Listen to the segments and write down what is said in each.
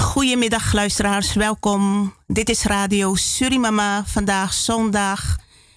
Goedemiddag luisteraars, welkom. Dit is Radio Surimama. Vandaag zondag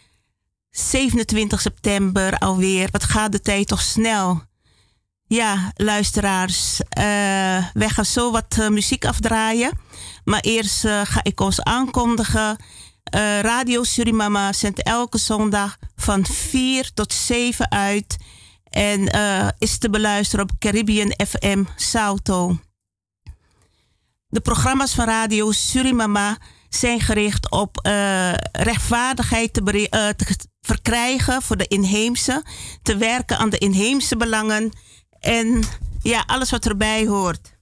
27 september alweer. Wat gaat de tijd toch snel? Ja, luisteraars, wij gaan zo wat muziek afdraaien. Maar eerst ga ik ons aankondigen. Radio Surimama zendt elke zondag van 4 tot 7 uit. En is te beluisteren op Caribbean FM Salto. De programma's van Radio Surimama zijn gericht op rechtvaardigheid te verkrijgen voor de inheemse. Te werken aan de inheemse belangen. En ja, alles wat erbij hoort.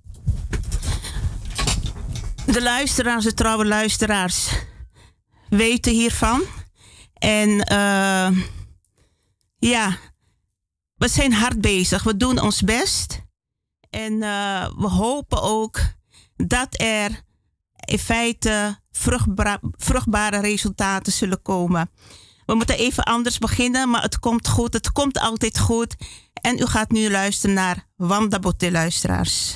De luisteraars, de trouwe luisteraars, weten hiervan. En ja, we zijn hard bezig. We doen ons best. En we hopen ook dat er in feite vruchtbare resultaten zullen komen. We moeten even anders beginnen, maar het komt goed. Het komt altijd goed. En u gaat nu luisteren naar Wanda Botte, luisteraars.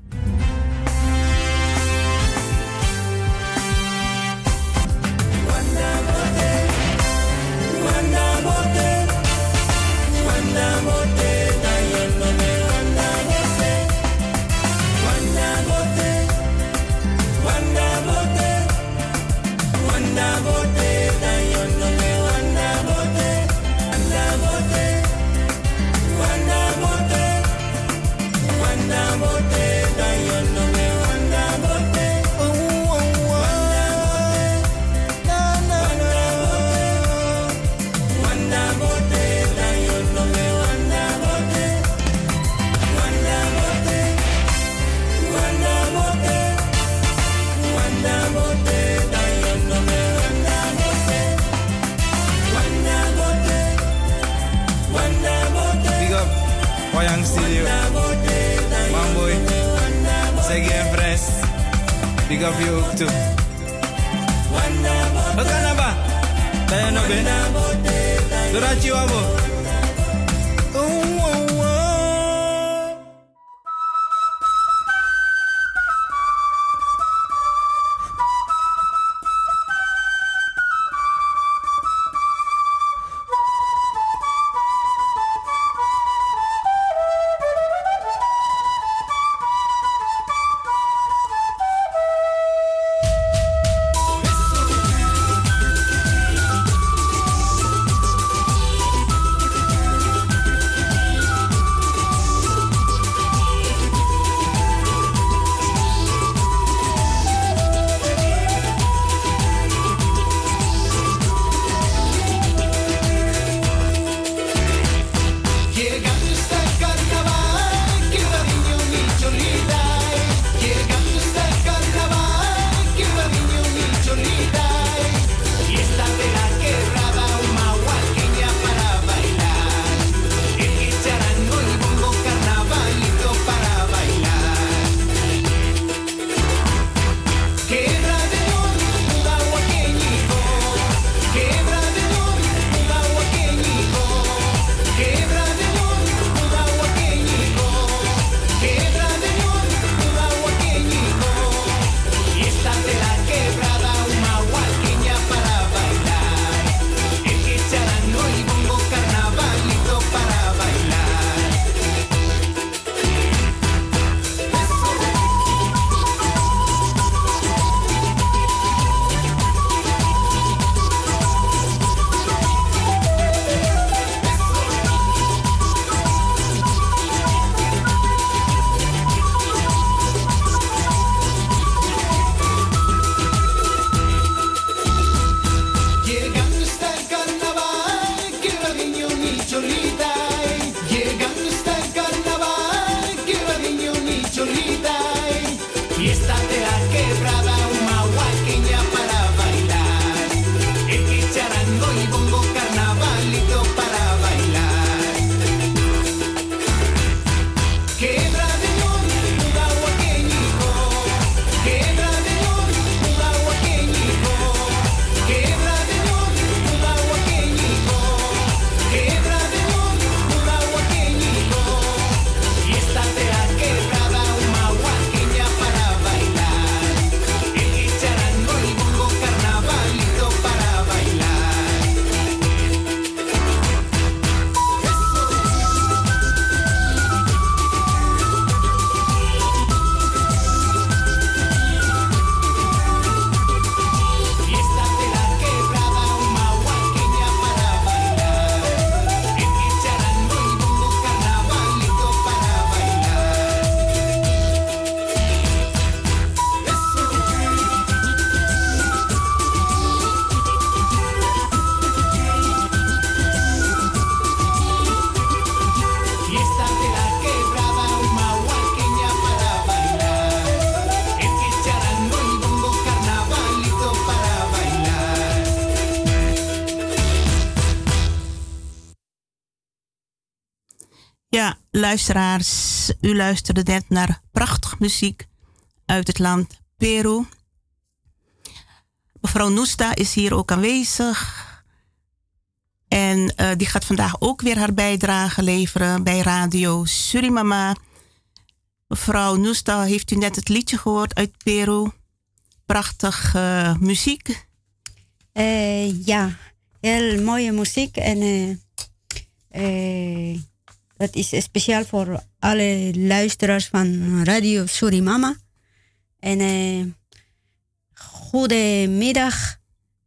Wayang Studio, Mamboy, Segi en Fres, big up you ook toe. Wat kan dat ba? Dat je nog bent? Doordat je wabo. Esta te la quebrada, una guaqueña para bailar. luisteraars, u luisterde net naar prachtige muziek uit het land Peru. Mevrouw Nusta is hier ook aanwezig. En die gaat vandaag ook weer haar bijdrage leveren bij Radio Surimama. Mevrouw Nusta, heeft u net het liedje gehoord uit Peru? Prachtig muziek. Ja, heel mooie muziek. En dat is speciaal voor alle luisteraars van Radio Surimama. En goedemiddag.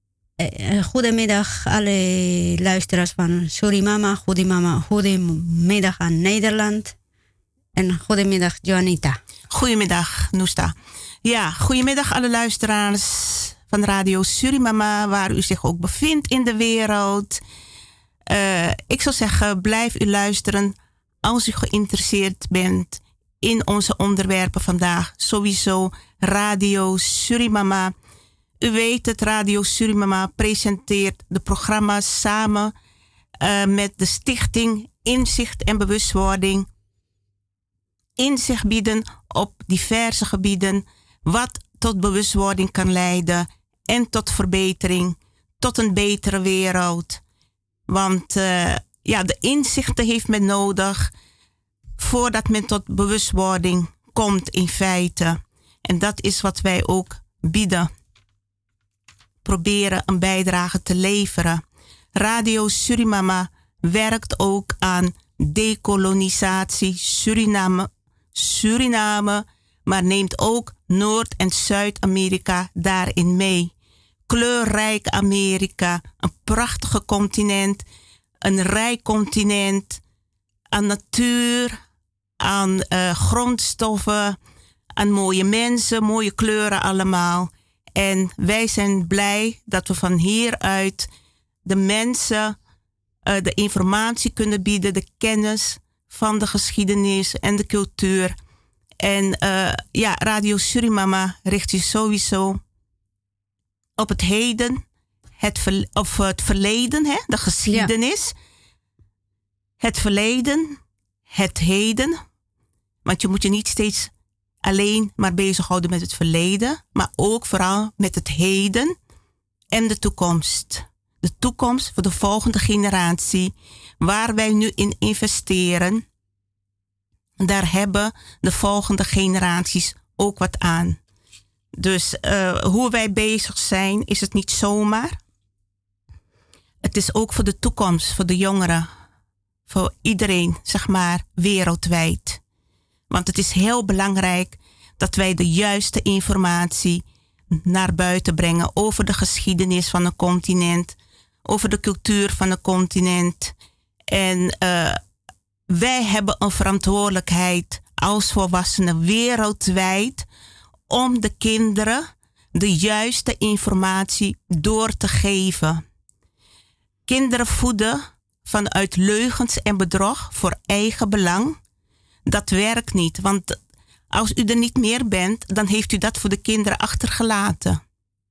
Goedemiddag alle luisteraars van Surimama. Goedemiddag aan Nederland. En goedemiddag Joanita. Goedemiddag Nusta. Ja, goedemiddag alle luisteraars van Radio Surimama, waar u zich ook bevindt in de wereld. Ik zou zeggen, blijf u luisteren als u geïnteresseerd bent in onze onderwerpen vandaag. Sowieso Radio Surimama. U weet het, Radio Surimama presenteert de programma's samen met de stichting Inzicht en Bewustwording. Inzicht bieden op diverse gebieden, wat tot bewustwording kan leiden en tot verbetering, tot een betere wereld. Want de inzichten heeft men nodig voordat men tot bewustwording komt in feite. En dat is wat wij ook bieden. Proberen een bijdrage te leveren. Radio Surimama werkt ook aan dekolonisatie Suriname, maar neemt ook Noord- en Zuid-Amerika daarin mee. Kleurrijk Amerika, een prachtige continent, een rijk continent aan natuur, aan grondstoffen, aan mooie mensen, mooie kleuren allemaal. En wij zijn blij dat we van hieruit de mensen de informatie kunnen bieden, de kennis van de geschiedenis en de cultuur. En Radio Surimama richt zich sowieso op het heden, het verleden, hè, de geschiedenis. Ja. Het verleden, het heden. Want je moet je niet steeds alleen maar bezighouden met het verleden, maar ook vooral met het heden en de toekomst. De toekomst voor de volgende generatie, waar wij nu in investeren, daar hebben de volgende generaties ook wat aan. Dus hoe wij bezig zijn, is het niet zomaar. Het is ook voor de toekomst, voor de jongeren, voor iedereen, zeg maar, wereldwijd. Want het is heel belangrijk dat wij de juiste informatie naar buiten brengen over de geschiedenis van een continent, over de cultuur van een continent. En wij hebben een verantwoordelijkheid als volwassenen wereldwijd om de kinderen de juiste informatie door te geven. Kinderen voeden vanuit leugens en bedrog voor eigen belang. Dat werkt niet, want als u er niet meer bent, dan heeft u dat voor de kinderen achtergelaten.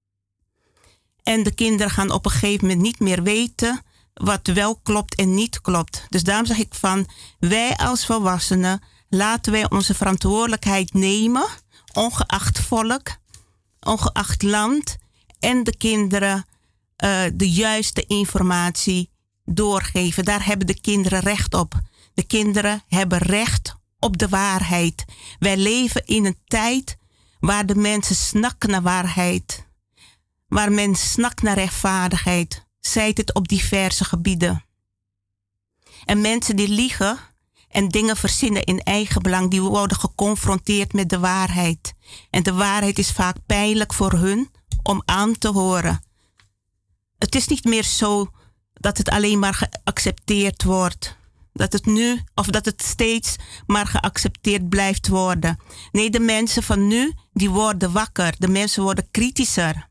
En de kinderen gaan op een gegeven moment niet meer weten wat wel klopt en niet klopt. Dus daarom zeg ik van, wij als volwassenen, laten wij onze verantwoordelijkheid nemen, ongeacht volk, ongeacht land, en de kinderen de juiste informatie doorgeven. Daar hebben de kinderen recht op. De kinderen hebben recht op de waarheid. Wij leven in een tijd waar de mensen snakken naar waarheid. Waar men snakt naar rechtvaardigheid. Zij het op diverse gebieden. En mensen die liegen en dingen verzinnen in eigen belang, die worden geconfronteerd met de waarheid. En de waarheid is vaak pijnlijk voor hun om aan te horen. Het is niet meer zo dat het alleen maar geaccepteerd wordt. Dat het nu, of dat het steeds maar geaccepteerd blijft worden. Nee, de mensen van nu, die worden wakker. De mensen worden kritischer.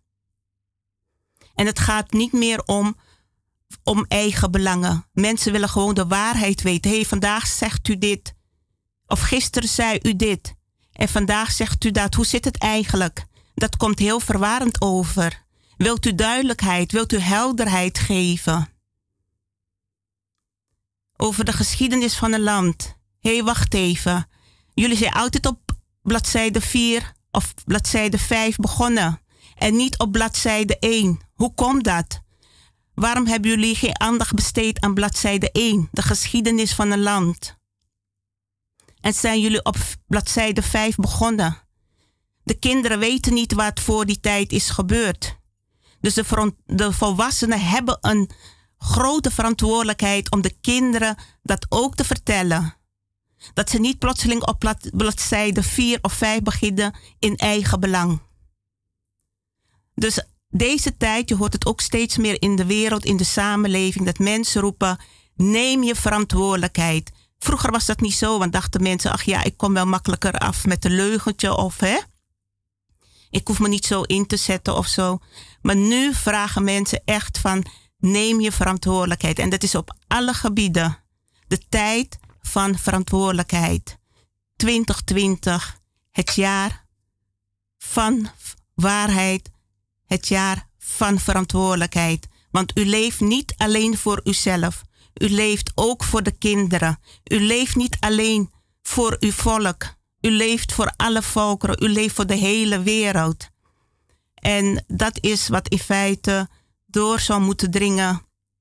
En het gaat niet meer om eigen belangen. Mensen willen gewoon de waarheid weten. Hé, vandaag zegt u dit. Of gisteren zei u dit. En vandaag zegt u dat. Hoe zit het eigenlijk? Dat komt heel verwarrend over. Wilt u duidelijkheid? Wilt u helderheid geven? Over de geschiedenis van een land. Hé, wacht even. Jullie zijn altijd op bladzijde 4 of bladzijde 5 begonnen. En niet op bladzijde 1. Hoe komt dat? Waarom hebben jullie geen aandacht besteed aan bladzijde 1? De geschiedenis van een land. En zijn jullie op bladzijde 5 begonnen? De kinderen weten niet wat voor die tijd is gebeurd. Dus de volwassenen hebben een grote verantwoordelijkheid om de kinderen dat ook te vertellen. Dat ze niet plotseling op bladzijde 4 of 5 beginnen in eigen belang. Dus deze tijd, je hoort het ook steeds meer in de wereld, in de samenleving, dat mensen roepen, neem je verantwoordelijkheid. Vroeger was dat niet zo, want dachten mensen, ach ja, ik kom wel makkelijker af met een leugentje of ik hoef me niet zo in te zetten of zo. Maar nu vragen mensen echt van, neem je verantwoordelijkheid. En dat is op alle gebieden. De tijd van verantwoordelijkheid. 2020, het jaar van waarheid, het jaar van verantwoordelijkheid. Want u leeft niet alleen voor uzelf. U leeft ook voor de kinderen. U leeft niet alleen voor uw volk. U leeft voor alle volkeren. U leeft voor de hele wereld. En dat is wat in feite door zou moeten dringen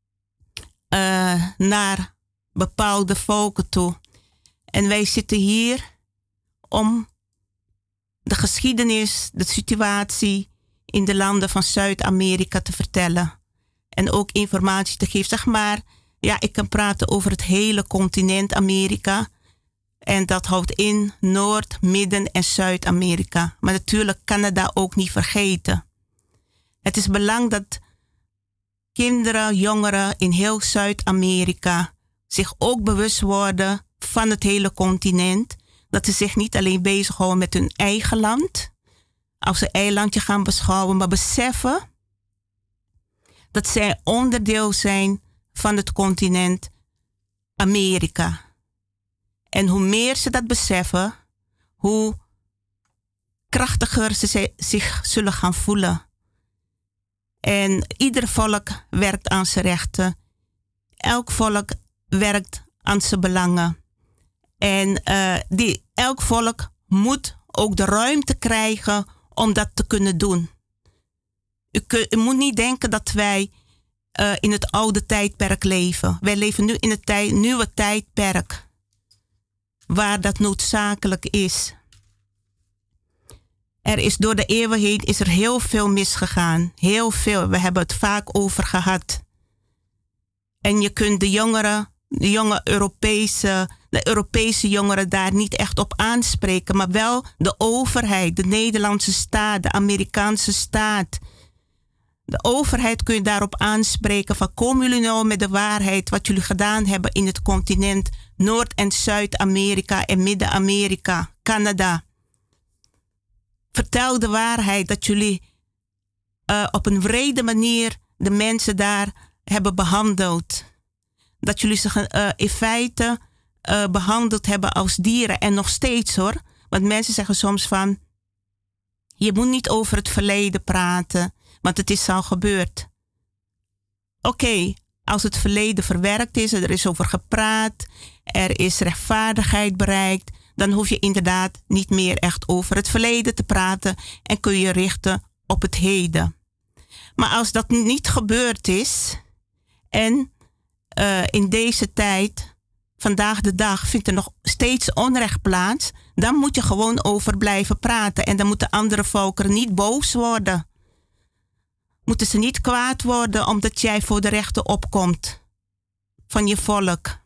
naar bepaalde volken toe. En wij zitten hier om de geschiedenis, de situatie in de landen van Zuid-Amerika te vertellen. En ook informatie te geven. Zeg maar, ja, ik kan praten over het hele continent Amerika. En dat houdt in Noord-, Midden- en Zuid-Amerika. Maar natuurlijk Canada ook niet vergeten. Het is belangrijk dat kinderen, jongeren in heel Zuid-Amerika zich ook bewust worden van het hele continent. Dat ze zich niet alleen bezighouden met hun eigen land. Als ze eilandje gaan beschouwen, maar beseffen dat zij onderdeel zijn van het continent Amerika. En hoe meer ze dat beseffen, hoe krachtiger ze zich zullen gaan voelen. En ieder volk werkt aan zijn rechten. Elk volk werkt aan zijn belangen. En elk volk moet ook de ruimte krijgen om dat te kunnen doen. U moet niet denken dat wij in het oude tijdperk leven. Wij leven nu in het nieuwe tijdperk. Waar dat noodzakelijk is. Er is door de eeuwen heen is er heel veel misgegaan. Heel veel. We hebben het vaak over gehad. En je kunt de jonge Europese jongeren daar niet echt op aanspreken. Maar wel de overheid, de Nederlandse staat, de Amerikaanse staat. De overheid kun je daarop aanspreken van, komen jullie nou met de waarheid wat jullie gedaan hebben in het continent Noord- en Zuid-Amerika en Midden-Amerika, Canada. Vertel de waarheid dat jullie op een wrede manier de mensen daar hebben behandeld. Dat jullie ze in feite behandeld hebben als dieren. En nog steeds hoor. Want mensen zeggen soms van, je moet niet over het verleden praten, want het is al gebeurd. Oké, als het verleden verwerkt is, er is over gepraat, er is rechtvaardigheid bereikt, dan hoef je inderdaad niet meer echt over het verleden te praten en kun je richten op het heden. Maar als dat niet gebeurd is en in deze tijd, vandaag de dag, vindt er nog steeds onrecht plaats, dan moet je gewoon over blijven praten. En dan moeten andere volkeren niet boos worden. Moeten ze niet kwaad worden omdat jij voor de rechten opkomt van je volk.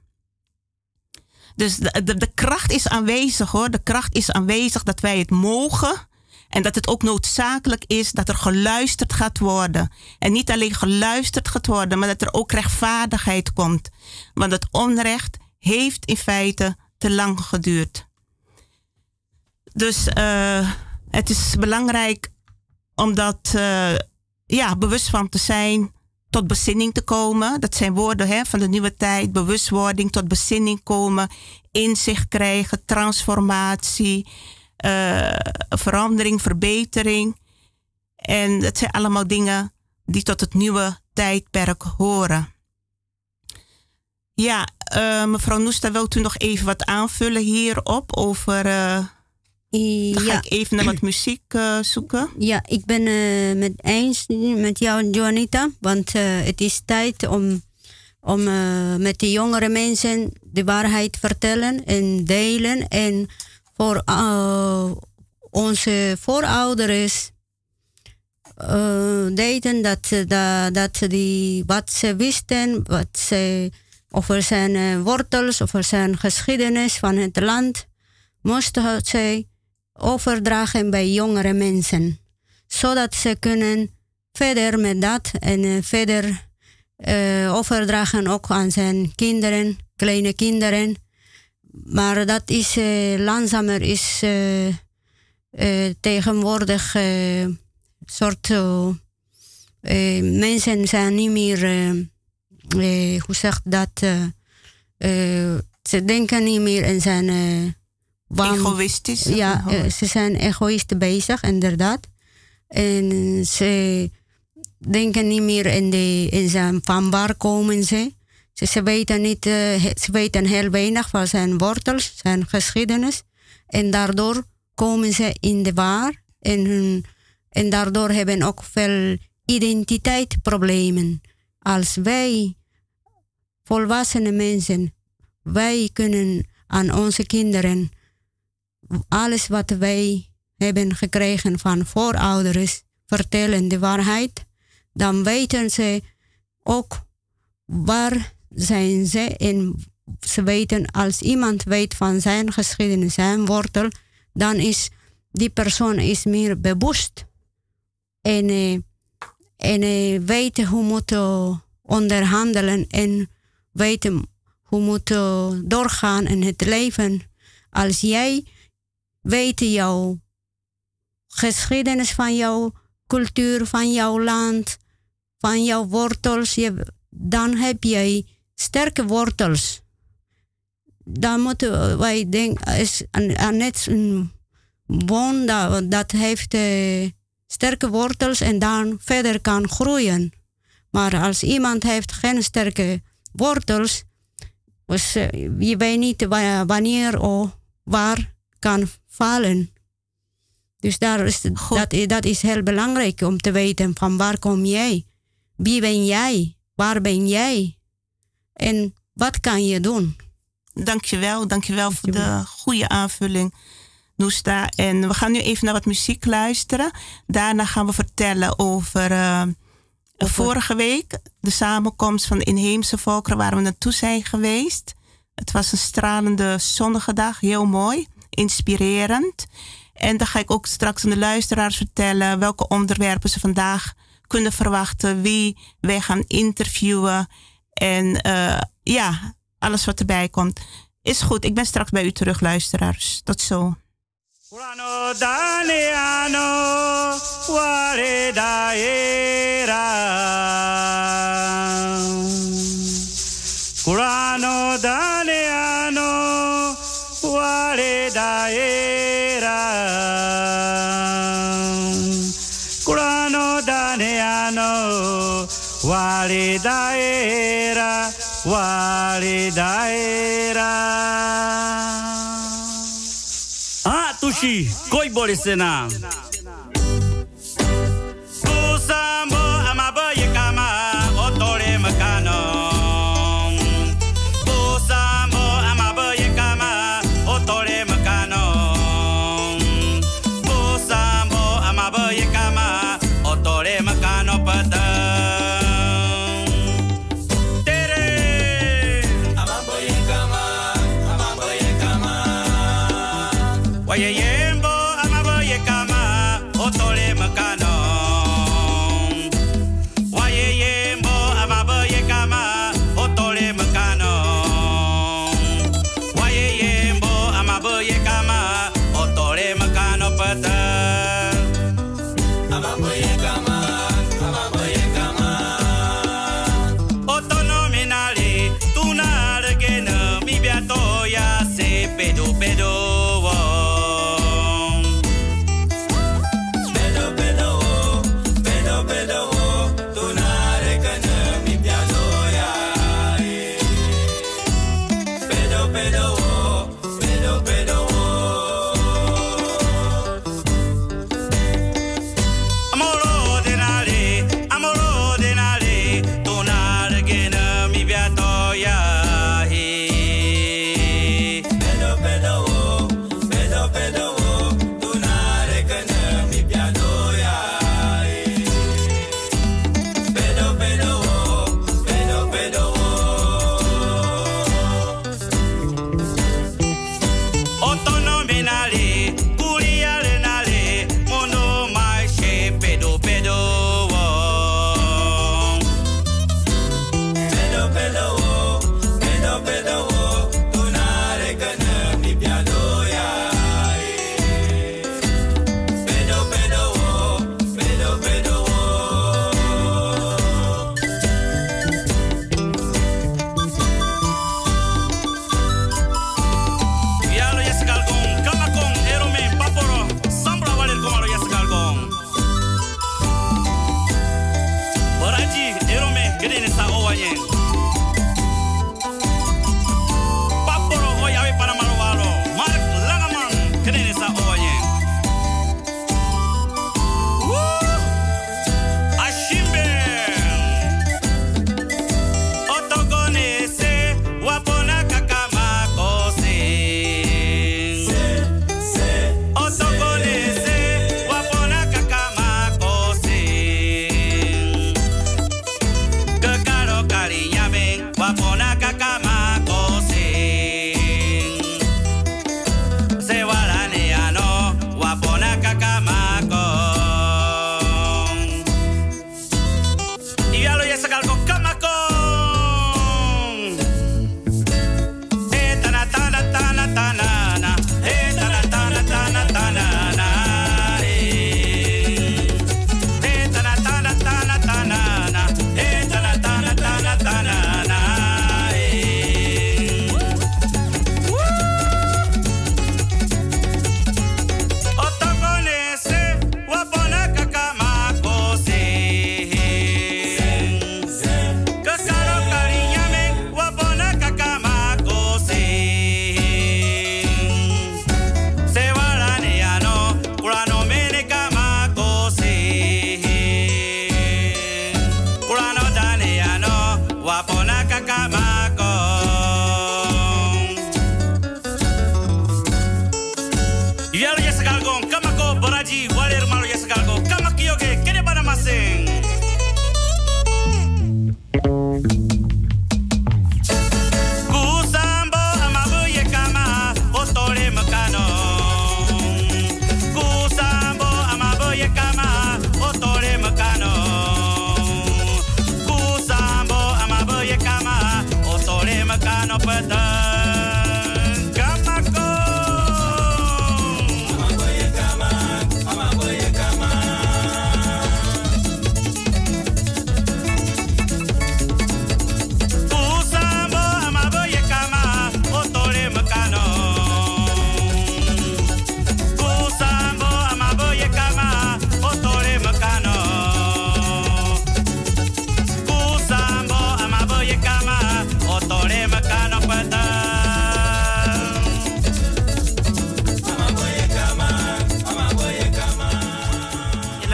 Dus de kracht is aanwezig hoor. De kracht is aanwezig dat wij het mogen. En dat het ook noodzakelijk is dat er geluisterd gaat worden. En niet alleen geluisterd gaat worden, maar dat er ook rechtvaardigheid komt. Want het onrecht heeft in feite te lang geduurd. Dus het is belangrijk om dat bewust van te zijn, tot bezinning te komen. Dat zijn woorden van de nieuwe tijd. Bewustwording, tot bezinning komen, inzicht krijgen, transformatie, verandering, verbetering. En dat zijn allemaal dingen die tot het nieuwe tijdperk horen. Ja, mevrouw Noesta, wilt u nog even wat aanvullen hierop over... Dan ga ik even naar wat muziek zoeken. Ja, ik ben het eens met jou, Juanita. Want het is tijd om met de jongere mensen de waarheid vertellen en delen. En voor onze voorouders deden dat die wat ze wisten, over zijn wortels, over zijn geschiedenis van het land, moesten zij overdragen bij jongere mensen. Zodat ze kunnen verder met dat en verder overdragen ook aan zijn kinderen, kleine kinderen. Maar dat is langzamer, is tegenwoordig soort mensen zijn niet meer, hoe zeg dat, ze denken niet meer en zijn egoïstisch? Ja, ze zijn egoïst bezig, inderdaad. En ze denken niet meer in zijn, van waar komen ze. Ze weten niet, ze weten heel weinig van zijn wortels, zijn geschiedenis. En daardoor komen ze in de war. En daardoor hebben ook veel identiteitsproblemen. Als wij, volwassene mensen, wij kunnen aan onze kinderen alles wat wij hebben gekregen van voorouders vertellen de waarheid, dan weten ze ook waar zijn ze. En ze weten, als iemand weet van zijn geschiedenis, zijn wortel, dan is die persoon is meer bewust. En weten hoe moet onderhandelen en weten hoe moet doorgaan in het leven. Als jij weet jouw geschiedenis van jouw cultuur, van jouw land, van jouw wortels, dan heb jij sterke wortels. Dan moeten wij denken, is net een boom dat heeft sterke wortels en dan verder kan groeien. Maar als iemand heeft geen sterke wortels, dus je weet niet wanneer of waar kan vallen. Dus dat is heel belangrijk om te weten van waar kom jij? Wie ben jij? Waar ben jij? En wat kan je doen? Dankjewel voor de goede aanvulling, Noesta. En we gaan nu even naar wat muziek luisteren. Daarna gaan we vertellen over vorige week, de samenkomst van de inheemse volkeren waar we naartoe zijn geweest. Het was een stralende zonnige dag, heel mooi, inspirerend. En dan ga ik ook straks aan de luisteraars vertellen welke onderwerpen ze vandaag kunnen verwachten, wie wij gaan interviewen en alles wat erbij komt. Is goed, ik ben straks bij u terug, luisteraars. Tot zo. Tushi, koi bolisena. Usambo amabo yekama otore makano. Usambo amabo yekama otore makano. Usambo amabo yekama otore makano pada. Yembo amaboye kama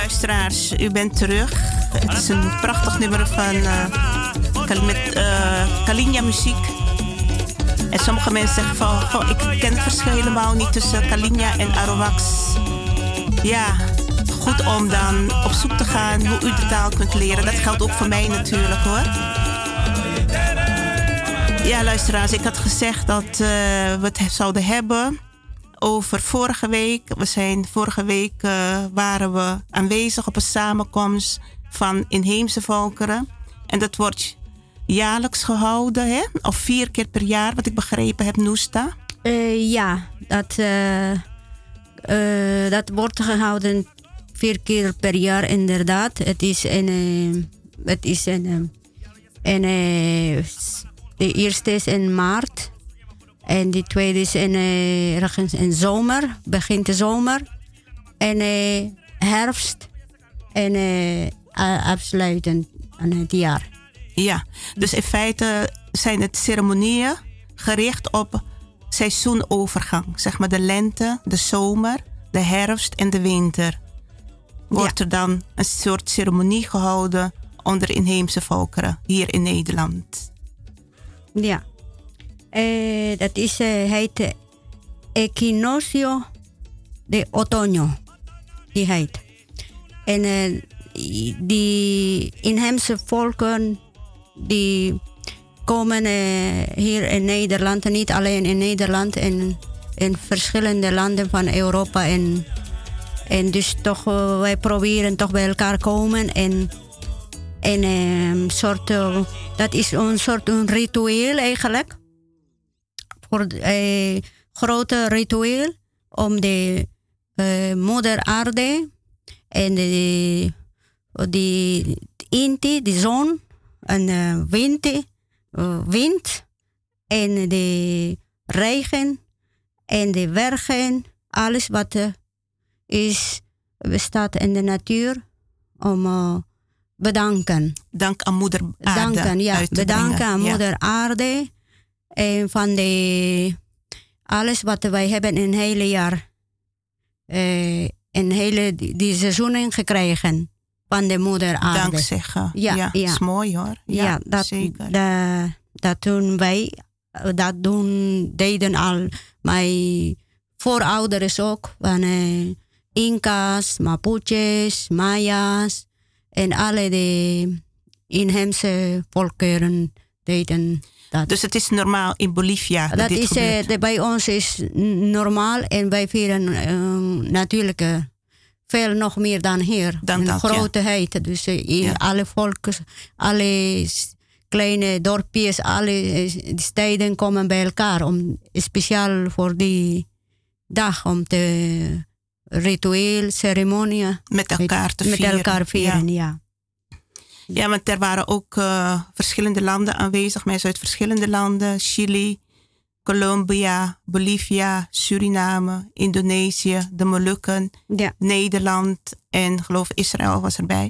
luisteraars, u bent terug. Het is een prachtig nummer van met Kalinja muziek. En sommige mensen zeggen van, goh, ik ken het verschil helemaal niet tussen Kalinja en Arawaks. Ja, goed om dan op zoek te gaan hoe u de taal kunt leren. Dat geldt ook voor mij natuurlijk hoor. Ja, luisteraars, ik had gezegd dat we het zouden hebben over vorige week. Vorige week waren we aanwezig op een samenkomst van inheemse volkeren. En dat wordt jaarlijks gehouden, hè? Of 4 keer per jaar, wat ik begrepen heb, Noesta. Ja, dat wordt gehouden 4 keer per jaar, inderdaad. Het is de eerste is in maart. En de tweede is ergens in zomer, begint de zomer. En herfst. En afsluitend aan het jaar. Ja, dus in feite zijn het ceremonieën gericht op seizoenovergang. Zeg maar de lente, de zomer, de herfst en de winter. Wordt er dan een soort ceremonie gehouden onder inheemse volkeren hier in Nederland. Ja. Dat is, heet Equinoccio de Otoño. Die heet. En die inheemse volken die komen hier in Nederland, en niet alleen in Nederland, en in verschillende landen van Europa. En dus toch, wij proberen toch bij elkaar komen en dat is een soort een ritueel eigenlijk. Voor een grote ritueel om de moeder aarde en die Inti, de zon en wind en de regen en de bergen, alles wat bestaat in de natuur, om bedanken. Dank aan moeder aarde. Bedanken aan moeder aarde. En van alles wat wij hebben in een hele jaar. Die seizoenen gekregen. Van de moeder aarde. Dank zeggen. Ja, dat is mooi hoor. Ja, zeker. Dat doen wij. Deden al mijn voorouders ook. Van Inca's, Mapuches, Maya's. En alle de inheemse volkeren deden dat. Dus het is normaal in Bolivia dat dit gebeurt? Bij ons is normaal. En wij vieren natuurlijk veel nog meer dan hier. Dan dat, grootheid. Dus alle volken, alle kleine dorpjes, alle steden komen bij elkaar. Speciaal voor die dag. Om te ritueel, ceremonie. Met elkaar te vieren. Met elkaar vieren, ja. Ja, want er waren ook verschillende landen aanwezig. Mensen uit verschillende landen. Chili, Colombia, Bolivia, Suriname, Indonesië, de Molukken, Nederland en geloof Israël was erbij.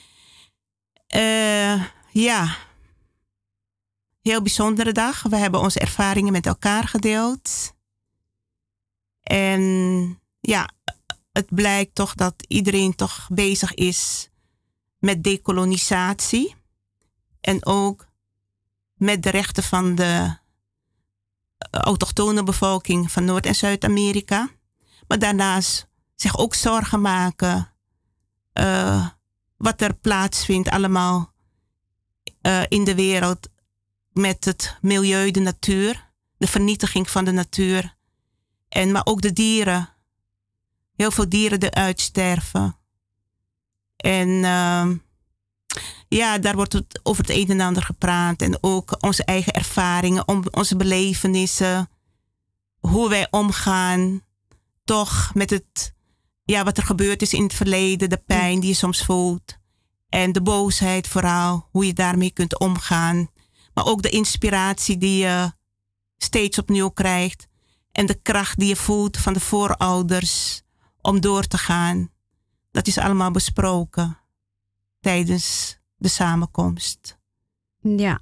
Ja, heel bijzondere dag. We hebben onze ervaringen met elkaar gedeeld. En ja, het blijkt toch dat iedereen toch bezig is met dekolonisatie. En ook met de rechten van de autochtone bevolking van Noord- en Zuid-Amerika. Maar daarnaast zich ook zorgen maken wat er plaatsvindt allemaal in de wereld met het milieu, de natuur, de vernietiging van de natuur. Maar ook de dieren. Heel veel dieren die uitsterven. En ja, daar wordt het over het een en ander gepraat. En ook onze eigen ervaringen, onze belevenissen. Hoe wij omgaan toch met het, ja, wat er gebeurd is in het verleden. De pijn die je soms voelt. En de boosheid vooral. Hoe je daarmee kunt omgaan. Maar ook de inspiratie die je steeds opnieuw krijgt. En de kracht die je voelt van de voorouders om door te gaan. Dat is allemaal besproken tijdens de samenkomst. Ja.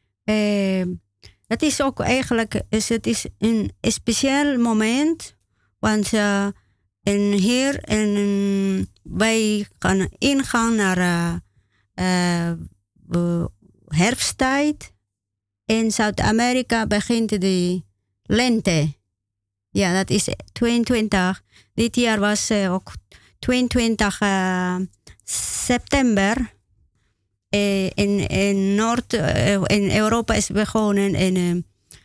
Het is ook eigenlijk het is een speciaal moment. Want hier in wij gaan ingaan naar herfsttijd. In Zuid-Amerika begint de lente. Ja, dat is 22. Dit jaar was ook 22 september. In Europa is begonnen in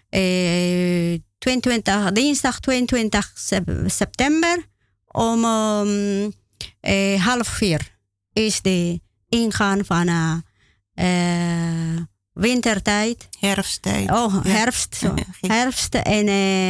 dinsdag 22 september om 3:30 is de ingaan van wintertijd. Herfsttijd. Herfst. Zo. Herfst en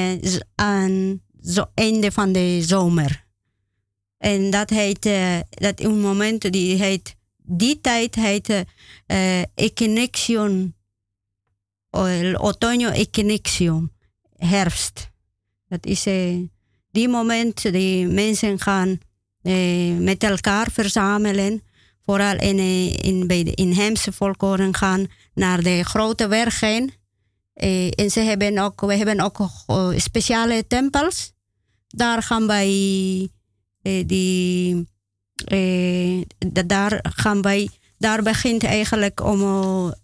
einde van de zomer. En dat heet, dat een moment die tijd heet equinoctium, otoño equinoctium, herfst. Dat is die moment die mensen gaan met elkaar verzamelen. Vooral bij de inheemse volkeren gaan naar de grote bergen. En we hebben ook speciale tempels. Daar gaan wij daar begint eigenlijk om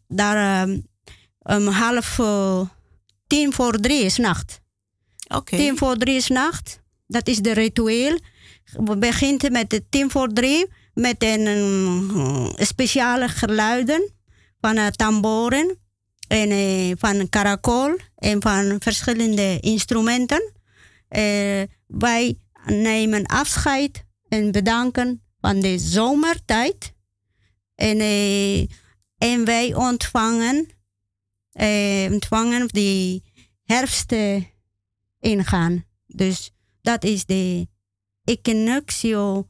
2:50 's nacht. Oké. 2:50 's nacht. Dat is de ritueel. We beginnen met 2:50 met een speciale geluiden van tamboren en van karakol en van verschillende instrumenten. Wij nemen afscheid en bedanken van de zomertijd. En wij ontvangen die herfst ingaan. Dus dat is de equinoccio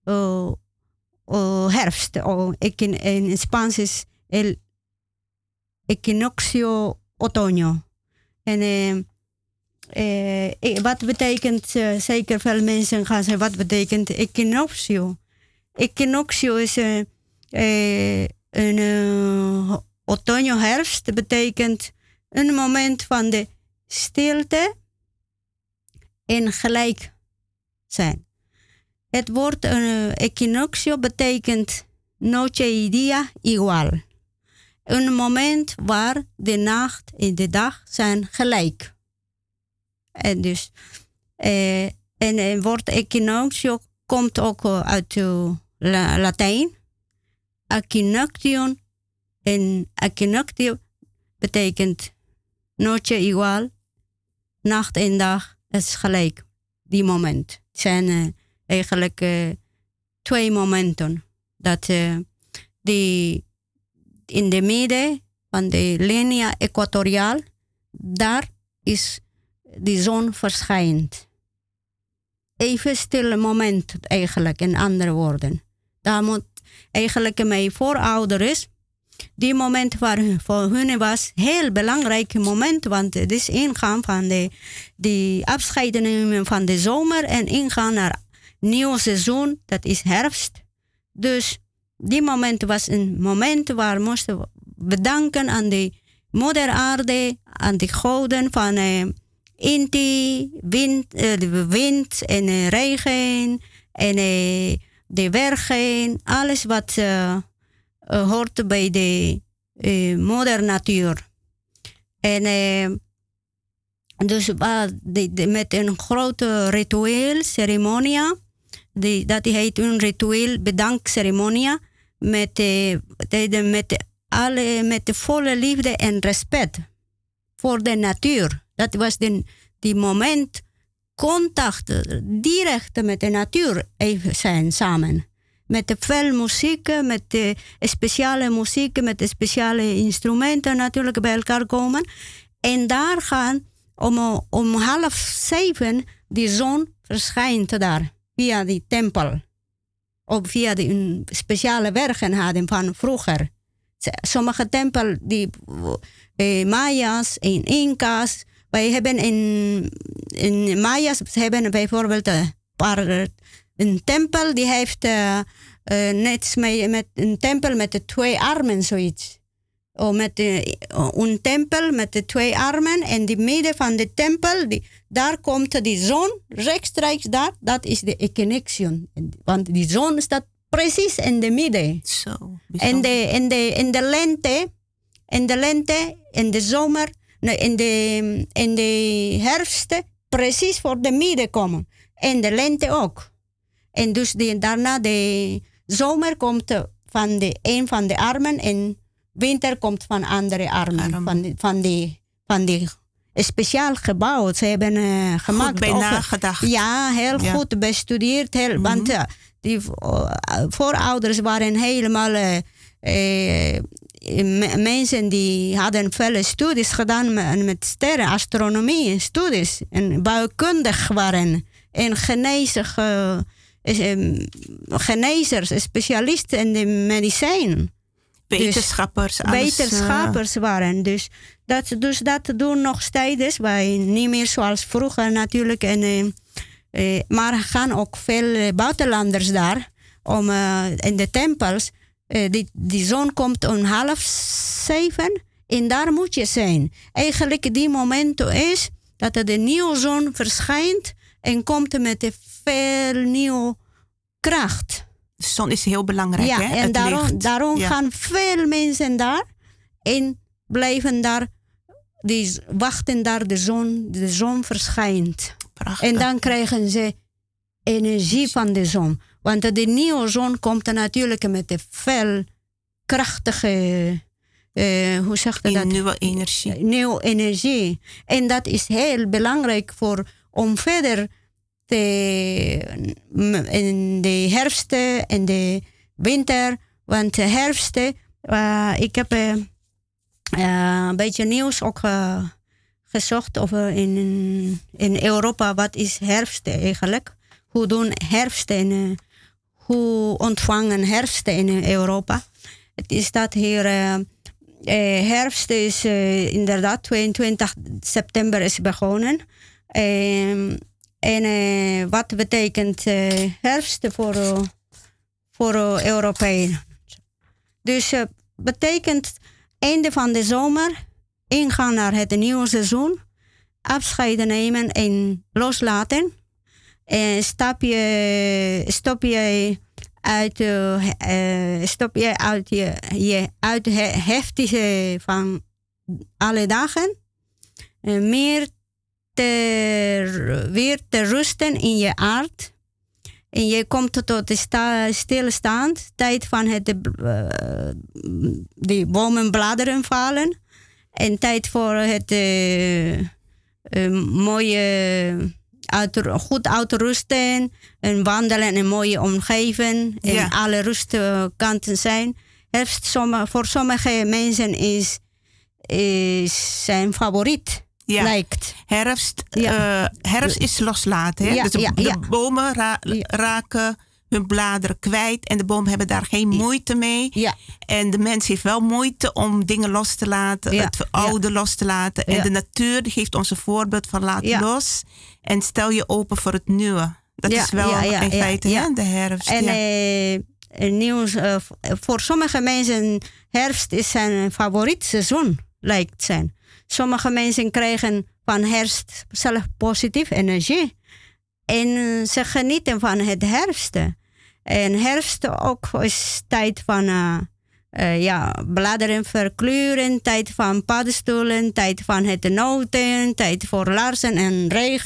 herfst. In Spaans is el equinoccio otoño. En wat betekent, zeker veel mensen gaan zeggen, wat betekent equinoccio? Equinoccio is een otoño herfst, betekent een moment van de stilte en gelijk zijn. Het woord equinoccio betekent noche y día igual. Een moment waar de nacht en de dag zijn gelijk. En dus het woord equinoccio komt ook uit Latijn. Equinoctium en equinoctio betekent noche igual, nacht en dag is gelijk. Die moment. Het zijn eigenlijk 2 momenten. Dat in de midden van de linea equatoriaal, daar is de zon verschijnt. Even stil moment eigenlijk, in andere woorden. Daar moet eigenlijk mijn voorouders, die moment voor hun was heel belangrijk moment, want het is ingaan van de afscheid nemen van de zomer en ingaan naar nieuw seizoen, dat is herfst. Dus die moment was een moment waar we moesten bedanken aan de moeder aarde, aan de goden van Inti, wind en regen en de bergen, alles wat hoort bij de moeder natuur. En dus met een grote ritueel, ceremonia, dat heet een ritueel bedankceremonia, met de volle liefde en respect voor de natuur. Dat was die moment contact direct met de natuur even zijn samen. Met de veel muziek, met de speciale muziek, met de speciale instrumenten natuurlijk bij elkaar komen. En daar gaan om 6:30 die zon verschijnt daar via die tempel. Of via die speciale bergen hadden van vroeger. Sommige tempels, die Maya's en Inca's. Wij hebben in Maya's hebben bijvoorbeeld een tempel die heeft net met een tempel met de 2 armen zoiets. met een tempel met de 2 armen. En in midden van de tempel, daar komt de zon rechtstreeks daar. Dat is de equinoxion. Want die zon staat precies in de midden. Zo. In de lente, in de zomer, in de herfst, precies voor de midden komen. En de lente ook. En dus daarna de zomer komt van een van de armen en winter komt van andere armen. Van die speciaal gebouw. Ze hebben gemaakt. Goed bij nagedacht. Ja, heel goed bestudeerd. Want die voorouders waren helemaal mensen die hadden vele studies gedaan met sterren, astronomie, studies. En bouwkundig waren. En genezers, specialisten in de medicijn. Wetenschappers. Dus, wetenschappers waren. Dus dat doen nog steeds. Wij niet meer zoals vroeger natuurlijk. Maar er gaan ook veel buitenlanders daar. In de tempels. Die zon komt om 6:30. En daar moet je zijn. Eigenlijk die moment is dat de nieuwe zon verschijnt. En komt met veel nieuwe kracht. De zon is heel belangrijk, ja, hè? En daarom gaan veel mensen daar. En blijven daar. Die wachten daar de zon verschijnt. Prachtig. En dan krijgen ze energie van de zon. Want de nieuwe zon komt natuurlijk met een veel krachtige... hoe zeg je dat? Nieuwe energie. Nieuwe energie. En dat is heel belangrijk om verder in de herfst en de winter. Want de herfst... ik heb een beetje nieuws ook gezocht over in Europa. Wat is herfst eigenlijk? Hoe doen herfst en hoe ontvangen herfst in Europa? Het is dat hier... herfst is inderdaad 22 september is begonnen. En wat betekent herfst voor Europeanen? Dus betekent einde van de zomer, ingaan naar het nieuwe seizoen, afscheid nemen en loslaten. En stop je uit de heftige van alle dagen. Weer te rusten in je aard. En je komt tot de stilstand. Tijd van die bomenbladeren vallen. En tijd voor het mooie... goed uitrusten en wandelen in een mooie omgeving. En alle rustkanten zijn. Herfst voor sommige mensen is zijn favoriet. Ja. Lijkt. Herfst is loslaten. Hè? Ja, dus de bomen raken hun bladeren kwijt. En de bomen hebben daar geen moeite mee. Ja. En de mens heeft wel moeite om dingen los te laten. Het oude los te laten. En de natuur die geeft ons een voorbeeld van laat los. En stel je open voor het nieuwe. Dat is wel in feite de herfst. En nieuws, voor sommige mensen herfst is zijn favoriet seizoen. Lijkt zijn. Sommige mensen krijgen van herfst zelf positieve energie. En ze genieten van het herfst. En herfst ook is tijd van bladeren verkleuren, tijd van paddenstoelen, tijd van het noten, tijd voor laarzen en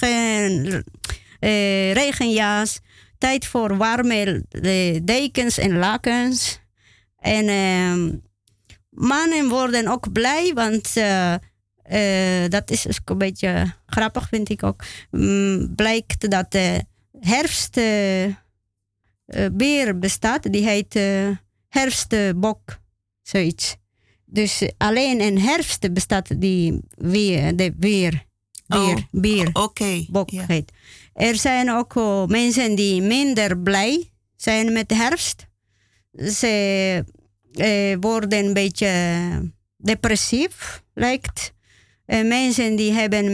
regenjas, tijd voor warme dekens en lakens. En mannen worden ook blij, want dat is een beetje grappig, vind ik ook. Blijkt dat de herfstbeer bestaat. Die heet herfstbok, zoiets. Dus alleen in herfst bestaat de beer. Oké. Bok heet. Er zijn ook mensen die minder blij zijn met de herfst. Ze worden een beetje depressief, lijkt. Mensen die hebben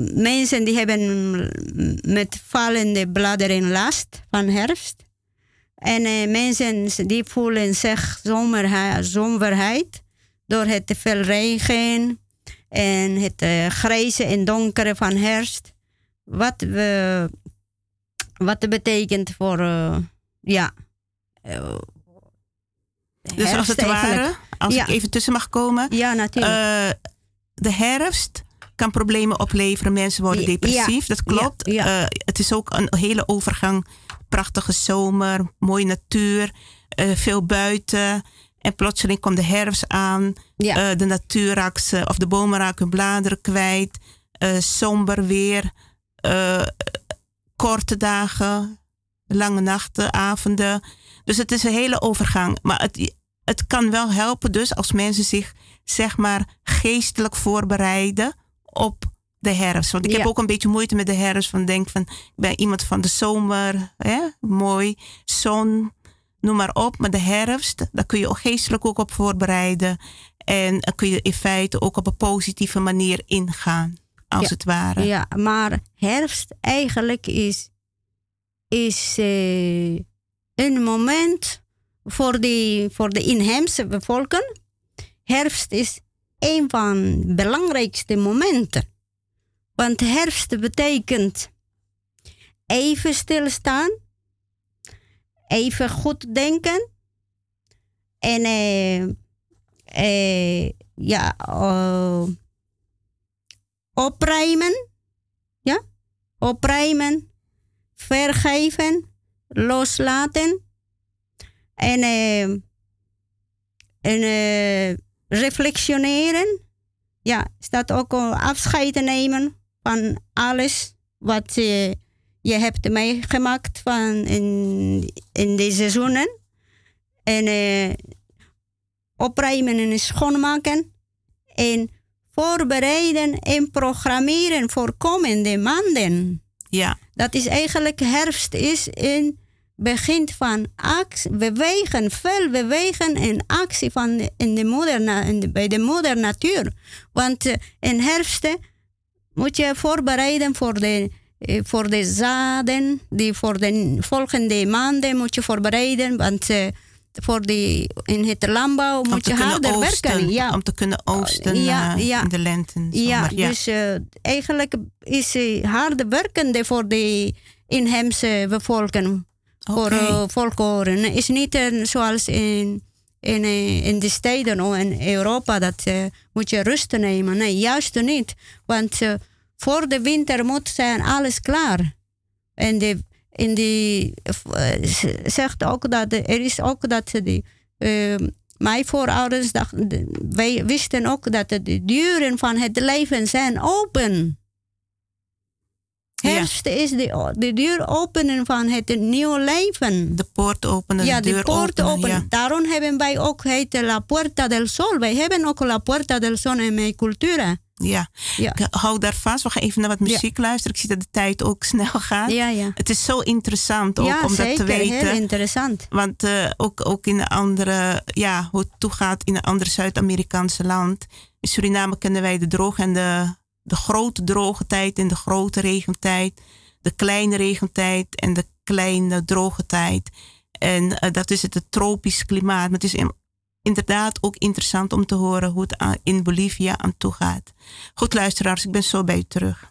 met vallende bladeren last van herfst. En mensen die voelen zich somberheid door het te veel regen en het grijze en donkere van herfst. Wat het betekent voor, dus als het ware, als ik even tussen mag komen. Ja, natuurlijk. De herfst kan problemen opleveren. Mensen worden depressief, dat klopt. Het is ook een hele overgang. Prachtige zomer, mooie natuur, veel buiten. En plotseling komt de herfst aan. Ja. De natuur raakt of de bomen raken hun bladeren kwijt. Somber weer. Korte dagen, lange nachten, avonden. Dus het is een hele overgang. Maar het kan wel helpen dus als mensen zich zeg maar geestelijk voorbereiden op de herfst. Want ik heb ook een beetje moeite met de herfst. Ik ben iemand van de zomer. Mooi, zon, noem maar op. Maar de herfst, daar kun je ook geestelijk ook op voorbereiden. En dan kun je in feite ook op een positieve manier ingaan. Als het ware. Ja, maar herfst eigenlijk is een moment voor de inheemse bevolking. Herfst is een van de belangrijkste momenten. Want herfst betekent even stilstaan, even goed denken en opruimen, opruimen, vergeven, loslaten en reflectioneren. Ja, staat ook afscheid te nemen van alles wat je hebt meegemaakt in deze seizoenen. En opruimen en schoonmaken en voorbereiden en programmeren voor komende maanden. Ja. Dat is eigenlijk herfst is een begin van actie, veel bewegen en actie bij de moeder natuur. Want in herfst moet je voorbereiden voor de zaden, die voor de volgende maanden moet je voorbereiden, want in het landbouw moet je harder werken. Ja. Om te kunnen oogsten in de lente. Dus eigenlijk is harder werken voor de inheemse bevolking. Voor volkoren. Het is niet zoals in de steden of in Europa dat moet je rust nemen. Nee, juist niet. Want voor de winter moet zijn alles klaar. En zegt ook dat er is ook dat mijn voorouders wij wisten ook dat de deuren van het leven zijn open. Herfst is de deur openen van het nieuwe leven. De poort openen, de deur poort openen. Ja. Daarom hebben wij ook heet La Puerta del Sol. Wij hebben ook La Puerta del Sol in mijn cultuur. Ja, ik hou daar vast. We gaan even naar wat muziek luisteren. Ik zie dat de tijd ook snel gaat. Ja. Het is zo interessant ook om zeker, dat te weten. Heel interessant. Want ook in de andere, hoe het toegaat in een andere Zuid-Amerikaanse land. In Suriname kennen wij de droge en de grote droge tijd en de grote regentijd. De kleine regentijd en de kleine droge tijd. En dat is het tropisch klimaat. Maar het is inderdaad ook interessant om te horen hoe het in Bolivia aan toe gaat. Goed luisteraars, ik ben zo bij u terug.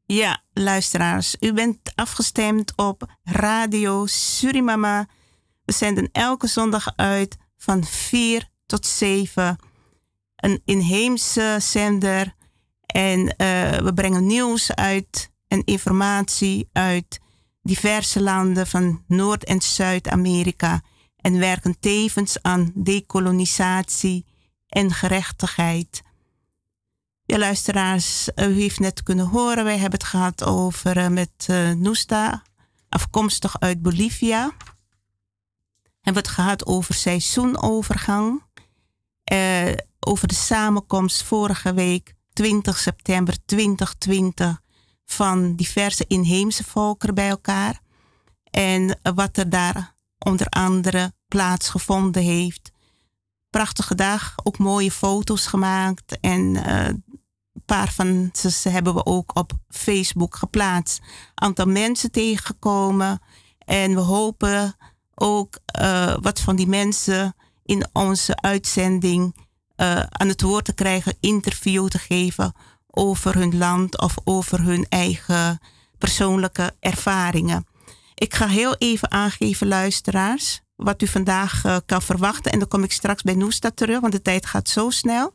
Ja, luisteraars, u bent afgestemd op Radio Surimama. We zenden elke zondag uit van 4 tot 7. Een inheemse zender. En we brengen nieuws uit en informatie uit diverse landen van Noord- en Zuid-Amerika. En werken tevens aan dekolonisatie en gerechtigheid. Ja, luisteraars, u heeft net kunnen horen. Wij hebben het gehad over met Nusta, afkomstig uit Bolivia. Hebben we het gehad over seizoenovergang. Over de samenkomst vorige week, 20 september 2020, van diverse inheemse volkeren bij elkaar. En wat er daar onder andere plaatsgevonden heeft. Prachtige dag, ook mooie foto's gemaakt. En een paar van ze hebben we ook op Facebook geplaatst. Aantal mensen tegengekomen. En we hopen ook wat van die mensen in onze uitzending aan het woord te krijgen, interview te geven over hun land of over hun eigen persoonlijke ervaringen. Ik ga heel even aangeven, luisteraars, wat u vandaag kan verwachten. En dan kom ik straks bij Nusta terug, want de tijd gaat zo snel.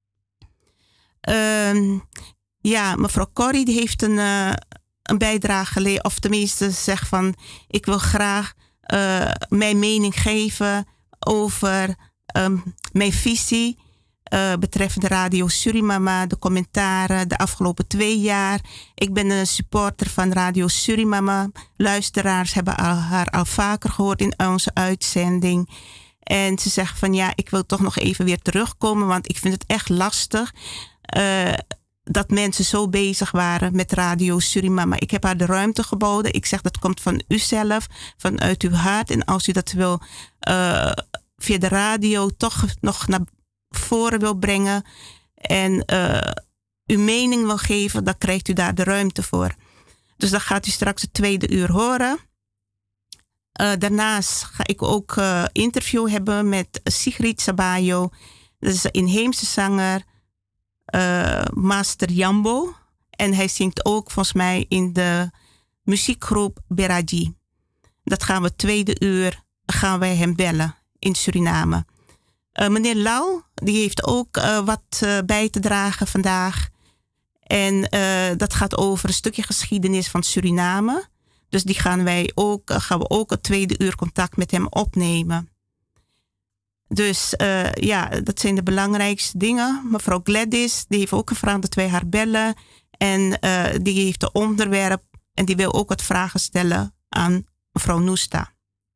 Ja, mevrouw Corrie die heeft een bijdrage geleverd, of tenminste zegt van, ik wil graag mijn mening geven over mijn visie betreffende Radio Surimama, de commentaren de afgelopen 2 jaar. Ik ben een supporter van Radio Surimama. Luisteraars hebben haar al vaker gehoord in onze uitzending. En ze zegt van ja, ik wil toch nog even weer terugkomen, want ik vind het echt lastig dat mensen zo bezig waren met Radio Surimama. Ik heb haar de ruimte geboden. Ik zeg dat komt van u zelf, vanuit uw hart. En als u dat wil via de radio toch nog naar voren wil brengen en uw mening wil geven, dan krijgt u daar de ruimte voor. Dus dan gaat u straks het 2e uur horen. Daarnaast ga ik ook interview hebben met Sigrid Sabayo. Dat is een inheemse zanger, Master Jambo. En hij zingt ook volgens mij in de muziekgroep Beraji. Dat gaan we 2e uur, gaan wij hem bellen in Suriname. Meneer Lau, die heeft ook wat bij te dragen vandaag. En dat gaat over een stukje geschiedenis van Suriname. Dus die gaan we ook het 2e uur contact met hem opnemen. Dus ja, dat zijn de belangrijkste dingen. Mevrouw Gladys, die heeft ook gevraagd dat wij haar bellen. En die heeft een onderwerp en die wil ook wat vragen stellen aan mevrouw Nusta.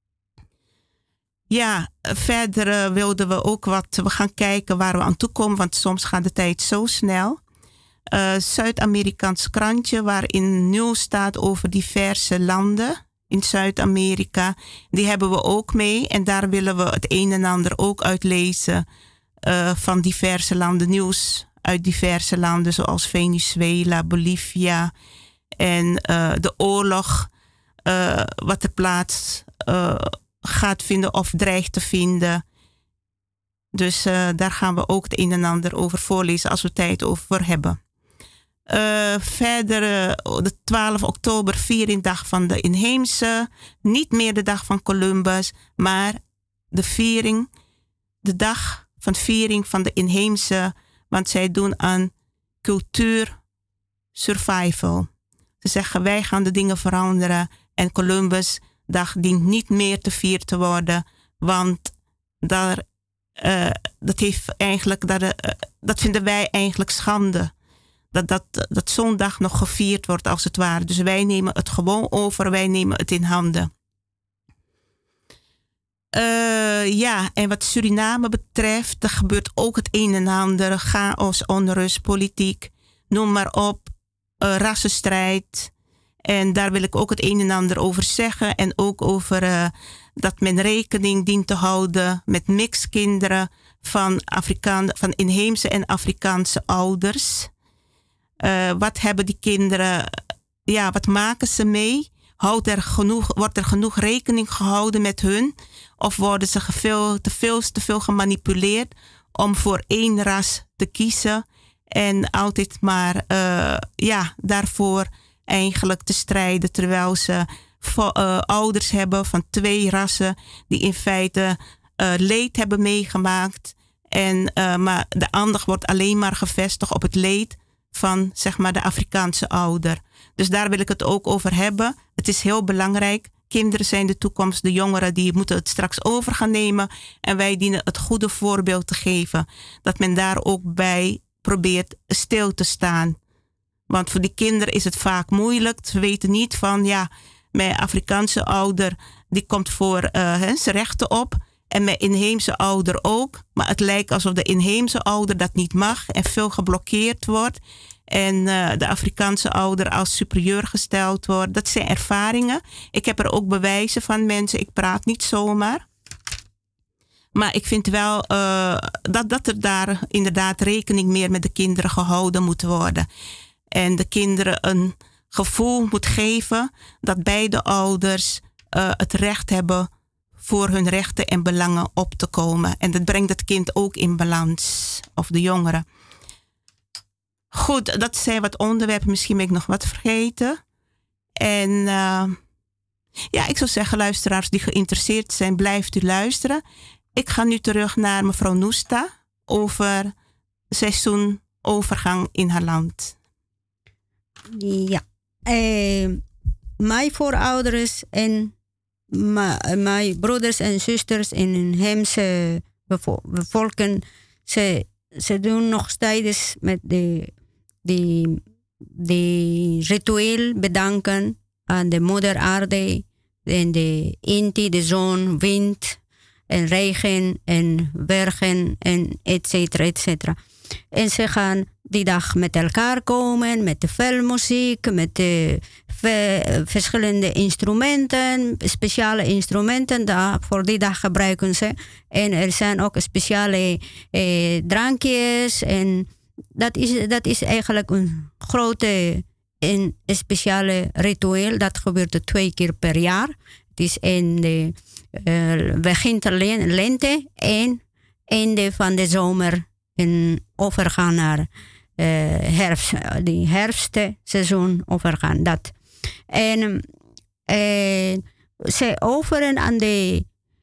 Ja, verder wilden we ook we gaan kijken waar we aan toe komen, want soms gaat de tijd zo snel. Zuid-Amerikaans krantje waarin nieuws staat over diverse landen in Zuid-Amerika. Die hebben we ook mee en daar willen we het een en ander ook uitlezen van diverse landen. Nieuws uit diverse landen zoals Venezuela, Bolivia en de oorlog wat er plaats gaat vinden of dreigt te vinden. Dus daar gaan we ook het een en ander over voorlezen als we tijd over hebben. Verder de 12 oktober viering dag van de inheemse. Niet meer de dag van Columbus, maar de dag van viering van de inheemse. Want zij doen aan cultuur survival. Ze zeggen wij gaan de dingen veranderen en Columbus dag dient niet meer te vierd te worden, want dat vinden wij eigenlijk schande. Dat zo'n dag nog gevierd wordt als het ware. Dus wij nemen het gewoon over, wij nemen het in handen. Ja, en wat Suriname betreft, er gebeurt ook het een en ander. Chaos, onrust, politiek, noem maar op. Rassenstrijd. En daar wil ik ook het een en ander over zeggen. En ook over dat men rekening dient te houden met mixkinderen van inheemse en Afrikaanse ouders. Wat hebben die kinderen, ja, wat maken ze mee? Wordt er genoeg rekening gehouden met hun? Of worden ze te veel gemanipuleerd om voor één ras te kiezen? En altijd maar daarvoor eigenlijk te strijden, terwijl ze ouders hebben van 2 rassen die in feite leed hebben meegemaakt. Maar de aandacht wordt alleen maar gevestigd op het leed van, zeg maar, de Afrikaanse ouder. Dus daar wil ik het ook over hebben. Het is heel belangrijk. Kinderen zijn de toekomst. De jongeren die moeten het straks over gaan nemen. En wij dienen het goede voorbeeld te geven. Dat men daar ook bij probeert stil te staan. Want voor die kinderen is het vaak moeilijk. Ze weten niet van, ja, mijn Afrikaanse ouder die komt voor zijn rechten op. En mijn inheemse ouder ook. Maar het lijkt alsof de inheemse ouder dat niet mag en veel geblokkeerd wordt. En de Afrikaanse ouder als superieur gesteld wordt. Dat zijn ervaringen. Ik heb er ook bewijzen van mensen. Ik praat niet zomaar. Maar ik vind wel dat er daar inderdaad rekening meer met de kinderen gehouden moet worden. En de kinderen een gevoel moet geven dat beide ouders het recht hebben voor hun rechten en belangen op te komen. En dat brengt het kind ook in balans. Of de jongeren. Goed, dat zijn wat onderwerpen. Misschien ben ik nog wat vergeten. En ja, ik zou zeggen, luisteraars die geïnteresseerd zijn, blijft u luisteren. Ik ga nu terug naar mevrouw Noesta over seizoenovergang in haar land. Ja, mijn voorouders en mijn broeders en zusters in hun heemse bevolking, ze doen nog steeds met die ritueel bedanken aan de moeder aarde en de Inti, de zon, wind en regen en bergen en et cetera, et cetera. En ze gaan die dag met elkaar komen, met de velmuziek, met de verschillende instrumenten, speciale instrumenten. Voor die dag gebruiken ze. En er zijn ook speciale drankjes. En dat is eigenlijk een grote en speciale ritueel. Dat gebeurt 2 keer per jaar. Het is in de begin de lente en einde van de zomer. En overgaan naar herfst, die herfstseizoen overgaan. Dat. En ze overen aan de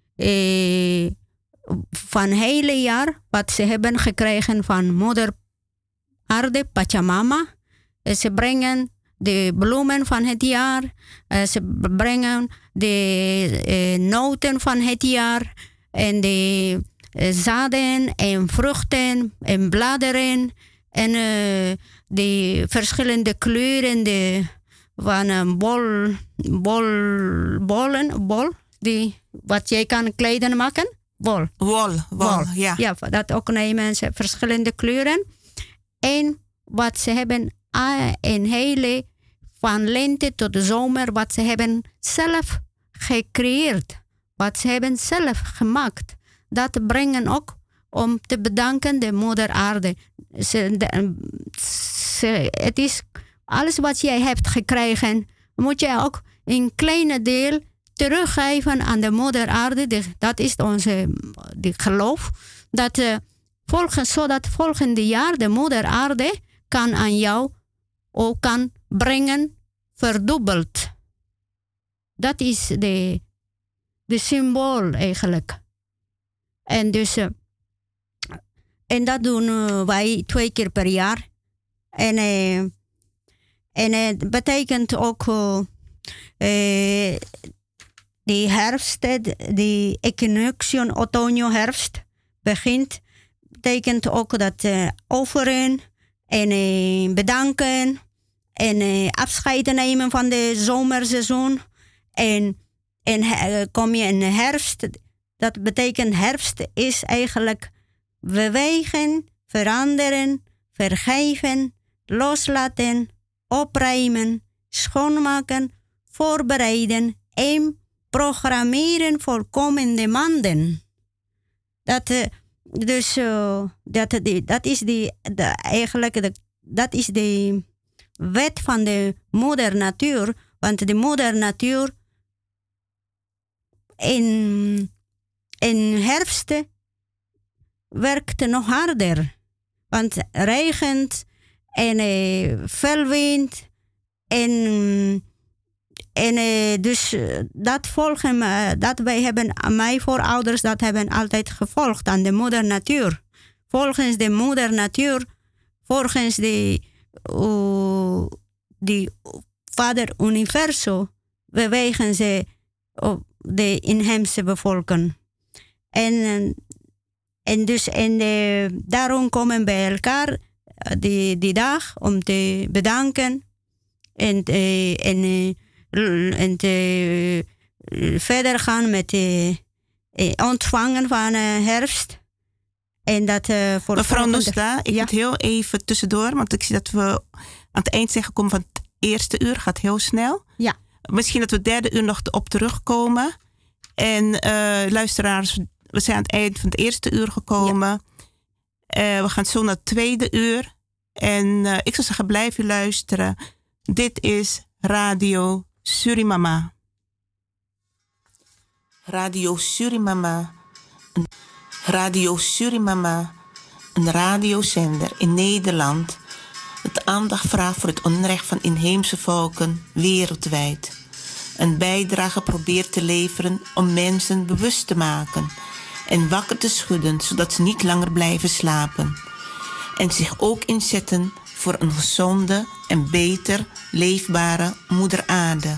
van hele jaar wat ze hebben gekregen van moeder aarde, Pachamama. Ze brengen de bloemen van het jaar. Ze brengen de noten van het jaar. En de zaden en vruchten en bladeren. En de verschillende kleuren van bol, die wat jij kan kleden maken. Wol, ja. Ja, dat ook nemen ze verschillende kleuren. En wat ze hebben een hele van lente tot de zomer, wat ze hebben zelf gecreëerd. Wat ze hebben zelf gemaakt. Dat brengen ook om te bedanken de moeder aarde. Het is alles wat jij hebt gekregen, moet je ook een kleine deel teruggeven aan de moeder aarde. Dat is onze geloof. Zodat volgende jaar de moeder aarde kan aan jou ook kan brengen verdubbeld. Dat is de symbool eigenlijk. En dus en dat doen wij 2 keer per jaar. En het betekent ook die herfst, die equinoctium, otoño, herfst begint. Betekent ook dat offeren en bedanken en afscheid nemen van de zomerseizoen. En kom je in de herfst. Dat betekent herfst is eigenlijk bewegen, veranderen, vergeven, loslaten, opruimen, schoonmaken, voorbereiden en programmeren voor komende maanden. Dat is de wet van de moeder natuur, want de moeder natuur in herfst werkt nog harder. Want regent en veel wind Dus dat volgen, dat wij hebben, mijn voorouders, dat hebben altijd gevolgd aan de moeder natuur. Volgens de moeder natuur, volgens die vader universum, bewegen ze de inheemse bevolking. Daarom komen we bij elkaar die dag om te bedanken en verder gaan met ontvangen van herfst. En dat voor mevrouw Noesta, ik moet heel even tussendoor, want ik zie dat we aan het eind zijn gekomen van het eerste uur, gaat heel snel. Ja. Misschien dat we het derde uur nog op terugkomen. En luisteraars, we zijn aan het eind van het eerste uur gekomen. Ja. We gaan zo naar het tweede uur. En ik zou zeggen, blijf u luisteren. Dit is Radio Surimama. Radio Surimama. Radio Surimama. Een radiozender in Nederland. Het aandacht vraagt voor het onrecht van inheemse volken wereldwijd. Een bijdrage probeert te leveren om mensen bewust te maken en wakker te schudden, zodat ze niet langer blijven slapen. En zich ook inzetten voor een gezonde en beter leefbare moeder aarde.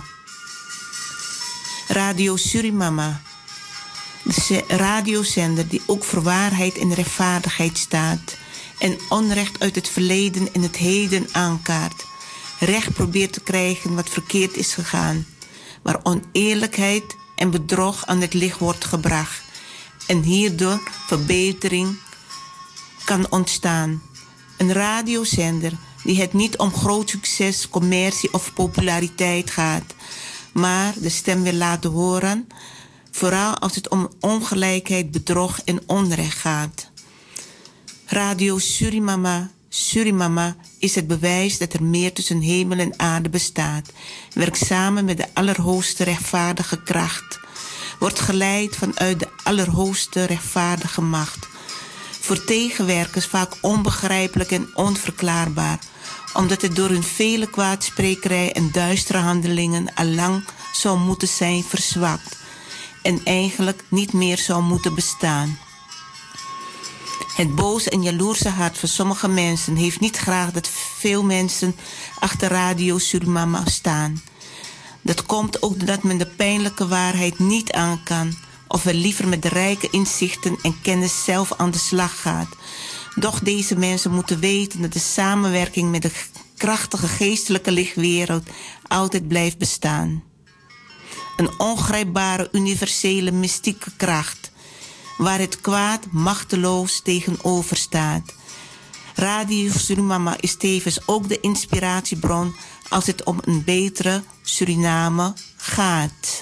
Radio Surimama, de radiozender die ook voor waarheid en rechtvaardigheid staat en onrecht uit het verleden en het heden aankaart. Recht probeert te krijgen wat verkeerd is gegaan, waar oneerlijkheid en bedrog aan het licht wordt gebracht en hierdoor verbetering kan ontstaan. Een radiozender die het niet om groot succes, commercie of populariteit gaat, maar de stem wil laten horen, vooral als het om ongelijkheid, bedrog en onrecht gaat. Radio Surimama. Surimama is het bewijs dat er meer tussen hemel en aarde bestaat. Werkt samen met de allerhoogste rechtvaardige kracht. Wordt geleid vanuit de allerhoogste rechtvaardige macht. Voor tegenwerkers vaak onbegrijpelijk en onverklaarbaar, omdat het door hun vele kwaadsprekerij en duistere handelingen allang zou moeten zijn verzwakt en eigenlijk niet meer zou moeten bestaan. Het boze en jaloerse hart van sommige mensen heeft niet graag dat veel mensen achter Radio Surimama staan. Dat komt ook doordat men de pijnlijke waarheid niet aan kan, of er liever met de rijke inzichten en kennis zelf aan de slag gaat. Doch deze mensen moeten weten dat de samenwerking met de krachtige geestelijke lichtwereld altijd blijft bestaan. Een ongrijpbare universele mystieke kracht, waar het kwaad machteloos tegenover staat. Radio Surimama is tevens ook de inspiratiebron als het om een betere Suriname gaat.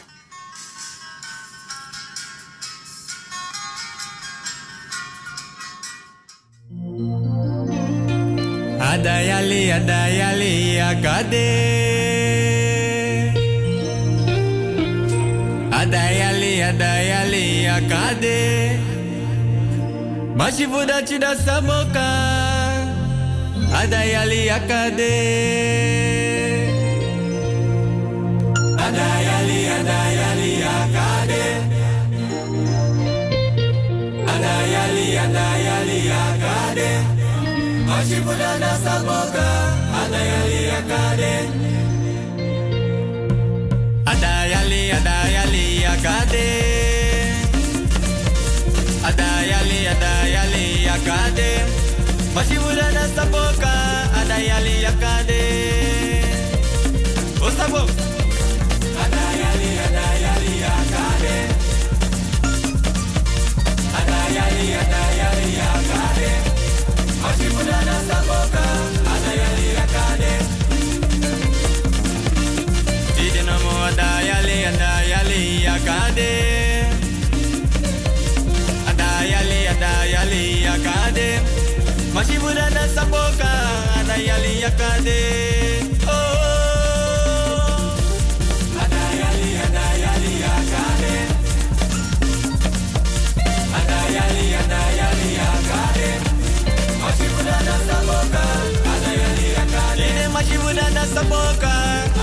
Adayali, adayali, agade. Adayali, adayali, agade. Mashivuda chida samoka. Adayali, agade. Adayali, adayali, agade. Adayali, adayali, agade. Mashivuda na samoka. Adayali, agade. Adayali, adayali, agade. Adayali, adayali, agade. Mashivuda na samoka. Adayali, agade. Osabo. Adayali, adayali, agade. Adayali, adayali, agade. Mashivuda na samoka. Adayali, agade. Idinamo adayali, adayali, agade. Adayali, adayali, agade. Mashivuda na samoka. Adayali, agade. Oh. Adayali, adayali, agade. Adayali, adayali, agade. Mashivuda na samoka. Adayali, agade. Mashivuda na samoka.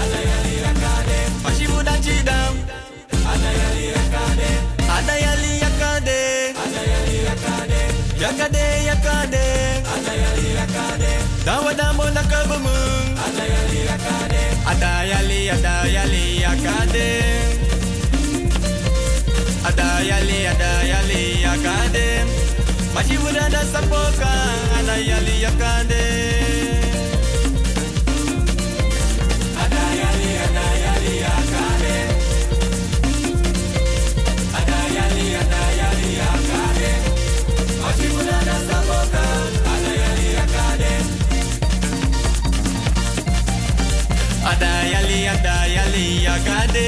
kabumung. Adayali akade. Adayali akade. Majibuda da sapoka. Adayali akade. Adayali akade. Adayali akade. Majibuda da sapoka. Adayali akade. Adayali akade.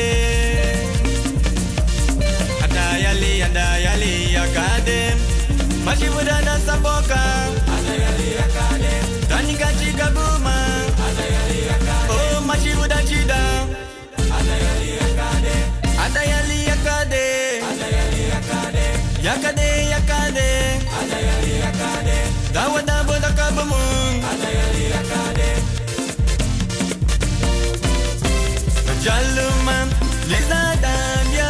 Adayali akade. Majibuda na saboka. Adayali akade. Tanika chika buma. Adayali akade. Oh majibuda chida. Adayali akade. Adayali akade. Adayali akade. Yakade. Adayali akade. Dawada boda kabumung. Adayali akade. Jaluma Liza Damia.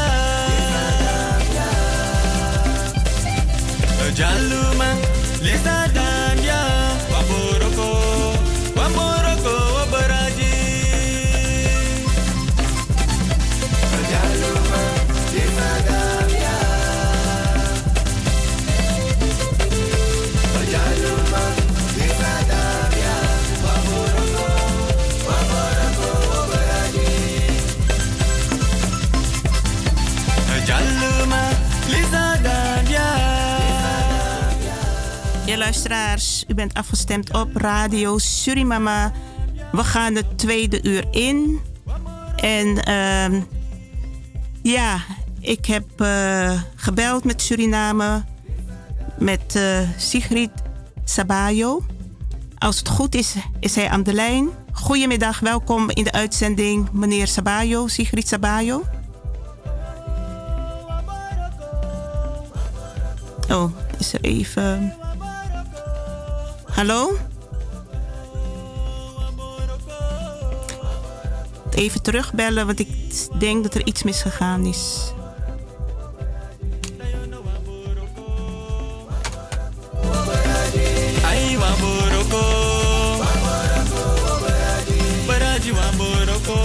Jaluma Liza Damia. Wamboroko Wabaraji. Jaluma Liza Damia. Jaluma Liza Damia. Wamboroko Wabaraji. Jaluma Liza Damia. Ja, luisteraars, u bent afgestemd op Radio Surimama. We gaan het tweede uur in. En ja, ik heb gebeld met Suriname, met Sigrid Sabayo. Als het goed is, is hij aan de lijn. Goedemiddag, welkom in de uitzending, meneer Sabayo, Sigrid Sabayo. Oh, is er even... Hallo? Even terugbellen, want ik denk dat er iets misgegaan is. Ai Wamboroko. Baraji Wamboroko.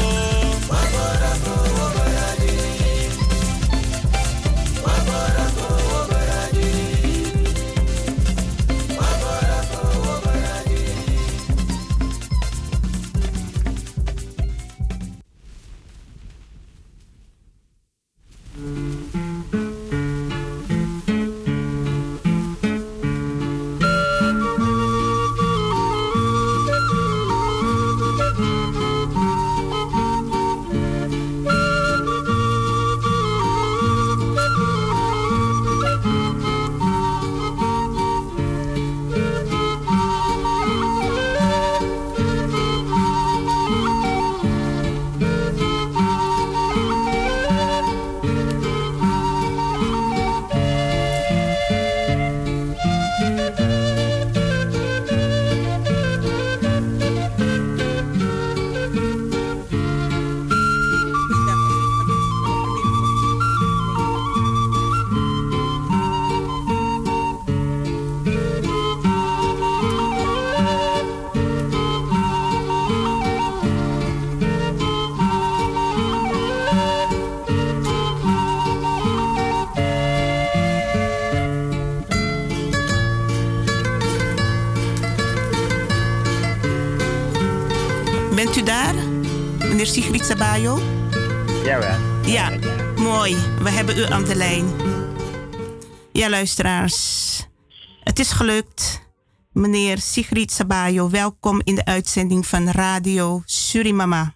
Bent u daar, meneer Sigrid Sabayo? Jawel. Ja, mooi. We hebben u aan de lijn. Ja, luisteraars. Het is gelukt. Meneer Sigrid Sabayo, welkom in de uitzending van Radio Surimama.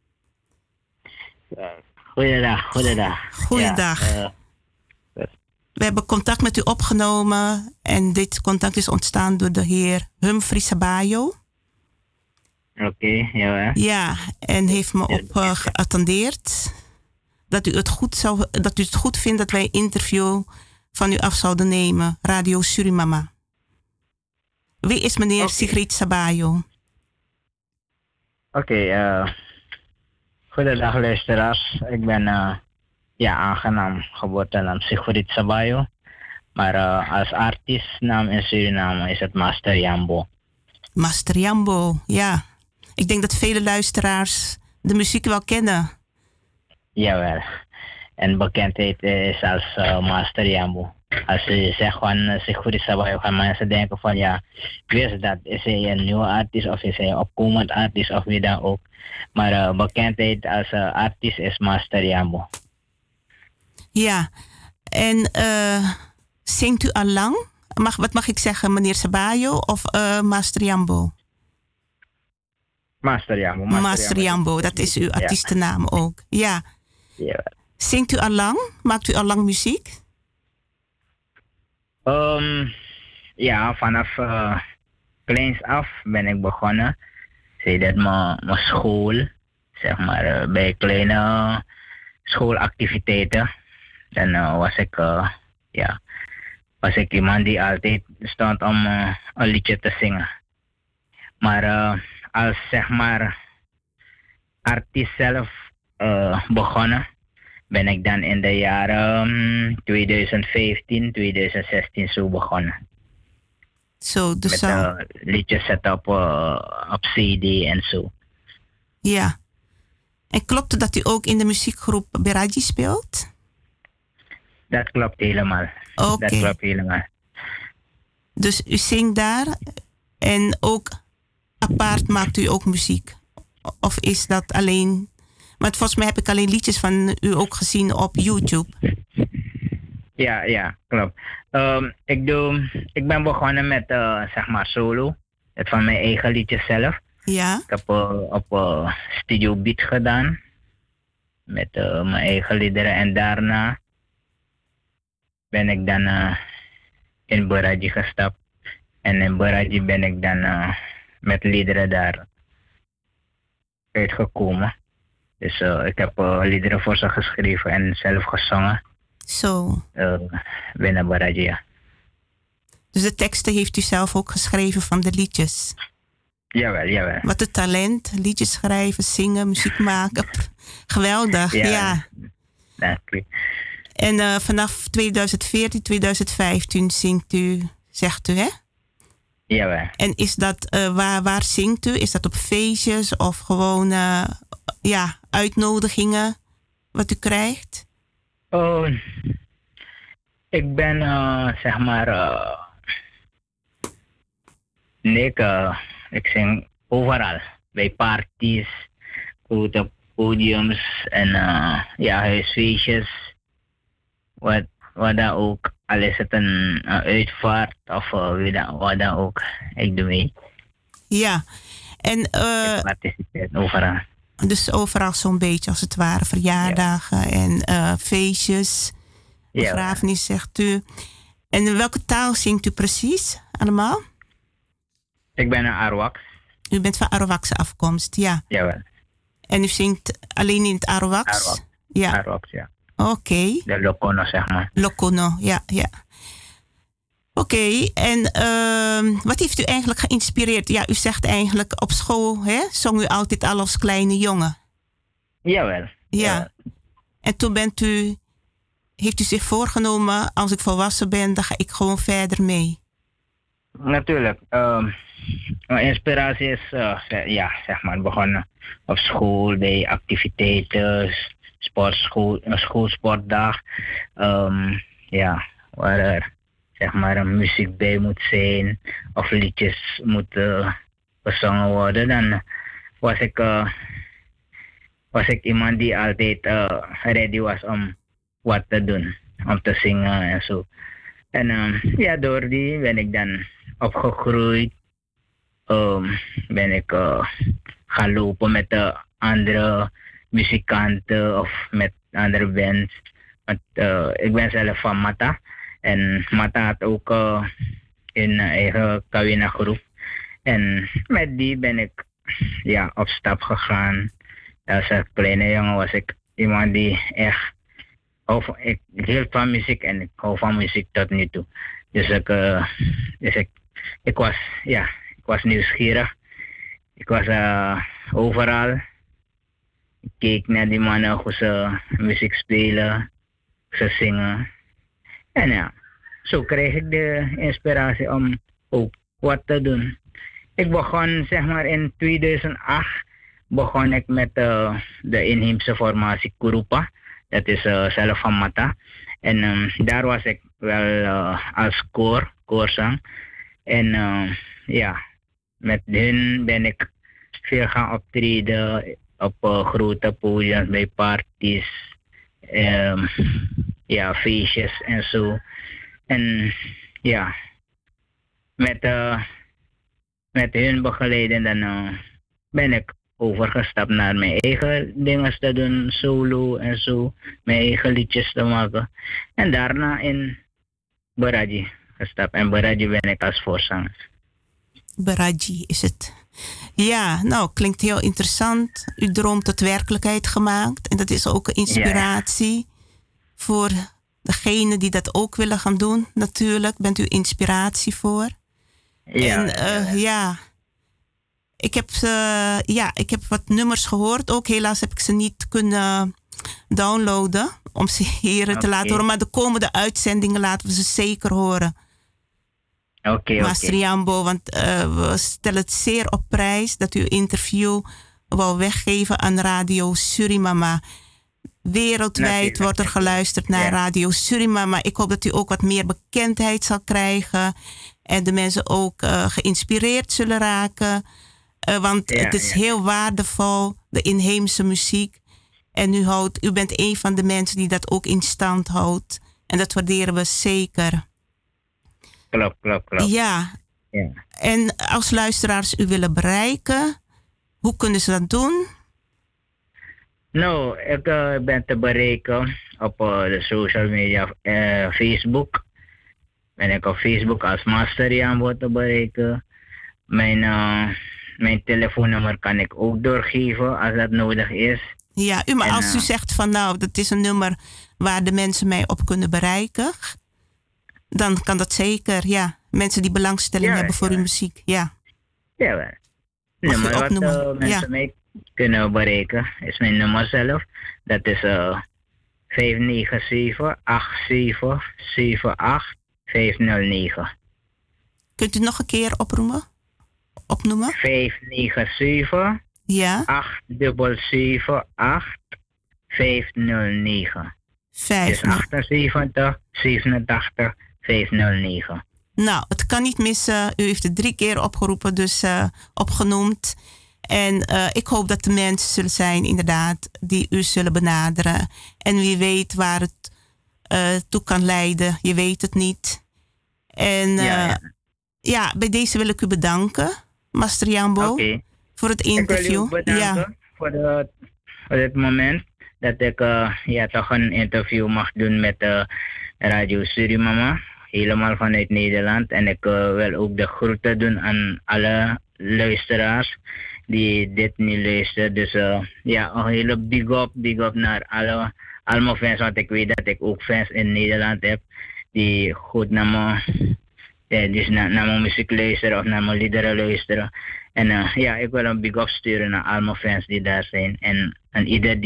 Goeiedag. Goeiedag. We hebben contact met u opgenomen en dit contact is ontstaan door de heer Humphrey Sabayo. Oké, jawel. Ja, en heeft me op geattendeerd dat u het goed vindt dat wij een interview van u af zouden nemen, Radio Surimama. Wie is meneer Sigrid Sabayo? Goedendag luisteraars. Ik ben aangenaam geboortenaam Sigrid Sabayo. Maar als artiestnaam in Suriname is het Master Jambo. Master Jambo, ja. Ik denk dat vele luisteraars de muziek wel kennen. Jawel. En bekendheid is als Master Jambo. Als je zegt van Sigrid Sabayo, gaan mensen denken van ja, wie is dat? Is hij een nieuwe artiest of is hij een opkomend artiest of wie dan ook? Maar bekendheid als artiest is Master Jambo. Ja, en zingt u al lang? Wat mag ik zeggen, meneer Sabayo of Master Jambo? Master Jambo. Master Jambo, dat is uw artiestennaam ook. Ja. Ja. Zingt u al lang? Maakt u al lang muziek? Ja, vanaf kleins af ben ik begonnen. Zie dat mijn school, zeg maar, bij kleine schoolactiviteiten. Dan was ik iemand die altijd stond om een liedje te zingen. Maar als zeg maar artiest zelf begonnen, ben ik dan in de jaren 2015, 2016 zo begonnen. Zo, dus met liedjes zetten op CD en zo. Ja. En klopt het dat u ook in de muziekgroep Beraji speelt? Dat klopt helemaal. Oké. Dat klopt helemaal. Dus u zingt daar en ook apart maakt u ook muziek? Of is dat alleen... Want volgens mij heb ik alleen liedjes van u ook gezien op YouTube. Ja, klopt. Ik ben begonnen met zeg maar solo. Het van mijn eigen liedjes zelf. Ja. Ik heb op Studio Beat gedaan. Met mijn eigen liederen. En daarna ben ik dan in Beraji gestapt. En in Beraji ben ik dan met liederen daar uitgekomen. Dus ik heb liederen voor ze geschreven en zelf gezongen. Zo. Binnen Beraji, ja. Dus de teksten heeft u zelf ook geschreven van de liedjes? Jawel. Wat een talent. Liedjes schrijven, zingen, muziek maken. Geweldig, ja. Dank u. En vanaf 2014, 2015 zingt u, zegt u, hè? Jawel. En is dat, waar zingt u? Is dat op feestjes of gewoon uitnodigingen wat u krijgt? Oh, ik ben zeg maar... ik zing overal. Bij parties, grote podiums en huisfeestjes. Wat dan ook. Al is het een uitvaart of wat dan ook. Ik doe mee. Ja. En, ik participeer overal. Dus overal zo'n beetje als het ware. Verjaardagen en feestjes. Begrafenis, zegt u. En in welke taal zingt u precies allemaal? Ik ben een Arawaks. U bent van Arawakse afkomst, ja. Jawel. En u zingt alleen in het Arawaks? Arawaks. Ja. Arawaks, ja. Oké. De Lokono, zeg maar. Lokono, ja. Oké, en wat heeft u eigenlijk geïnspireerd? Ja, u zegt eigenlijk op school, hè, zong u altijd al als kleine jongen. Jawel. Ja. En toen heeft u zich voorgenomen, als ik volwassen ben, dan ga ik gewoon verder mee. Natuurlijk. Mijn inspiratie is, zeg maar, begonnen op school, bij activiteiten, sportschool, een schoolsportdag. Waar er, zeg maar, een muziek bij moet zijn of liedjes moeten gezongen worden. Dan was ik iemand die altijd ready was om wat te doen, om te zingen en zo. En door die ben ik dan opgegroeid. Ben ik gaan lopen met de andere muzikanten of met andere bands. Want ik ben zelf van Mata. En Mata had ook een eigen Kawina groep. En met die ben ik op stap gegaan. Als een kleine jongen was ik iemand die echt... Ik hield van muziek en ik hou van muziek tot nu toe. Dus ik was nieuwsgierig. Ik was overal. Ik keek naar die mannen hoe ze muziek spelen, ze zingen. En zo kreeg ik de inspiratie om ook wat te doen. ik begon zeg maar in 2008 begon ik met de inheemse formatie Kurupa. Dat is zelf van Mata. En daar was ik wel als koorzang. En ja, met hun ben ik veel gaan optreden op grote podiums, bij parties, ja, feestjes en zo. En ja, met hun begeleiden dan ben ik overgestapt naar mijn eigen dingen te doen, solo en zo, mijn eigen liedjes te maken. En daarna in Baraji gestapt. En Baraji ben ik als voorzanger. Baraji is het. Ja, nou, klinkt heel interessant. Uw droom tot werkelijkheid gemaakt. En dat is ook een inspiratie voor degenen die dat ook willen gaan doen. Natuurlijk bent u inspiratie voor. Ja. En ja, ik heb wat nummers gehoord. Ook helaas heb ik ze niet kunnen downloaden om ze hier te laten horen. Maar de komende uitzendingen laten we ze zeker horen. Oké. Master Jambo, want we stellen het zeer op prijs dat u uw interview wou weggeven aan Radio Surimama. Wereldwijd wordt er geluisterd naar Radio Surimama. Ik hoop dat u ook wat meer bekendheid zal krijgen. En de mensen ook geïnspireerd zullen raken. Want het is heel waardevol, de inheemse muziek. En u bent een van de mensen die dat ook in stand houdt. En dat waarderen we zeker. Klopt. Ja. En als luisteraars u willen bereiken, hoe kunnen ze dat doen? Nou, ik ben te bereiken op de social media, Facebook. Ben ik op Facebook als Master Jambo te bereiken. Mijn telefoonnummer kan ik ook doorgeven als dat nodig is. Ja, maar als u zegt van nou, dat is een nummer waar de mensen mij op kunnen bereiken, dan kan dat zeker, ja. Mensen die belangstelling hebben voor uw muziek, ja. Ja, nummer wat mensen mij kunnen bereiken is mijn nummer zelf. Dat is 597-8778-509. Kunt u nog een keer opnoemen? 597 8778 509. Dus 78 87 509. Nou, het kan niet missen. U heeft het 3 keer opgeroepen, dus opgenoemd. En ik hoop dat de mensen zullen zijn, inderdaad, die u zullen benaderen. En wie weet waar het toe kan leiden. Je weet het niet. En ja, bij deze wil ik u bedanken, Master Jambo, voor het interview. Ik wil u bedanken voor dit moment dat ik toch een interview mag doen met Radio Surimama. Helemaal vanuit Nederland. En ik wil ook de groeten doen aan alle luisteraars die dit nu luisteren. Dus een hele big up naar al mijn fans. Want ik weet dat ik ook fans in Nederland heb die goed naar mijn muziek luisteren of naar mijn liederen luisteren. En ik wil een big up sturen naar al mijn fans die daar zijn. En aan ieder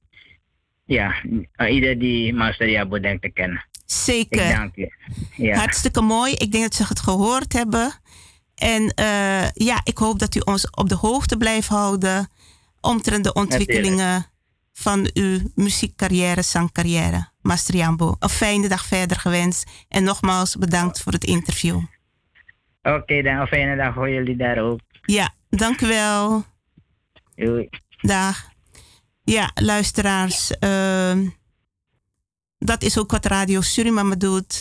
die Master Jambo denkt te kennen. Zeker. Ik dank je. Ja. Hartstikke mooi. Ik denk dat ze het gehoord hebben. En ik hoop dat u ons op de hoogte blijft houden omtrent de ontwikkelingen van uw muziekcarrière, zangcarrière. Master Jambo, een fijne dag verder gewenst. En nogmaals bedankt voor het interview. Oké, dan een fijne dag voor jullie daar ook. Ja, dank u wel. Doei. Dag. Ja, luisteraars. Dat is ook wat Radio Surimama doet.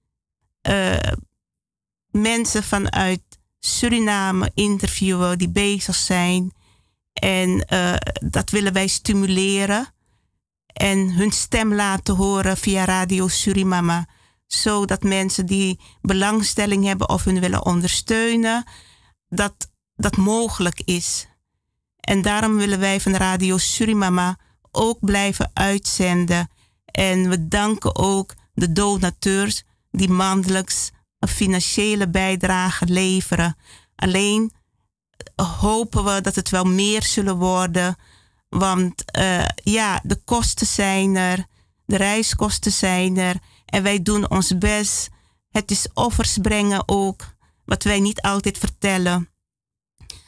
Mensen vanuit Suriname interviewen die bezig zijn. En dat willen wij stimuleren. En hun stem laten horen via Radio Surimama. Zodat mensen die belangstelling hebben of hun willen ondersteunen, dat mogelijk is. En daarom willen wij van Radio Surimama ook blijven uitzenden. En we danken ook de donateurs die maandelijks een financiële bijdrage leveren. Alleen hopen we dat het wel meer zullen worden. Want de kosten zijn er. De reiskosten zijn er. En wij doen ons best. Het is offers brengen ook. Wat wij niet altijd vertellen.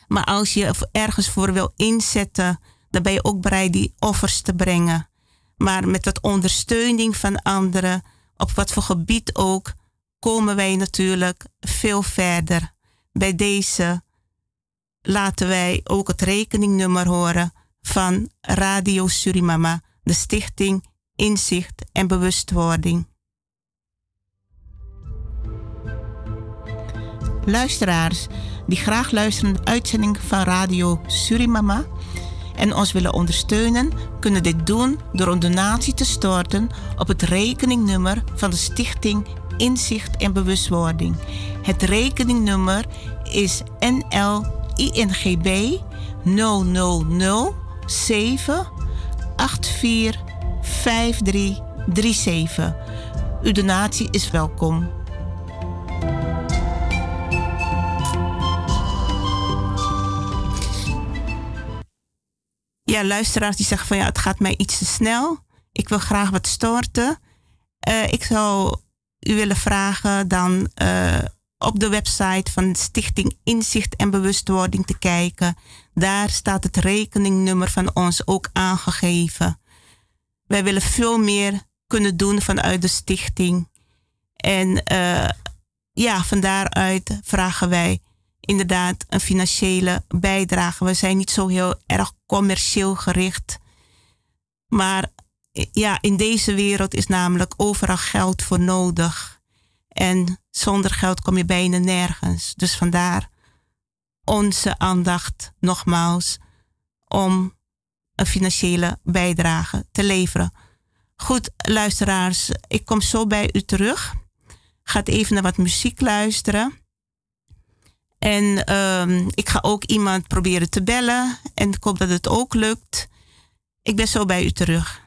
Maar als je ergens voor wil inzetten, dan ben je ook bereid die offers te brengen. Maar met wat ondersteuning van anderen, op wat voor gebied ook, komen wij natuurlijk veel verder. Bij deze laten wij ook het rekeningnummer horen van Radio Surimama, de Stichting Inzicht en Bewustwording. Luisteraars die graag luisteren naar de uitzending van Radio Surimama en ons willen ondersteunen, kunnen dit doen door een donatie te storten op het rekeningnummer van de Stichting Inzicht en Bewustwording. Het rekeningnummer is NL-INGB 0007 84 5337. Uw donatie is welkom. Ja, luisteraars die zeggen van ja, het gaat mij iets te snel. Ik wil graag wat storten. Ik zou u willen vragen dan op de website van de Stichting Inzicht en Bewustwording te kijken. Daar staat het rekeningnummer van ons ook aangegeven. Wij willen veel meer kunnen doen vanuit de stichting. En van daaruit vragen wij inderdaad een financiële bijdrage. We zijn niet zo heel erg commercieel gericht. Maar ja, in deze wereld is namelijk overal geld voor nodig. En zonder geld kom je bijna nergens. Dus vandaar onze aandacht nogmaals om een financiële bijdrage te leveren. Goed, luisteraars, ik kom zo bij u terug. Ga even naar wat muziek luisteren. En ik ga ook iemand proberen te bellen. En ik hoop dat het ook lukt. Ik ben zo bij u terug.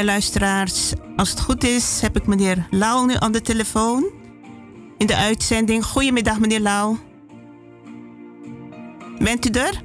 Ja, luisteraars, als het goed is, heb ik meneer Lau nu aan de telefoon. In de uitzending. Goedemiddag, meneer Lau. Bent u er?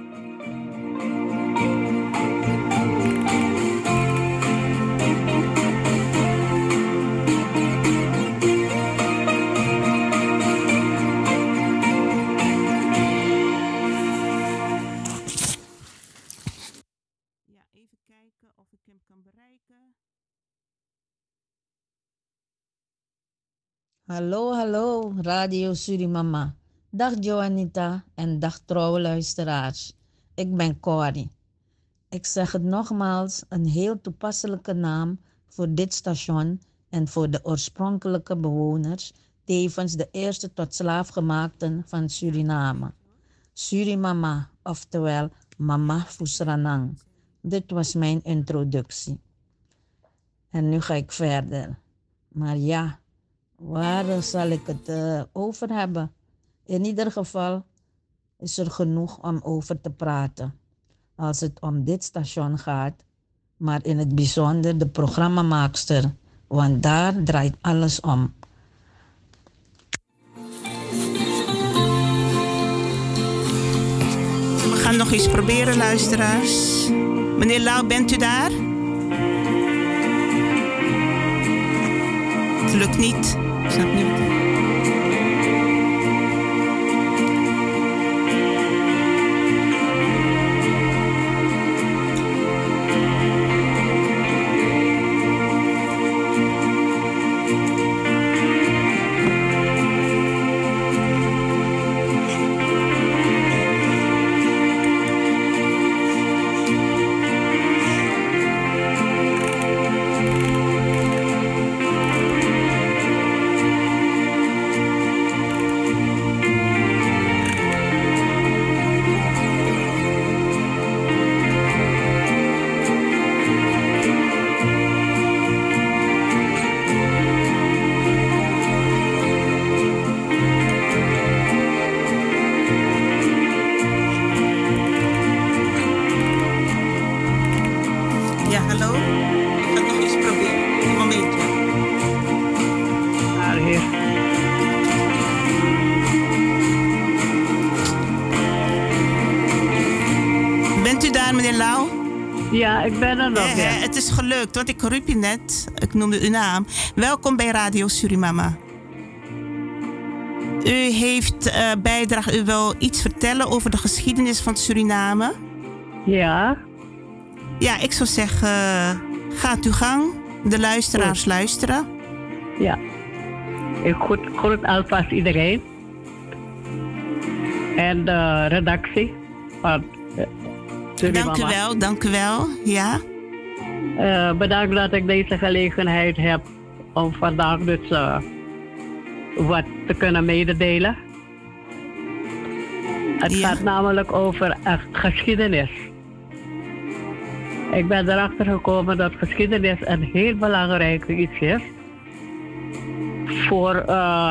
Hallo, hallo, Radio Surimama. Dag Joanita en dag trouwe luisteraars. Ik ben Corrie. Ik zeg het nogmaals, een heel toepasselijke naam voor dit station en voor de oorspronkelijke bewoners, tevens de eerste tot slaafgemaakten van Suriname. Surimama, oftewel Mama Fusranang. Dit was mijn introductie. En nu ga ik verder. Maar ja, waar zal ik het over hebben? In ieder geval is er genoeg om over te praten. Als het om dit station gaat, maar in het bijzonder de programmamaakster, want daar draait alles om. We gaan nog eens proberen, luisteraars. Meneer Lau, bent u daar? Het lukt niet. Snap niet. Ja, ik ben er nog. Ja. Het is gelukt, want ik riep je net. Ik noemde uw naam. Welkom bij Radio Surimama. U heeft bijdrage. U wil iets vertellen over de geschiedenis van Suriname? Ja. Ja, ik zou zeggen, gaat uw gang. De luisteraars luisteren. Ja. Ik groet alvast iedereen. En de redactie van Surimama. Dank u wel. Ja. Bedankt dat ik deze gelegenheid heb om vandaag dus wat te kunnen mededelen. Het gaat namelijk over geschiedenis. Ik ben erachter gekomen dat geschiedenis een heel belangrijk iets is voor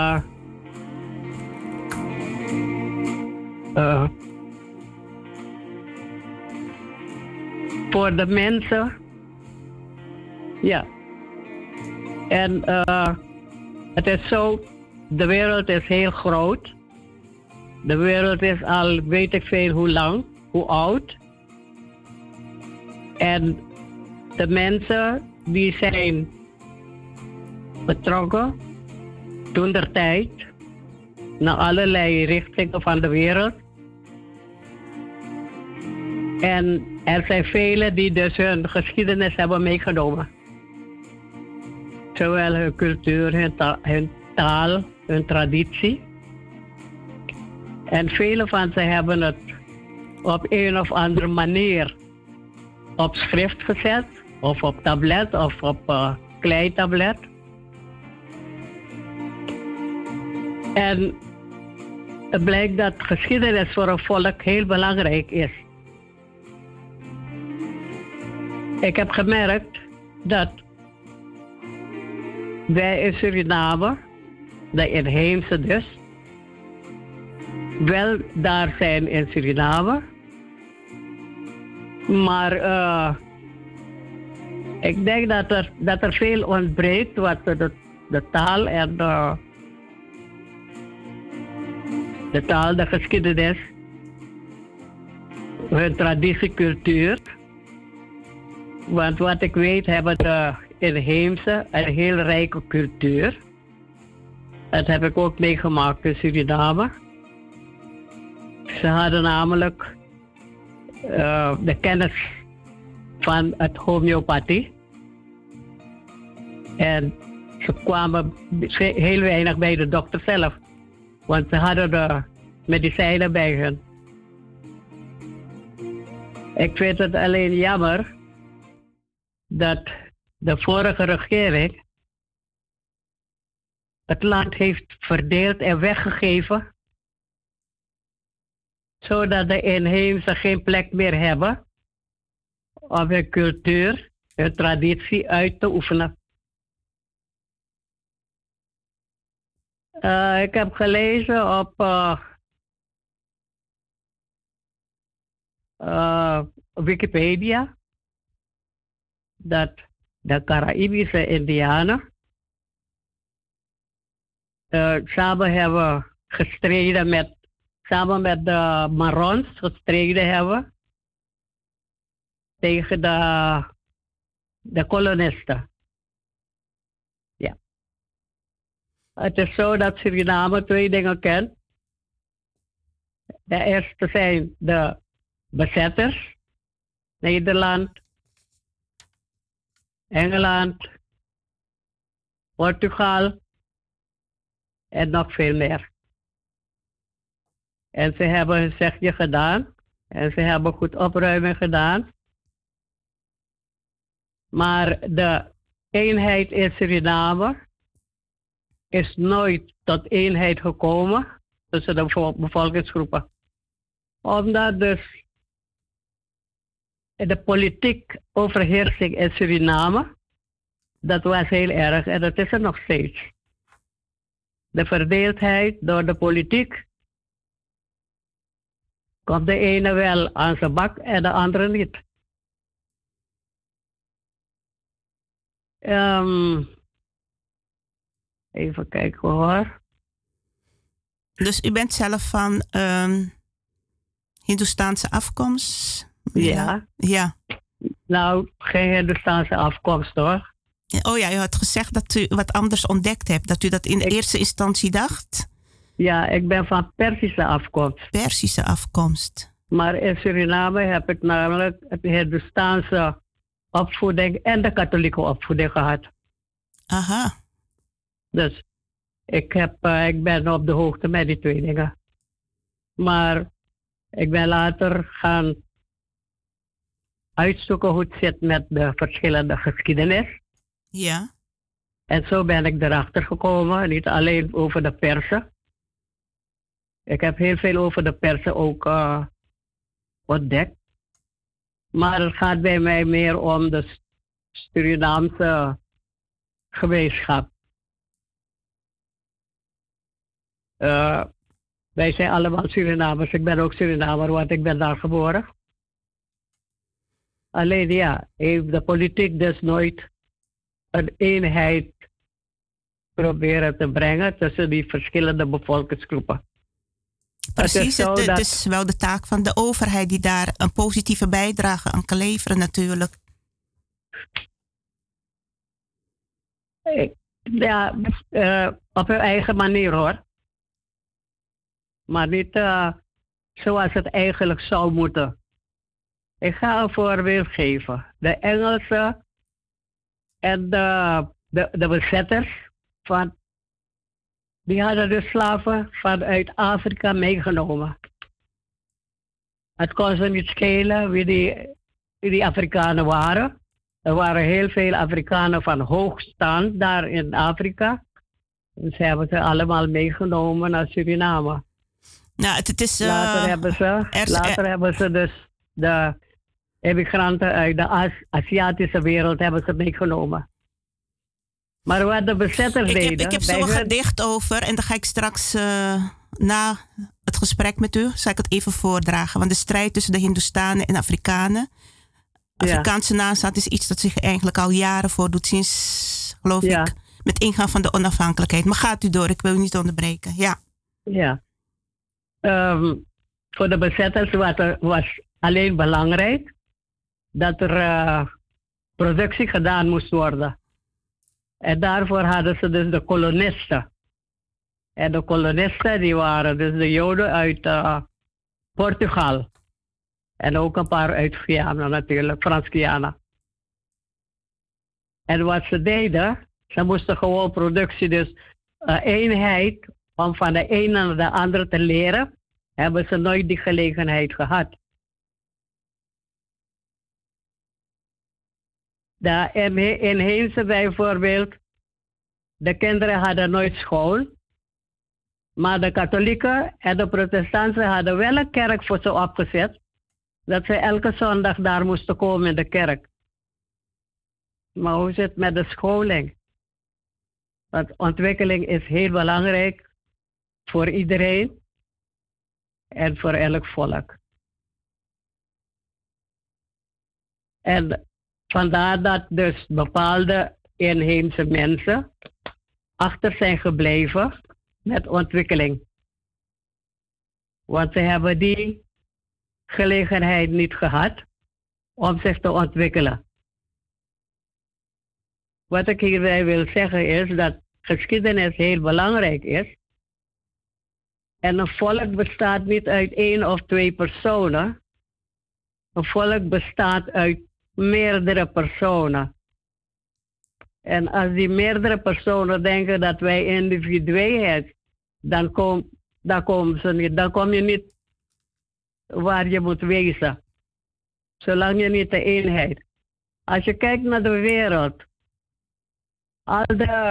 voor de mensen. Ja. En het is zo, de wereld is heel groot. De wereld is al weet ik veel hoe lang, hoe oud. En de mensen die zijn betrokken toentertijd naar allerlei richtingen van de wereld. En er zijn velen die dus hun geschiedenis hebben meegenomen. Zowel hun cultuur, hun taal, hun traditie. En vele van ze hebben het op een of andere manier op schrift gezet, of op tablet, of op kleitablet. En het blijkt dat geschiedenis voor een volk heel belangrijk is. Ik heb gemerkt dat wij in Suriname, de inheemse dus, wel daar zijn in Suriname, maar Ik denk dat er veel ontbreekt wat de taal en de taal, de geschiedenis, hun traditie, cultuur. Want wat ik weet hebben de inheemse een heel rijke cultuur. Dat heb ik ook meegemaakt in Suriname. Ze hadden namelijk de kennis van het homeopathie. En ze kwamen heel weinig bij de dokter zelf. Want ze hadden de medicijnen bij hen. Ik vind het alleen jammer dat de vorige regering het land heeft verdeeld en weggegeven, zodat de inheemse geen plek meer hebben om hun cultuur, hun traditie uit te oefenen. Ik heb gelezen op Wikipedia dat de Caraïbische Indianen samen hebben gestreden samen met de Marons gestreden hebben tegen de kolonisten. Ja. Het is zo dat Suriname twee dingen kent. De eerste zijn de bezetters, Nederland, Engeland, Portugal en nog veel meer. En ze hebben hun zegje gedaan en ze hebben goed opruiming gedaan. Maar de eenheid in Suriname is nooit tot eenheid gekomen tussen de bevolkingsgroepen. Omdat dus de politiek overheersing in Suriname, dat was heel erg en dat is er nog steeds. De verdeeldheid door de politiek komt de ene wel aan zijn bak en de andere niet. Even kijken hoor. Dus u bent zelf van Hindoestaanse afkomst? Ja. Ja. Nou, geen Hindoestaanse afkomst hoor. Oh ja, u had gezegd dat u wat anders ontdekt hebt. Dat u dat in eerste instantie dacht? Ja, ik ben van Persische afkomst. Persische afkomst. Maar in Suriname heb ik namelijk de Hindoestaanse opvoeding en de katholieke opvoeding gehad. Aha. Dus ik ben op de hoogte met die twee dingen. Maar ik ben later gaan uitzoeken hoe het zit met de verschillende geschiedenis. Ja. En zo ben ik erachter gekomen, niet alleen over de Persen. Ik heb heel veel over de Persen ook ontdekt. Maar het gaat bij mij meer om de Surinaamse gemeenschap. Wij zijn allemaal Surinamers. Ik ben ook Surinamer, want ik ben daar geboren. Alleen ja, heeft de politiek dus nooit een eenheid proberen te brengen tussen die verschillende bevolkingsgroepen. Precies, het is wel de taak van de overheid die daar een positieve bijdrage aan kan leveren natuurlijk. Ja, op hun eigen manier hoor. Maar niet zoals het eigenlijk zou moeten. Ik ga een voorbeeld geven. De Engelsen en de bezetters, die hadden de slaven vanuit Afrika meegenomen. Het kon ze niet schelen wie die Afrikanen waren. Er waren heel veel Afrikanen van hoog stand daar in Afrika. En ze hebben ze allemaal meegenomen naar Suriname. Nou, het is, later hebben ze dus de immigranten uit de Aziatische wereld hebben ze meegenomen. Maar wat de bezetters deden... Ik heb zo'n gedicht over en dan ga ik straks na het gesprek met u, zal ik het even voordragen. Want de strijd tussen de Hindoestanen en Afrikanen Afrikaanse naamstaat is iets dat zich eigenlijk al jaren voordoet. Sinds, geloof ik, met ingang van de onafhankelijkheid. Maar gaat u door, ik wil u niet onderbreken. Ja. Ja. Voor de bezetters was alleen belangrijk dat er productie gedaan moest worden. En daarvoor hadden ze dus de kolonisten. En de kolonisten die waren dus de Joden uit Portugal. En ook een paar uit Guyana natuurlijk, Frans-Guyana. En wat ze deden, ze moesten gewoon productie, dus eenheid om van de een naar de andere te leren, hebben ze nooit die gelegenheid gehad. De inheemse bijvoorbeeld, de kinderen hadden nooit school, maar de katholieken en de protestanten hadden wel een kerk voor ze opgezet, dat ze elke zondag daar moesten komen in de kerk. Maar hoe zit het met de scholing? Want ontwikkeling is heel belangrijk voor iedereen en voor elk volk. En vandaar dat dus bepaalde inheemse mensen achter zijn gebleven met ontwikkeling. Want ze hebben die gelegenheid niet gehad om zich te ontwikkelen. Wat ik hierbij wil zeggen is dat geschiedenis heel belangrijk is. En een volk bestaat niet uit 1 of 2 personen. Een volk bestaat uit meerdere personen. En als die meerdere personen denken dat wij individueel zijn, dan kom je niet waar je moet wezen. Zolang je niet de eenheid. Als je kijkt naar de wereld, al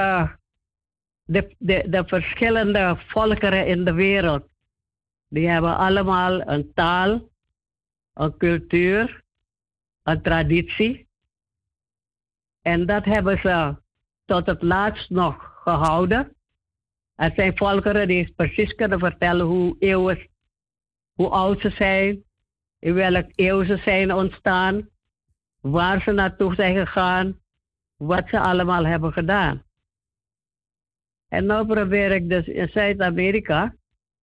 de verschillende volkeren in de wereld, die hebben allemaal een taal, een cultuur, een traditie. En dat hebben ze tot het laatst nog gehouden. Er zijn volkeren die precies kunnen vertellen hoe oud ze zijn, in welke eeuw ze zijn ontstaan, waar ze naartoe zijn gegaan, wat ze allemaal hebben gedaan. En nu probeer ik dus in Zuid-Amerika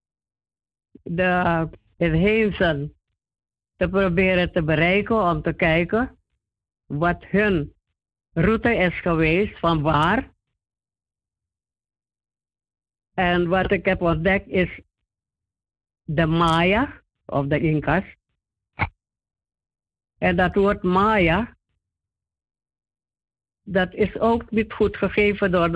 de inheemsen te proberen te bereiken om te kijken wat hun route is geweest, van waar. En wat ik heb ontdekt is de Maya of de Incas. En dat woord Maya, dat is ook niet goed gegeven door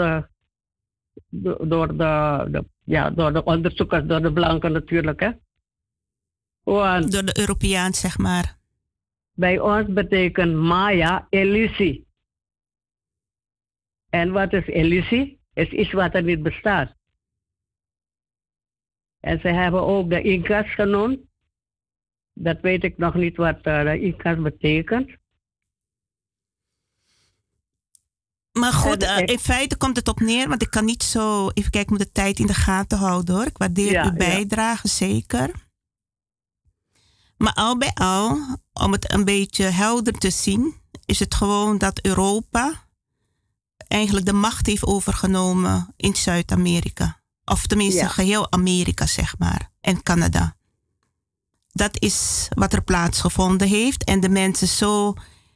de onderzoekers, door de blanken natuurlijk. Hè? Want door de Europeaan, zeg maar. Bij ons betekent Maya illusie. En wat is illusie? Is iets wat er niet bestaat. En ze hebben ook de Incas genoemd. Dat weet ik nog niet wat de Incas betekent. Maar goed, in feite komt het op neer, want ik kan niet zo, even kijken, ik moet de tijd in de gaten houden hoor. Ik waardeer uw bijdrage, zeker. Maar al bij al, om het een beetje helder te zien, is het gewoon dat Europa eigenlijk de macht heeft overgenomen in Zuid-Amerika. Of tenminste geheel Amerika, zeg maar. En Canada. Dat is wat er plaatsgevonden heeft. En de mensen zo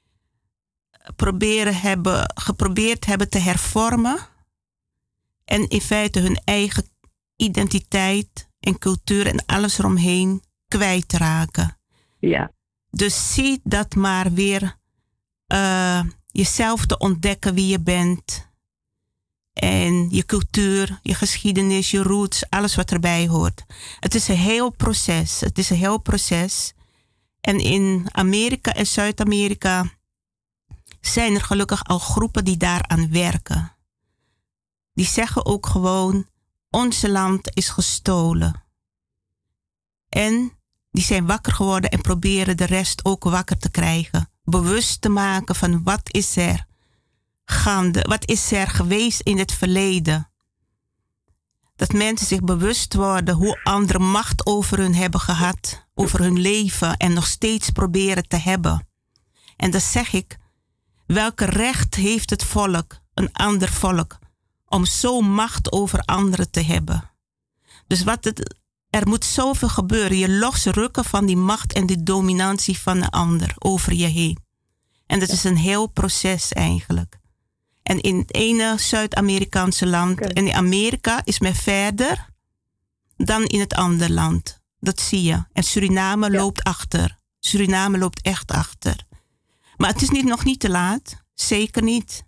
geprobeerd hebben te hervormen. En in feite hun eigen identiteit en cultuur en alles eromheen kwijtraken. Ja. Dus zie dat maar weer jezelf te ontdekken wie je bent. En je cultuur, je geschiedenis, je roots, alles wat erbij hoort. Het is een heel proces. En in Amerika en Zuid-Amerika zijn er gelukkig al groepen die daaraan werken. Die zeggen ook gewoon, ons land is gestolen. En die zijn wakker geworden en proberen de rest ook wakker te krijgen. Bewust te maken van wat is er gaande, wat is er geweest in het verleden. Dat mensen zich bewust worden hoe anderen macht over hun hebben gehad, over hun leven en nog steeds proberen te hebben. En dan zeg ik, welke recht heeft het volk, een ander volk, om zo macht over anderen te hebben? Dus er moet zoveel gebeuren. Je losrukken van die macht en die dominantie van een ander over je heen. En dat is een heel proces eigenlijk. En in het ene Zuid-Amerikaanse land, en in Amerika is men verder dan in het andere land. Dat zie je. En Suriname loopt achter. Suriname loopt echt achter. Maar het is nog niet te laat. Zeker niet.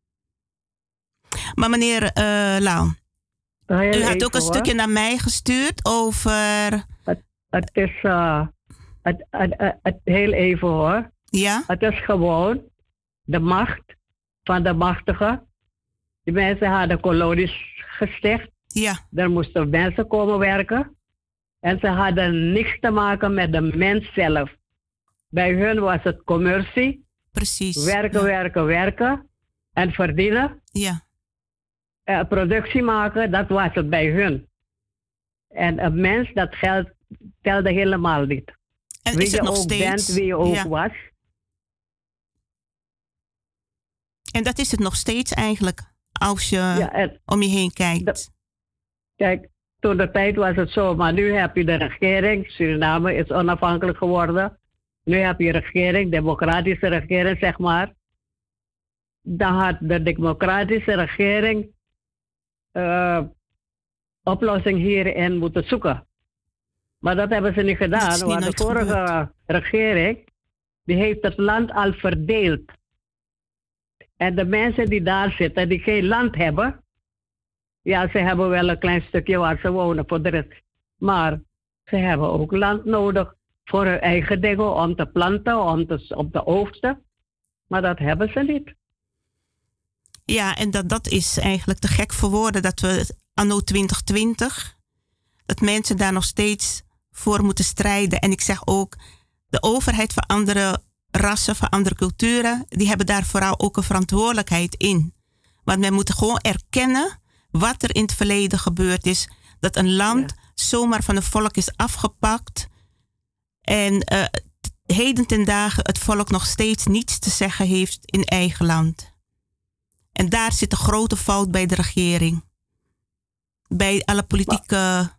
Maar meneer Lau, u had ook een stukje naar mij gestuurd over... Het is heel even hoor. Ja? Het is gewoon de macht van de machtigen. Die mensen hadden kolonies gesticht. Ja. Er moesten mensen komen werken. En ze hadden niks te maken met de mens zelf. Bij hun was het commercie. Precies. Werken. En verdienen. Ja. Productie maken, dat was het bij hun. En een mens, dat geld telde helemaal niet. En wie is het je nog ook steeds? bent, wie je ook was. En dat is het nog steeds eigenlijk, als je om je heen kijkt. Kijk, toen de tijd was het zo, maar nu heb je de regering. Suriname is onafhankelijk geworden. Nu heb je regering, democratische regering, zeg maar. Dan had de democratische regering oplossing hierin moeten zoeken. Maar dat hebben ze niet gedaan, want de vorige regering, die heeft het land al verdeeld. En de mensen die daar zitten, die geen land hebben, ja, ze hebben wel een klein stukje waar ze wonen voor de rest. Maar ze hebben ook land nodig voor hun eigen dingen, om te planten, om te oogsten. Maar dat hebben ze niet. Ja, en dat is eigenlijk te gek voor woorden, dat we anno 2020, dat mensen daar nog steeds voor moeten strijden. En ik zeg ook, de overheid van andere rassen, van andere culturen, die hebben daar vooral ook een verantwoordelijkheid in. Want men moet gewoon erkennen wat er in het verleden gebeurd is. Dat een land zomaar van een volk is afgepakt. En heden ten dagen het volk nog steeds niets te zeggen heeft in eigen land. En daar zit een grote fout bij de regering. Bij alle politieke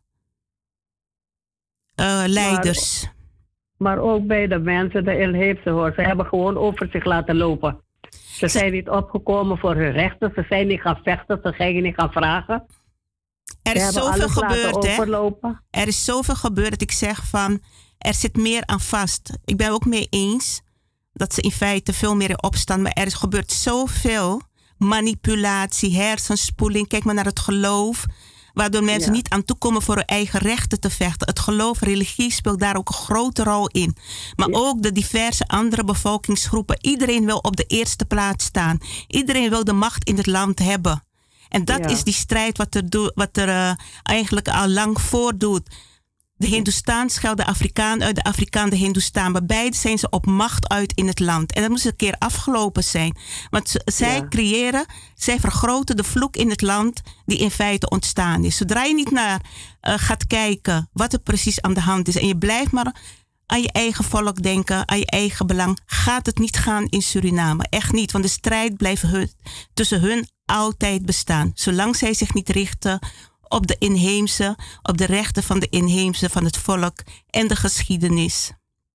leiders. Maar ook bij de mensen, de inheemse hoor. Ze hebben gewoon over zich laten lopen. Ze zijn niet opgekomen voor hun rechten. Ze zijn niet gaan vechten. Ze zijn niet gaan vragen. Er is zoveel gebeurd, hè? Er is zoveel gebeurd dat ik zeg van, er zit meer aan vast. Ik ben ook mee eens dat ze in feite veel meer in opstand. Maar er gebeurt zoveel manipulatie, hersenspoeling. Kijk maar naar het geloof. Waardoor mensen niet aan toekomen voor hun eigen rechten te vechten. Het geloof, religie speelt daar ook een grote rol in. Maar ook de diverse andere bevolkingsgroepen. Iedereen wil op de eerste plaats staan. Iedereen wil de macht in het land hebben. En dat is die strijd wat er eigenlijk al lang voordoet. De Hindoestaan scheldt de Afrikaan uit, de Afrikaan de Hindoestaan. Maar beide zijn ze op macht uit in het land. En dat moet een keer afgelopen zijn. Want zij vergroten de vloek in het land die in feite ontstaan is. Zodra je niet naar gaat kijken wat er precies aan de hand is. En je blijft maar aan je eigen volk denken, aan je eigen belang. Gaat het niet gaan in Suriname. Echt niet, want de strijd blijft tussen hun altijd bestaan. Zolang zij zich niet richten op de inheemse, op de rechten van de inheemse, van het volk en de geschiedenis.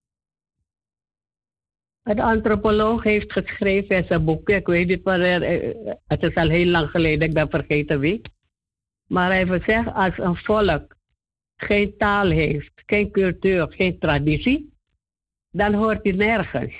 Een antropoloog heeft geschreven in zijn boek, ik weet niet wanneer, het is al heel lang geleden, ik ben vergeten wie. Maar hij heeft gezegd, als een volk geen taal heeft, geen cultuur, geen traditie, dan hoort hij nergens.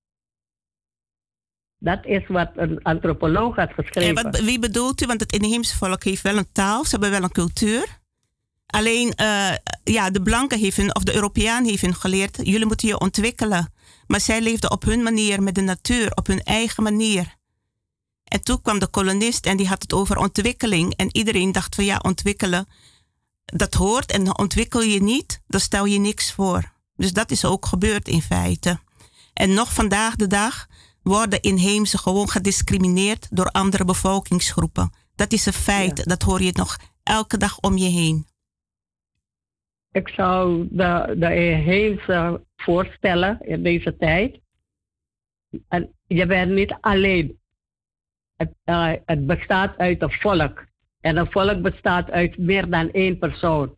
Dat is wat een antropoloog had geschreven. En wie bedoelt u? Want het inheemse volk heeft wel een taal, ze hebben wel een cultuur. Alleen, de blanken of de Europeaan heeft hun geleerd, jullie moeten je ontwikkelen. Maar zij leefden op hun manier, met de natuur, op hun eigen manier. En toen kwam de kolonist en die had het over ontwikkeling. En iedereen dacht van ontwikkelen, dat hoort. En ontwikkel je niet, dan stel je niks voor. Dus dat is ook gebeurd in feite. En nog vandaag de dag worden inheemse gewoon gediscrimineerd door andere bevolkingsgroepen. Dat is een feit, dat hoor je nog elke dag om je heen. Ik zou de inheemse voorstellen in deze tijd En je bent niet alleen. Het bestaat uit een volk. En een volk bestaat uit meer dan één persoon.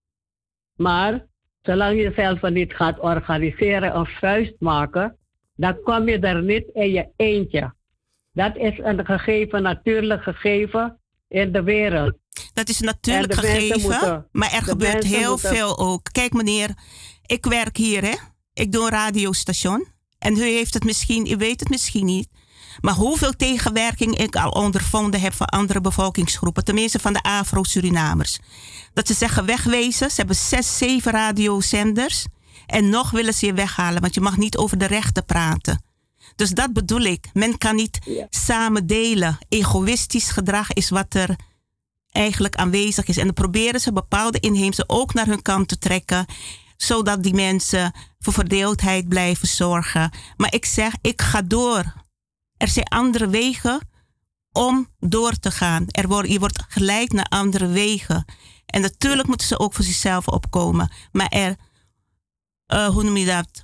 Maar zolang je jezelf niet gaat organiseren of vuist maken, dan kom je er niet in je eentje. Dat is een gegeven, natuurlijk gegeven in de wereld. Dat is natuurlijk gegeven, maar er gebeurt heel veel ook. Kijk meneer, ik werk hier, hè. Ik doe een radiostation. En u heeft het misschien, u weet het misschien niet. Maar hoeveel tegenwerking ik al ondervonden heb van andere bevolkingsgroepen. Tenminste van de Afro-Surinamers. Dat ze zeggen wegwezen. Ze hebben 6, 7 radiozenders. En nog willen ze je weghalen. Want je mag niet over de rechten praten. Dus dat bedoel ik. Men kan niet samen delen. Egoïstisch gedrag is wat er eigenlijk aanwezig is. En dan proberen ze bepaalde inheemse ook naar hun kant te trekken. Zodat die mensen voor verdeeldheid blijven zorgen. Maar ik zeg, ik ga door. Er zijn andere wegen om door te gaan. Je wordt geleid naar andere wegen. En natuurlijk moeten ze ook voor zichzelf opkomen. Maar hoe noem je dat?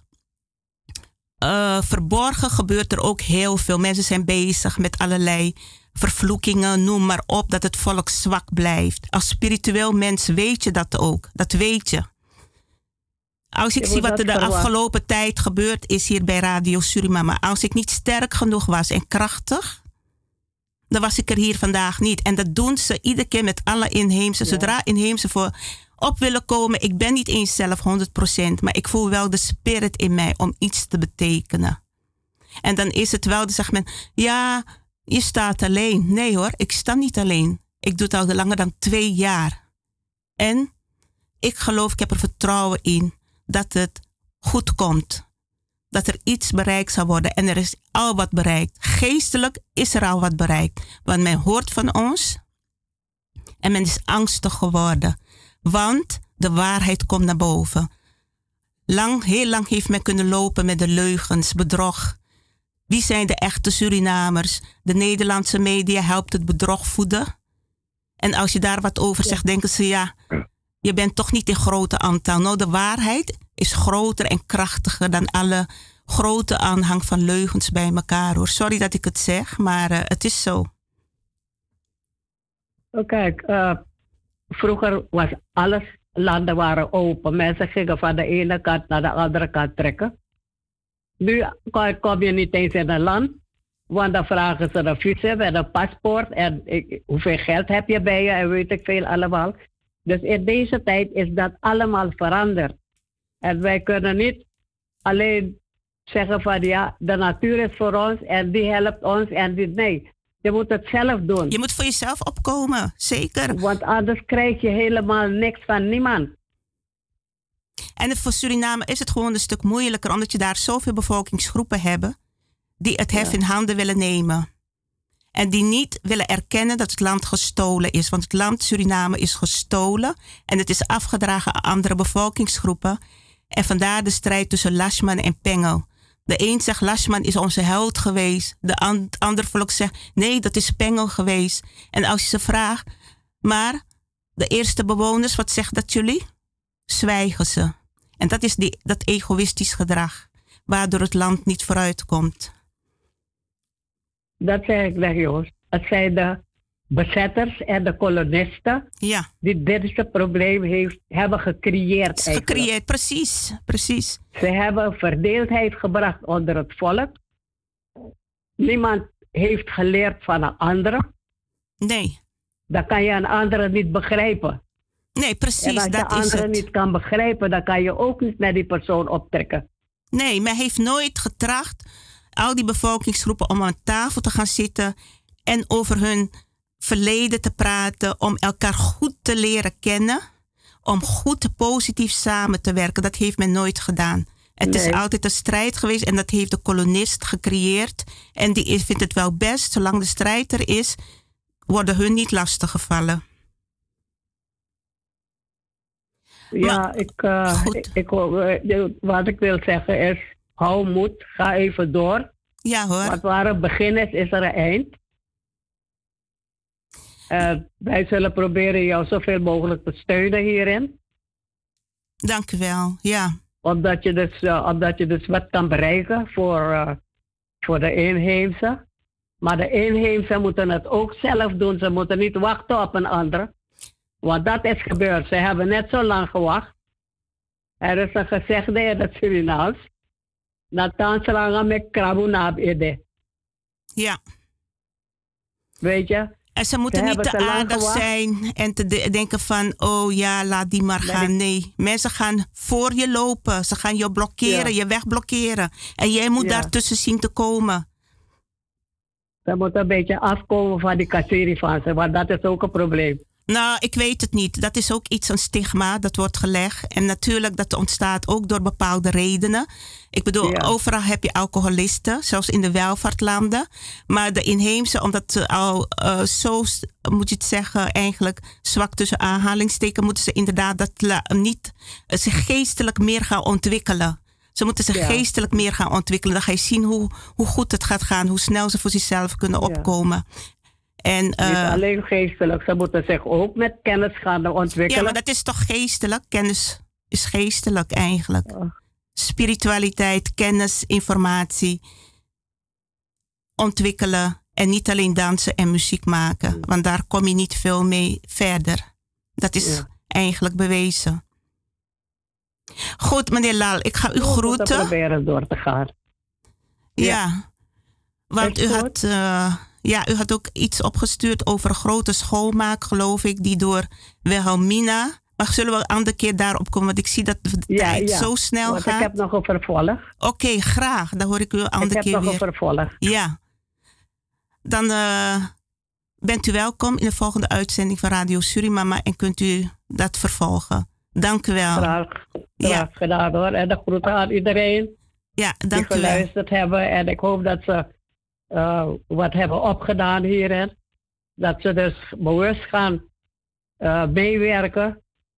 Verborgen gebeurt er ook heel veel. Mensen zijn bezig met allerlei vervloekingen, noem maar op, dat het volk zwak blijft. Als spiritueel mens weet je dat ook. Dat weet je. Als ik zie wat er de afgelopen tijd gebeurd is hier bij Radio Surimama. Als ik niet sterk genoeg was en krachtig, dan was ik er hier vandaag niet. En dat doen ze iedere keer met alle inheemse. Zodra inheemse voor op willen komen. Ik ben niet eens zelf 100%. Maar ik voel wel de spirit in mij om iets te betekenen. En dan is het wel, dan zegt men, ja, je staat alleen. Nee hoor, ik sta niet alleen. Ik doe het al langer dan 2 jaar. En ik geloof, ik heb er vertrouwen in dat het goed komt. Dat er iets bereikt zal worden. En er is al wat bereikt. Geestelijk is er al wat bereikt. Want men hoort van ons. En men is angstig geworden. Want de waarheid komt naar boven. Heel lang heeft men kunnen lopen met de leugens, bedrog. Wie zijn de echte Surinamers? De Nederlandse media helpt het bedrog voeden. En als je daar wat over zegt, denken ze, ja, je bent toch niet in grote aantal. Nou, de waarheid is groter en krachtiger dan alle grote aanhang van leugens bij elkaar, hoor. Sorry dat ik het zeg, maar het is zo. Kijk, vroeger was alles, landen waren open. Mensen gingen van de ene kant naar de andere kant trekken. Nu kom je niet eens in een land, want dan vragen ze een visum en een paspoort en hoeveel geld heb je bij je en weet ik veel allemaal. Dus in deze tijd is dat allemaal veranderd. En wij kunnen niet alleen zeggen van ja, de natuur is voor ons en die helpt ons en die nee. Je moet het zelf doen. Je moet voor jezelf opkomen, zeker. Want anders krijg je helemaal niks van niemand. En voor Suriname is het gewoon een stuk moeilijker, omdat je daar zoveel bevolkingsgroepen hebben die het hef in handen willen nemen. En die niet willen erkennen dat het land gestolen is. Want het land Suriname is gestolen en het is afgedragen aan andere bevolkingsgroepen. En vandaar de strijd tussen Lashman en Pengel. De een zegt Lashman is onze held geweest. De ander volk zegt nee, dat is Pengel geweest. En als je ze vraagt, maar de eerste bewoners, wat zegt dat jullie? Zwijgen ze. En dat is dat egoïstisch gedrag, waardoor het land niet vooruit komt. Dat zeg ik weg, Joost. Het zijn de bezetters en de kolonisten die dit probleem hebben gecreëerd. Gecreëerd, precies. Ze hebben verdeeldheid gebracht onder het volk. Niemand heeft geleerd van een andere. Nee. Dan kan je een andere niet begrijpen. Nee, precies, en als dat je is het. anderen niet kan begrijpen, dan kan je ook niet naar die persoon optrekken. Nee, men heeft nooit getracht al die bevolkingsgroepen om aan tafel te gaan zitten en over hun verleden te praten, om elkaar goed te leren kennen, om goed positief samen te werken. Dat heeft men nooit gedaan. Het is altijd een strijd geweest en dat heeft de kolonist gecreëerd. En die vindt het wel best, zolang de strijd er is, worden hun niet lastiggevallen. Ja, wat ik wil zeggen is, hou moed, ga even door. Ja hoor. Want waar een begin is er een eind. Wij zullen proberen jou zoveel mogelijk te steunen hierin. Dank u wel, ja. Omdat je dus wat kan bereiken voor voor de inheemse. Maar de inheemse moeten het ook zelf doen. Ze moeten niet wachten op een ander. Want dat is gebeurd. Ze hebben net zo lang gewacht. Er is een gezegde in het Surinaams. Natan lang met krabunaab ide. Ja. Weet je? En ze moeten niet te aardig zijn en te denken van, oh ja, laat die maar gaan. Nee, mensen gaan voor je lopen. Ze gaan je blokkeren, je weg blokkeren. En jij moet daartussen zien te komen. Ze moeten een beetje afkomen van die kasseri van ze, want dat is ook een probleem. Nou, ik weet het niet. Dat is ook iets, een stigma, dat wordt gelegd. En natuurlijk, dat ontstaat ook door bepaalde redenen. Ik bedoel, overal heb je alcoholisten, zelfs in de welvaartlanden. Maar de inheemse, omdat ze al zo, moet je het zeggen, eigenlijk zwak tussen aanhalingstekens, moeten ze inderdaad zich geestelijk meer gaan ontwikkelen. Ze moeten zich geestelijk meer gaan ontwikkelen. Dan ga je zien hoe goed het gaat gaan, hoe snel ze voor zichzelf kunnen opkomen. En, niet alleen geestelijk, ze moeten zich ook met kennis gaan ontwikkelen. Ja, maar dat is toch geestelijk? Kennis is geestelijk eigenlijk. Spiritualiteit, kennis, informatie. Ontwikkelen en niet alleen dansen en muziek maken. Want daar kom je niet veel mee verder. Dat is eigenlijk bewezen. Goed, meneer Lal, ik ga u groeten. We proberen door te gaan. Ja, want u had ook iets opgestuurd over een grote schoonmaak, geloof ik, die door Wilhelmina. Maar zullen we een andere keer daarop komen? Want ik zie dat de tijd zo snel gaat. Ik heb nog een vervolg. Oké, graag. Dan hoor ik u een andere keer weer. Ik heb nog een vervolg. Ja. Dan bent u welkom in de volgende uitzending van Radio Surimama en kunt u dat vervolgen. Dank u wel. Graag gedaan hoor. En de groeten aan iedereen die geluisterd hebben. En ik hoop dat ze wat hebben opgedaan hierin. Dat ze dus bewust gaan meewerken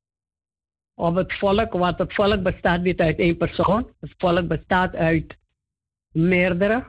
op het volk. Want het volk bestaat niet uit één persoon. Het volk bestaat uit meerdere.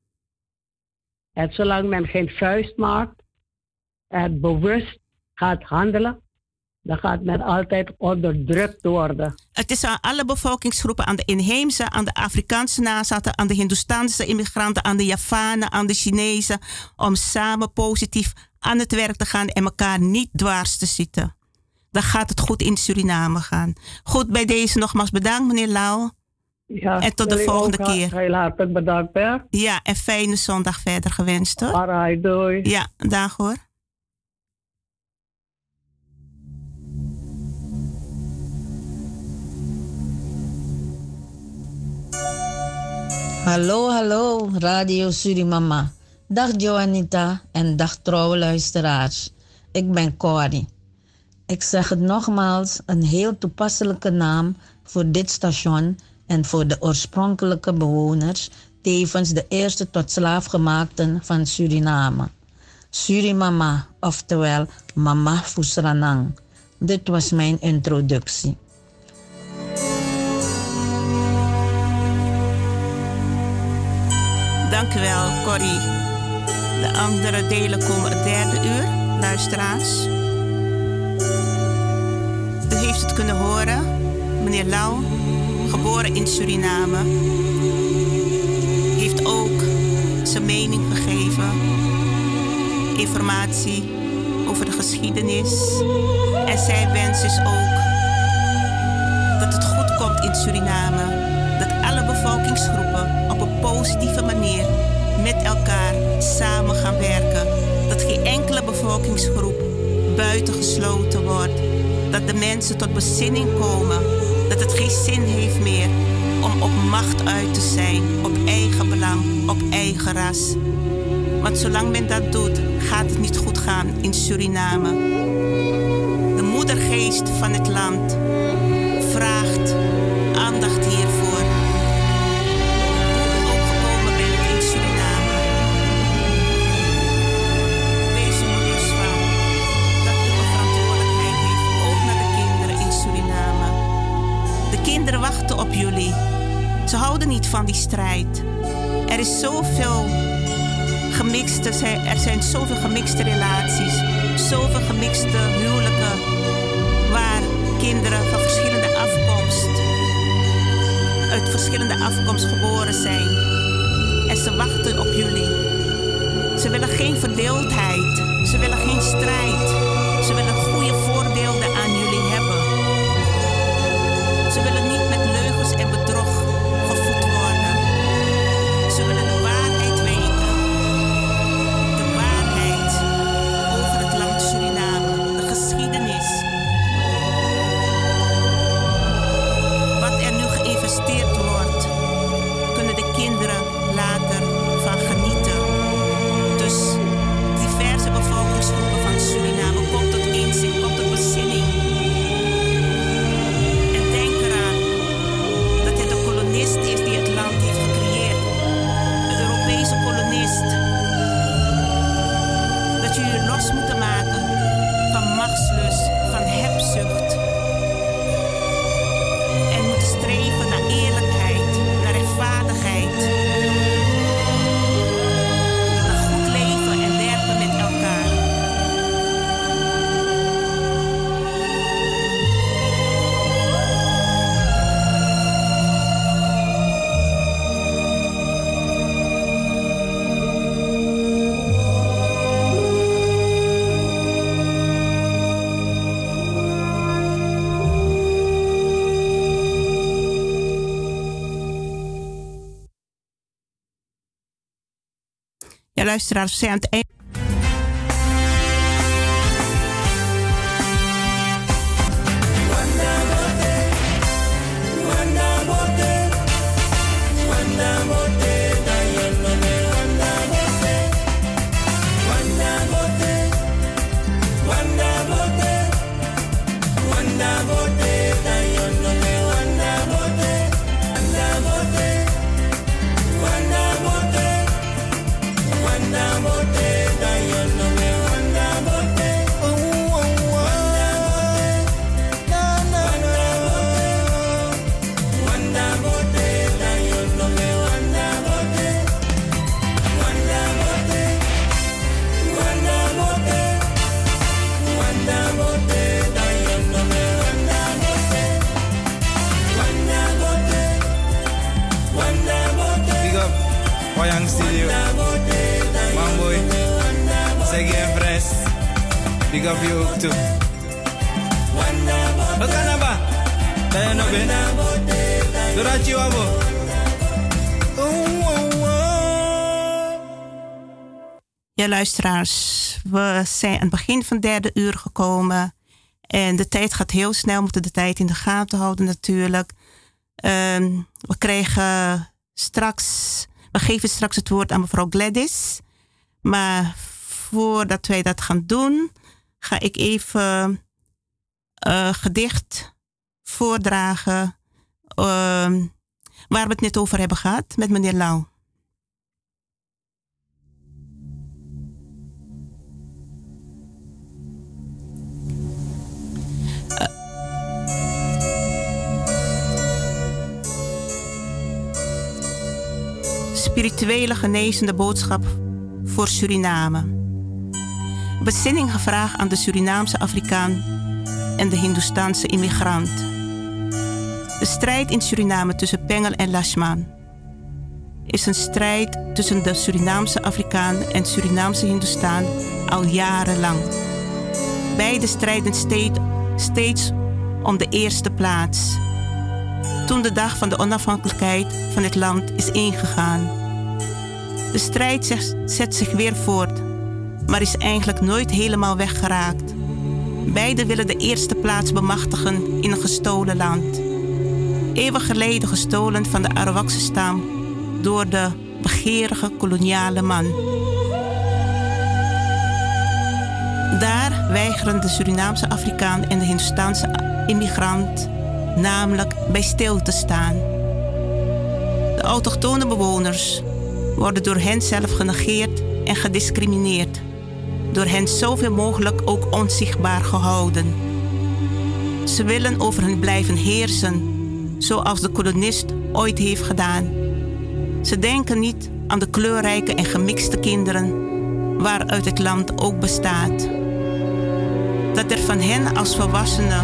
En zolang men geen vuist maakt en bewust gaat handelen, dan gaat men altijd onderdrukt worden. Het is aan alle bevolkingsgroepen, aan de inheemse, aan de Afrikaanse nazaten, aan de Hindoestaanse immigranten, aan de Javanen, aan de Chinezen, om samen positief aan het werk te gaan en elkaar niet dwars te zitten. Dan gaat het goed in Suriname gaan. Goed, bij deze nogmaals bedankt, meneer Lau. Ja, en tot de volgende keer. Heel hartelijk bedankt, hè? Ja, en fijne zondag verder gewenst, hoor. Alright, doei. Ja, dag hoor. Hallo, Radio Surimama. Dag Joanita en dag trouwe luisteraars. Ik ben Corrie. Ik zeg het nogmaals, een heel toepasselijke naam voor dit station en voor de oorspronkelijke bewoners, tevens de eerste tot slaafgemaakten van Suriname. Surimama, oftewel Mama Fusranang. Dit was mijn introductie. Dank u wel, Corrie. De andere delen komen het derde uur, luisteraars. U heeft het kunnen horen. Meneer Lau, geboren in Suriname, heeft ook zijn mening gegeven. Informatie over de geschiedenis. En zijn wens is ook dat het goed komt in Suriname. Dat alle bevolkingsgroepen op een positieve manier met elkaar samen gaan werken. Dat geen enkele bevolkingsgroep buitengesloten wordt. Dat de mensen tot bezinning komen. Dat het geen zin heeft meer om op macht uit te zijn. Op eigen belang, op eigen ras. Want zolang men dat doet, gaat het niet goed gaan in Suriname. De moedergeest van het land vraagt aandacht hiervoor. Hoe u opgekomen bent in Suriname. Wees er bewust van dat u een verantwoordelijkheid heeft, ook naar de kinderen in Suriname. De kinderen wachten op jullie. Ze houden niet van die strijd. Er is zoveel gemixte, er zijn zoveel gemixte relaties, zoveel gemixte huwelijken, waar kinderen van verschillende afkomst, uit verschillende afkomst geboren zijn. En ze wachten op jullie. Ze willen geen verdeeldheid. Ze willen geen strijd. Ze willen goede voorbeelden aan jullie hebben. Ze willen niet met leugens en bedrog gevoed worden. Ze willen de waarheid weten. De waarheid over het land Suriname. De geschiedenis. Wat er nu geïnvesteerd wordt, kunnen de kinderen later van genieten. Dus diverse bevolkingsgroepen van Suriname komt tot inzicht, komt tot bezinning. En denk eraan dat het de kolonist is die het land heeft gecreëerd. De Europese kolonist. Dat jullie los moeten maken van machtslust, van hebzucht. En moeten streven naar eerlijkheid, naar rechtvaardigheid. Naar goed leven en werken met elkaar. Ja, luisteraars, we zijn aan het eind. Wayang Studio, Mamboy, Segi en Fres, big up you ook toe. Wat kan dat ba? Ben je nog binnen? Doordat je wabo. Ja, luisteraars, we zijn aan het begin van het 3e uur gekomen. En de tijd gaat heel snel, we moeten de tijd in de gaten houden natuurlijk. We krijgen straks... We geven straks het woord aan mevrouw Gladys. Maar voordat wij dat gaan doen, ga ik even een gedicht voordragen waar we het net over hebben gehad met meneer Lau. Spirituele genezende boodschap voor Suriname. Bezinning gevraagd aan de Surinaamse Afrikaan en de Hindoestaanse immigrant. De strijd in Suriname tussen Pengel en Lashman is een strijd tussen de Surinaamse Afrikaan en Surinaamse Hindoestaan al jarenlang. Beide strijden steeds om de eerste plaats. Toen de dag van de onafhankelijkheid van het land is ingegaan. De strijd zet zich weer voort, maar is eigenlijk nooit helemaal weggeraakt. Beiden willen de eerste plaats bemachtigen in een gestolen land. Eeuwen geleden gestolen van de Arawakse stam door de begeerige koloniale man. Daar weigeren de Surinaamse Afrikaan en de Hindoestaanse immigrant namelijk bij stil te staan. De autochtone bewoners worden door hen zelf genegeerd en gediscrimineerd. Door hen zoveel mogelijk ook onzichtbaar gehouden. Ze willen over hen blijven heersen, zoals de kolonist ooit heeft gedaan. Ze denken niet aan de kleurrijke en gemixte kinderen waaruit het land ook bestaat. Dat er van hen als volwassenen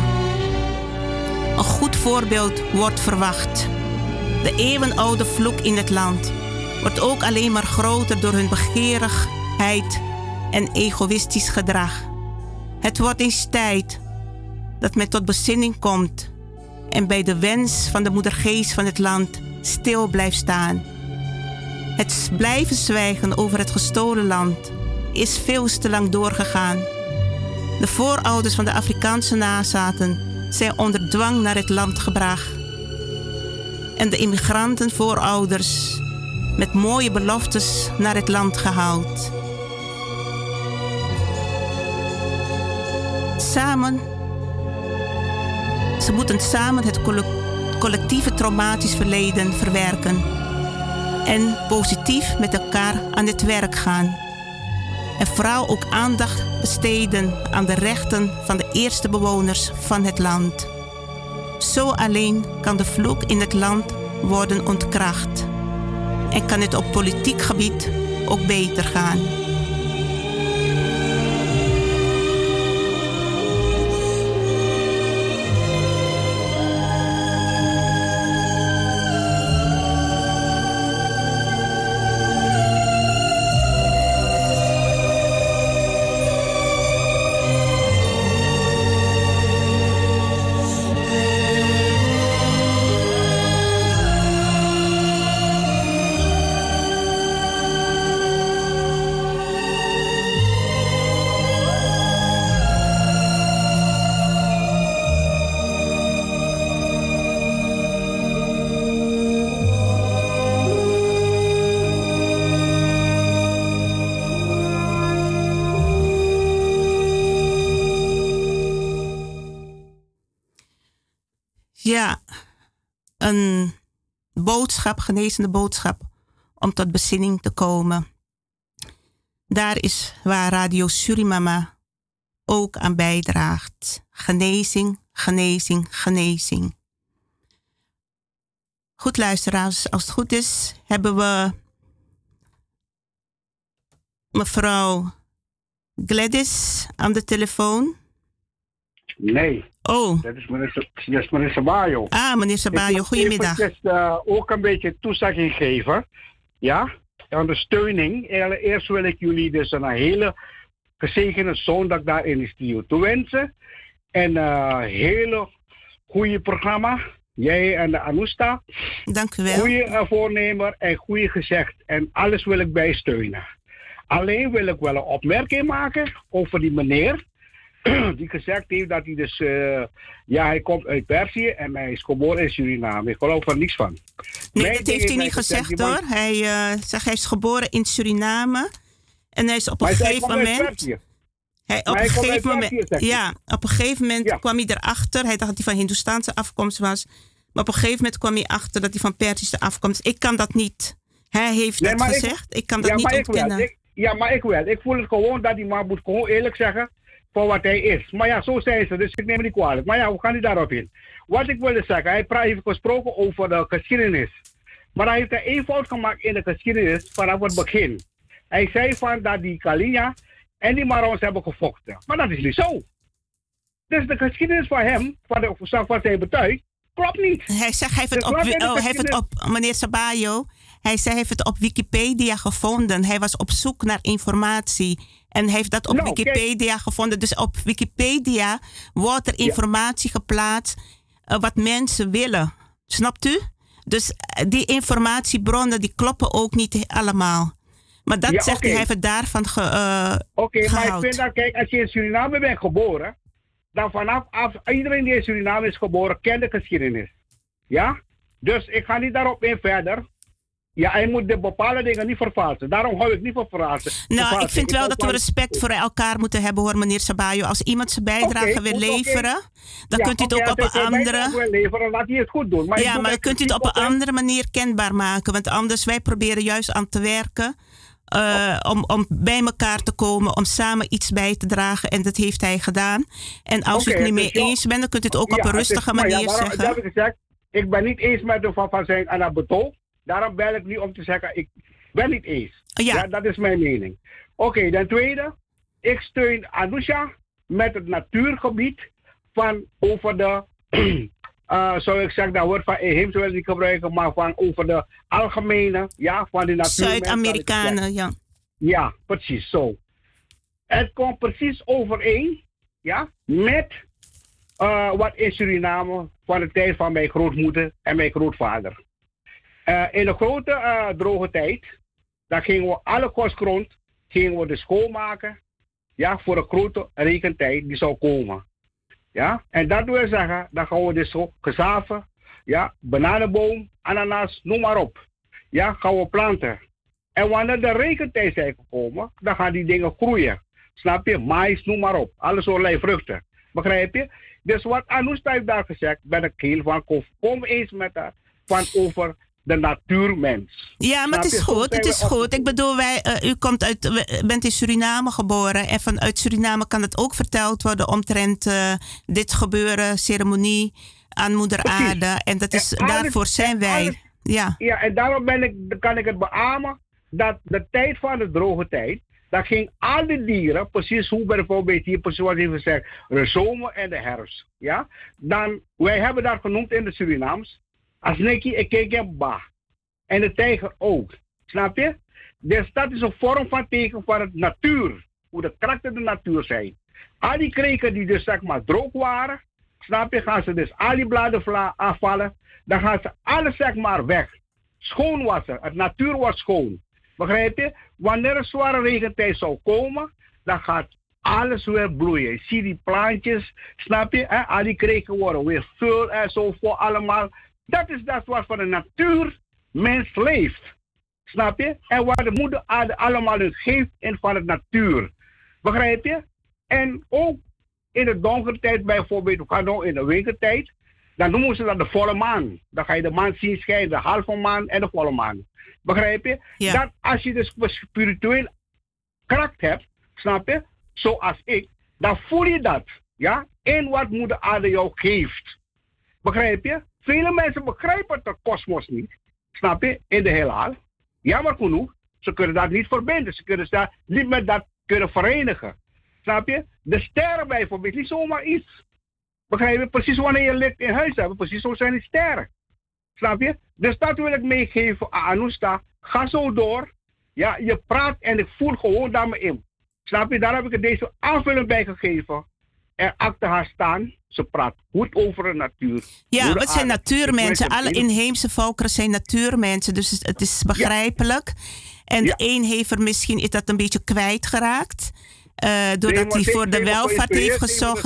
een goed voorbeeld wordt verwacht. De eeuwenoude vloek in het land wordt ook alleen maar groter door hun begeerigheid en egoïstisch gedrag. Het wordt eens tijd dat men tot bezinning komt en bij de wens van de moedergeest van het land stil blijft staan. Het blijven zwijgen over het gestolen land is veel te lang doorgegaan. De voorouders van de Afrikaanse nazaten zijn onder dwang naar het land gebracht. En de immigrantenvoorouders met mooie beloftes naar het land gehaald. Ze moeten samen het collectieve traumatisch verleden verwerken en positief met elkaar aan het werk gaan. En vooral ook aandacht besteden aan de rechten van de eerste bewoners van het land. Zo alleen kan de vloek in het land worden ontkracht. En kan het op politiek gebied ook beter gaan. Ja, een boodschap, genezende boodschap, om tot bezinning te komen. Daar is waar Radio Surimama ook aan bijdraagt. Genezing, genezing, genezing. Goed luisteraars, als het goed is, hebben we mevrouw Gladys aan de telefoon. Nee. Oh. Dat is meneer Sabayo. Ah, meneer Sabayo, goedemiddag. Ik wil ook een beetje toezegging geven. Ja, ondersteuning. Eerst wil ik jullie dus een hele gezegende zondag daar in de studio toewensen. En hele goede programma. Jij en de Anusta. Dank u wel. Goede voornemer en goede gezegd. En alles wil ik bijsteunen. Alleen wil ik wel een opmerking maken over die meneer. Die gezegd heeft dat hij dus... hij komt uit Perzië en hij is geboren in Suriname. Ik geloof er niks van. Nee, dat heeft hij niet gezegd hoor. Hij zegt hij is geboren in Suriname. En hij is op een gegeven moment... op een gegeven moment kwam hij erachter. Hij dacht dat hij van Hindoestaanse afkomst was. Maar op een gegeven moment kwam hij achter dat hij van Perzische afkomst. Ik kan dat niet. Hij heeft het gezegd. Ik kan dat niet ontkennen. Maar ik wel. Ik voel het gewoon dat die man moet gewoon eerlijk zeggen voor wat hij is. Maar ja, zo zijn ze. Dus ik neem het niet kwalijk. Maar ja, hoe gaan die daarop in? Wat ik wilde zeggen. Hij heeft gesproken over de geschiedenis. Maar hij heeft er één fout gemaakt in de geschiedenis vanaf het begin. Hij zei van dat die Kalinja en die Marons hebben gevochten. Maar dat is niet zo. Dus de geschiedenis van hem, van zijn betuig, klopt niet. Hij zegt, hij heeft het op, meneer Sabayo, hij zei, hij heeft het op Wikipedia gevonden. Hij was op zoek naar informatie. En heeft dat op Wikipedia gevonden. Dus op Wikipedia wordt er informatie geplaatst wat mensen willen. Snapt u? Dus die informatiebronnen die kloppen ook niet allemaal. Maar dat zegt hij heeft het daarvan gehouden. Maar ik vind dat, kijk, als je in Suriname bent geboren, dan vanaf iedereen die in Suriname is geboren, kent de geschiedenis. Ja? Dus ik ga niet daarop in verder. Ja, hij moet de bepaalde dingen niet vervalsen. Daarom hou ik niet van vervalsen. Nou, ik vind wel dat we respect voor elkaar moeten hebben, hoor, meneer Sabayo. Als iemand zijn bijdrage wil leveren, dan kunt u het ook op een andere... leveren, laat hij het goed doen. Maar maar dan kunt u het op een andere manier kenbaar maken. Want anders, wij proberen juist aan te werken. Om bij elkaar te komen, om samen iets bij te dragen. En dat heeft hij gedaan. En als u het niet mee eens bent, dan kunt u het ook op een rustige manier zeggen. Dat heb ik gezegd. Ik ben niet eens met de van zijn aan het betoog. Daarom bel ik nu om te zeggen, ik ben niet eens. Ja, dat is mijn mening. Oké, ten tweede. Ik steun Anusha met het natuurgebied van over de zou ik zeggen, dat woord van inheemse wil ik gebruiken, maar van over de algemene, ja, van de natuur. Zuid-Amerikanen, ja. Ja, precies zo. Het komt precies overeen, ja, met wat in Suriname van de tijd van mijn grootmoeder en mijn grootvader. In de grote droge tijd, dan gingen we alle kostgrond, gingen we de schoonmaken, ja, voor de grote regentijd die zou komen. Ja, en dat wil zeggen, dan gaan we dus zo gezaven, ja, bananenboom, ananas, noem maar op. Ja, gaan we planten. En wanneer de regentijd zijn gekomen, dan gaan die dingen groeien. Snap je? Mais, noem maar op. Alles allerlei vruchten. Begrijp je? Dus wat Anousta heeft daar gezegd, ben ik heel van kom eens met haar, van over de natuurmens. Ja, maar het is goed. Het is goed. Ik bedoel, u bent in Suriname geboren. En vanuit Suriname kan het ook verteld worden omtrent dit gebeuren, ceremonie aan Moeder Aarde. En dat is, daarvoor zijn wij. Ja, en daarom kan ik het beamen dat de tijd van de droge tijd, dat ging al die dieren, precies hoe bijvoorbeeld hier, precies wat even gezegd, de zomer en de herfst. Ja? Dan, wij hebben dat genoemd in de Surinaams. Als Neki, ik keek hem ba. En de tijger ook. Snap je? Dus dat is een vorm van teken van het natuur. Hoe de karakter de natuur zijn. Al die kreken die dus zeg maar droog waren. Snap je? Gaan ze dus al die bladen afvallen. Dan gaan ze alles zeg maar weg. Schoon was er. Het natuur was schoon. Begrijp je? Wanneer een zware regentijd zou komen. Dan gaat alles weer bloeien. Je ziet die plantjes. Snap je? Al die kreken worden weer vul en zo voor allemaal. Dat is dat wat van de natuur mens leeft. Snap je? En wat de moeder aarde allemaal geeft in van de natuur. Begrijp je? En ook in de donkere tijd bijvoorbeeld, in de wintertijd, dan noemen ze dat de volle maan. Dan ga je de maan zien schijnen, de halve maan en de volle maan. Begrijp je? Ja. Dat als je dus spiritueel kracht hebt, snap je? Zoals ik, dan voel je dat. Ja? In wat moeder aarde jou geeft. Begrijp je? Vele mensen begrijpen de kosmos niet. Snap je? In de heelal. Jammer genoeg. Ze kunnen dat niet verbinden. Ze kunnen dat niet met dat kunnen verenigen. Snap je? De sterren bijvoorbeeld. Niet zomaar iets. Begrijp je? Precies wanneer je licht in huis hebt. Precies zo zijn die sterren. Snap je? Dus dat wil ik meegeven aan Anousta. Ga zo door. Ja, je praat en ik voel gewoon daar me in. Snap je? Daar heb ik er deze aanvulling bij gegeven. En achter haar staan. Ze praat goed over de natuur. Ja, het zijn natuurmensen. Alle inheemse volkeren zijn natuurmensen. Dus het is begrijpelijk. En de een heeft er misschien is dat een beetje kwijtgeraakt. Doordat hij voor de welvaart heeft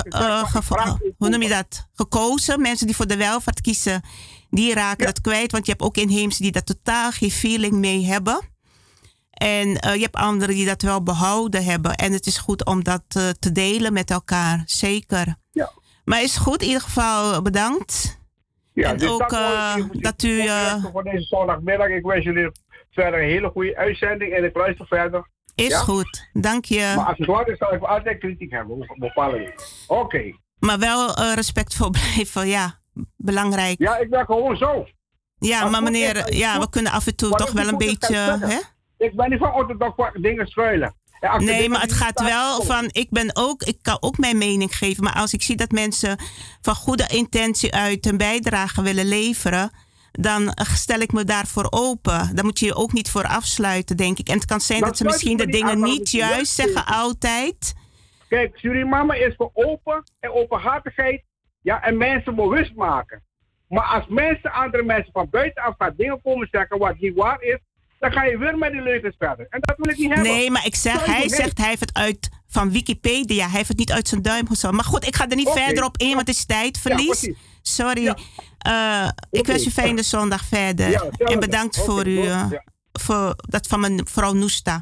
hoe noem je dat? Gekozen. Mensen die voor de welvaart kiezen, die raken dat kwijt. Want je hebt ook inheemse die daar totaal geen feeling mee hebben. En je hebt anderen die dat wel behouden hebben. En het is goed om dat te delen met elkaar. Zeker. Ja. Maar is goed, in ieder geval bedankt. Ja, en dus ook dat u... voor deze zondagmiddag. Ik wens jullie verder een hele goede uitzending. En ik luister verder. Is goed, dank je. Maar als het waar is, zal ik altijd kritiek hebben. Bepalen. Oké. Maar wel respectvol blijven, ja. Belangrijk. Ja, ik ben gewoon zo. Ja, als maar meneer, we kunnen af en toe toch wel een beetje... Hè? Ik ben niet van orthodox dingen schuilen. Ja, nee, maar het gaat wel van... Ik kan ook mijn mening geven. Maar als ik zie dat mensen van goede intentie uit een bijdrage willen leveren, dan stel ik me daarvoor open. Daar moet je je ook niet voor afsluiten, denk ik. En het kan zijn dat ze misschien de dingen niet juist zeggen altijd. Kijk, Suriname is voor open en openhartigheid. Ja, en mensen bewust maken. Maar als andere mensen van buitenaf gaan dingen komen zeggen wat niet waar is, dan ga je weer met die leugens verder. En dat wil ik niet hebben. Nee, maar hij heeft het uit van Wikipedia. Hij heeft het niet uit zijn duim gezogen. Maar goed, ik ga er niet verder op in, want het is tijdverlies. Ja, sorry. Ja. Ik wens u fijne zondag verder. Ja, en bedankt voor u, voor dat van mijn vrouw Noesta.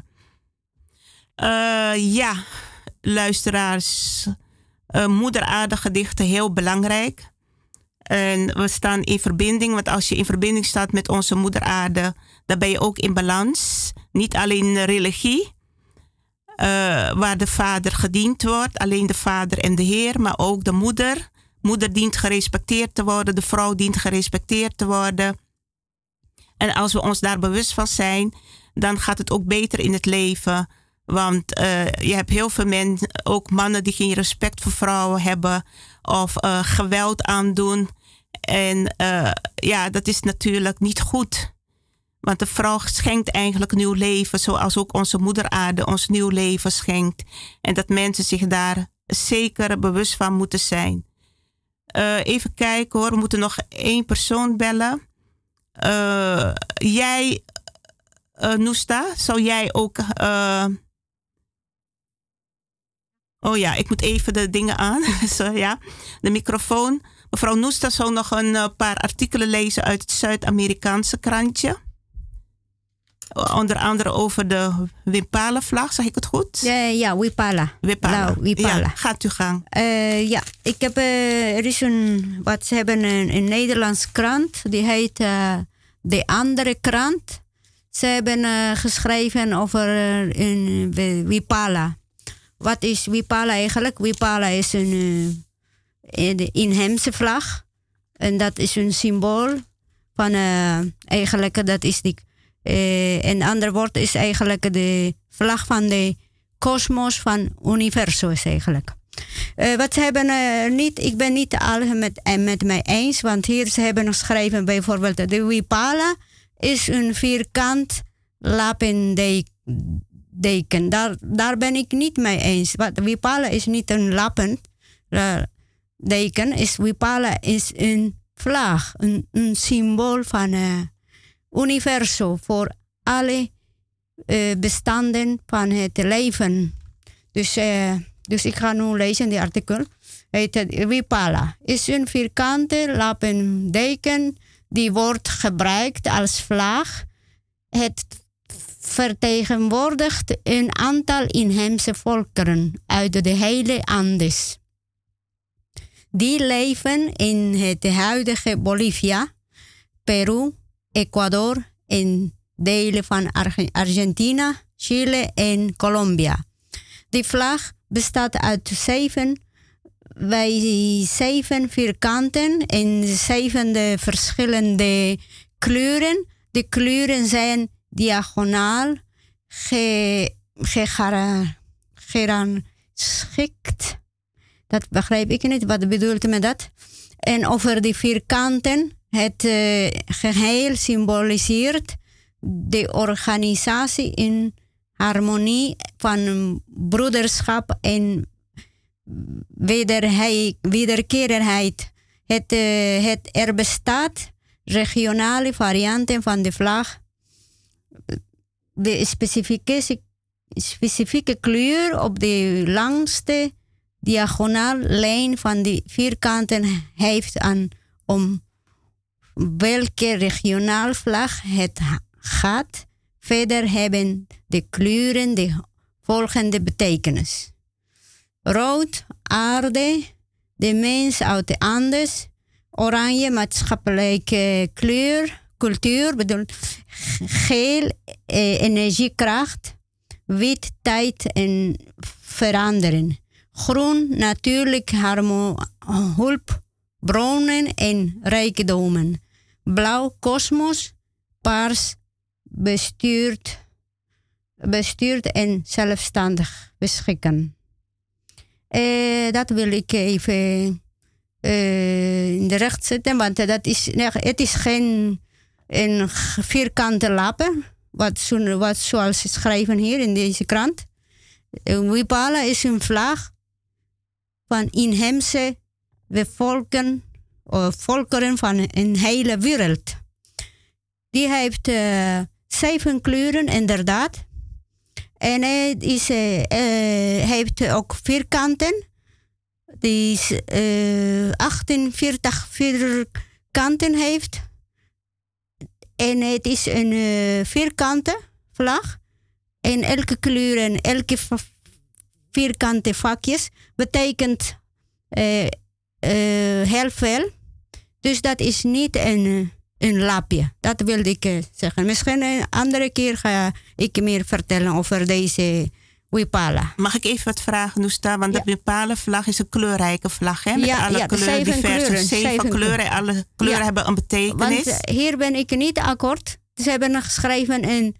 Luisteraars. Moeder Aarde gedichten, heel belangrijk. En we staan in verbinding, want als je in verbinding staat met onze Moeder Aarde, dan ben je ook in balans. Niet alleen de religie, waar de vader gediend wordt, alleen de vader en de Heer, maar ook de moeder. Moeder dient gerespecteerd te worden, de vrouw dient gerespecteerd te worden. En als we ons daar bewust van zijn, dan gaat het ook beter in het leven. Want je hebt heel veel mensen, ook mannen die geen respect voor vrouwen hebben of geweld aandoen. En dat is natuurlijk niet goed. Want de vrouw schenkt eigenlijk nieuw leven, zoals ook onze moeder aarde ons nieuw leven schenkt. En dat mensen zich daar zeker bewust van moeten zijn. Even kijken hoor, we moeten nog 1 persoon bellen. Jij, Noesta, zou jij ook... Oh ja, ik moet even de dingen aan. De microfoon. Mevrouw Noesta zou nog een paar artikelen lezen uit het Zuid-Amerikaanse krantje. Onder andere over de Wipala-vlag, zeg ik het goed? Ja, Wipala. Wipala. Ja, gaat u gang. Ik heb, er is wat ze hebben een Nederlands krant, die heet De Andere Krant. Ze hebben geschreven over Wipala. Wat is Wipala eigenlijk? Wipala is een inheemse vlag. En dat is een symbool van, eigenlijk, dat is die... een ander woord is eigenlijk de vlag van de kosmos, van universum is eigenlijk. Wat ze hebben niet, ik ben niet alles met mij eens, want hier ze hebben geschreven bijvoorbeeld de Wipala is een vierkant lappendeken. Daar ben ik niet mee eens. Want Wipala is niet een lappendeken. Wipala is een vlag, een symbool van universum voor alle bestanden van het leven. Dus ik ga nu lezen die artikel. Wipala is een vierkante lappendeken die wordt gebruikt als vlag. Het vertegenwoordigt een aantal inheemse volkeren uit de hele Andes. Die leven in het huidige Bolivia, Peru, Ecuador en delen van Argentina, Chile en Colombia. Die vlag bestaat uit 7 vierkanten en 7 verschillende kleuren. De kleuren zijn diagonaal, gerangschikt. Dat begrijp ik niet. Wat bedoelt men dat? En over die vierkanten, het geheel symboliseert de organisatie in harmonie van broederschap en wederkerigheid. Er bestaat regionale varianten van de vlag. De specifieke kleur op de langste diagonaal lijn van de vierkanten heeft aan om welke regionaal vlag het gaat. Verder hebben de kleuren de volgende betekenis. Rood, aarde, de mens uit de Andes. Oranje, maatschappelijke cultuur, bedoel, geel, energiekracht. Wit, tijd en veranderen. Groen, natuurlijk hulp, bronnen en rijkdommen. Blauw, kosmos. Paars, bestuurd en zelfstandig beschikken. Dat wil ik even in de recht zetten, want het is geen een vierkante lappen, wat zoals ze schrijven hier in deze krant. Wipala is een vlag van inheemse volkeren van een hele wereld. Die heeft 7 kleuren, inderdaad. En het heeft ook vierkanten. Die is 48 vierkanten heeft. En het is een vierkante vlag. En elke kleur en elke vierkante vakjes betekent heel veel. Dus dat is niet een lapje. Dat wilde ik zeggen. Misschien een andere keer ga ik meer vertellen over deze Wipala. Mag ik even wat vragen, Noesta? Want de Wipala-vlag is een kleurrijke vlag, hè? Met alle kleuren, diverse 7 kleuren. Alle kleuren hebben een betekenis. Want hier ben ik niet akkoord. Ze hebben geschreven een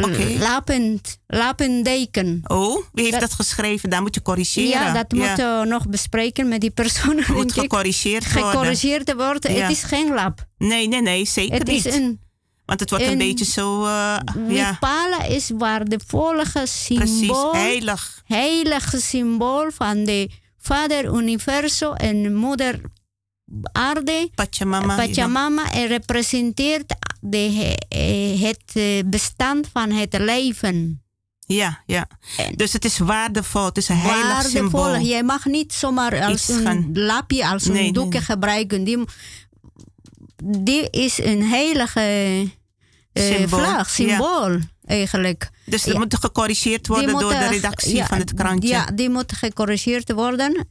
lapendeken. Oh, wie heeft dat geschreven? Daar moet je corrigeren. Ja, dat moet nog bespreken met die persoon. Moet gecorrigeerd worden. Ja. Het is geen lap. Nee, zeker het niet. Is want het wordt een beetje zo... Wipala is waardevolle symbool. Precies, heilige symbool van de Vader Universo en Moeder Aarde. Pachamama en representeert het bestand van het leven. Ja. Dus het is waardevol. Het is een heilig symbool. Jij mag niet zomaar als een lapje, als een doekje gebruiken. Die is een heilige symbool eigenlijk. Dus dat moet gecorrigeerd worden door de redactie van het krantje. Ja, die moet gecorrigeerd worden.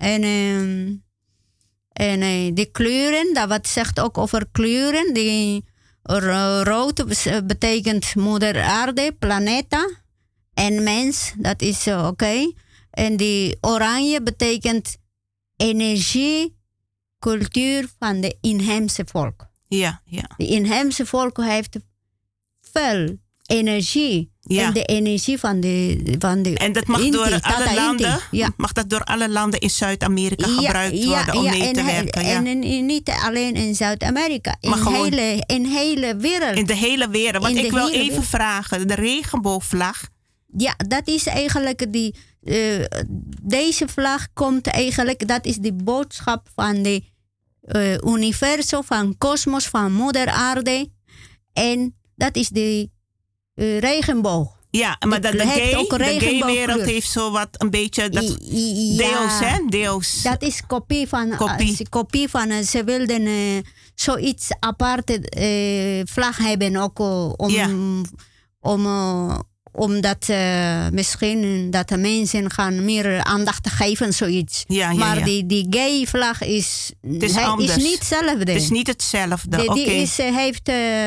En die kleuren, dat wat zegt ook over kleuren. Die rood betekent moeder aarde, planeta en mens. Dat is oké. En die oranje betekent energie, cultuur van de inheemse volk. Ja. De inheemse volk heeft veel energie. Ja. En de energie van de en dat mag Inti, door alle landen. Ja. Mag dat door alle landen in Zuid-Amerika gebruikt worden om mee te werken? Ja. En niet alleen in Zuid-Amerika. In de hele wereld. In de hele wereld. Want ik wil even vragen. De regenboogvlag. Ja, dat is eigenlijk deze vlag komt eigenlijk. Dat is de boodschap van de universum, van kosmos, van moeder aarde. En dat is de regenboog. Ja, maar de gay-wereld heeft zo wat een beetje dat deels, hè? Deels. Dat is kopie van ze wilden zoiets aparte vlag hebben ook omdat misschien dat de mensen gaan meer aandacht geven, zoiets. Maar die gay vlag is niet hetzelfde. Het is niet hetzelfde. Die heeft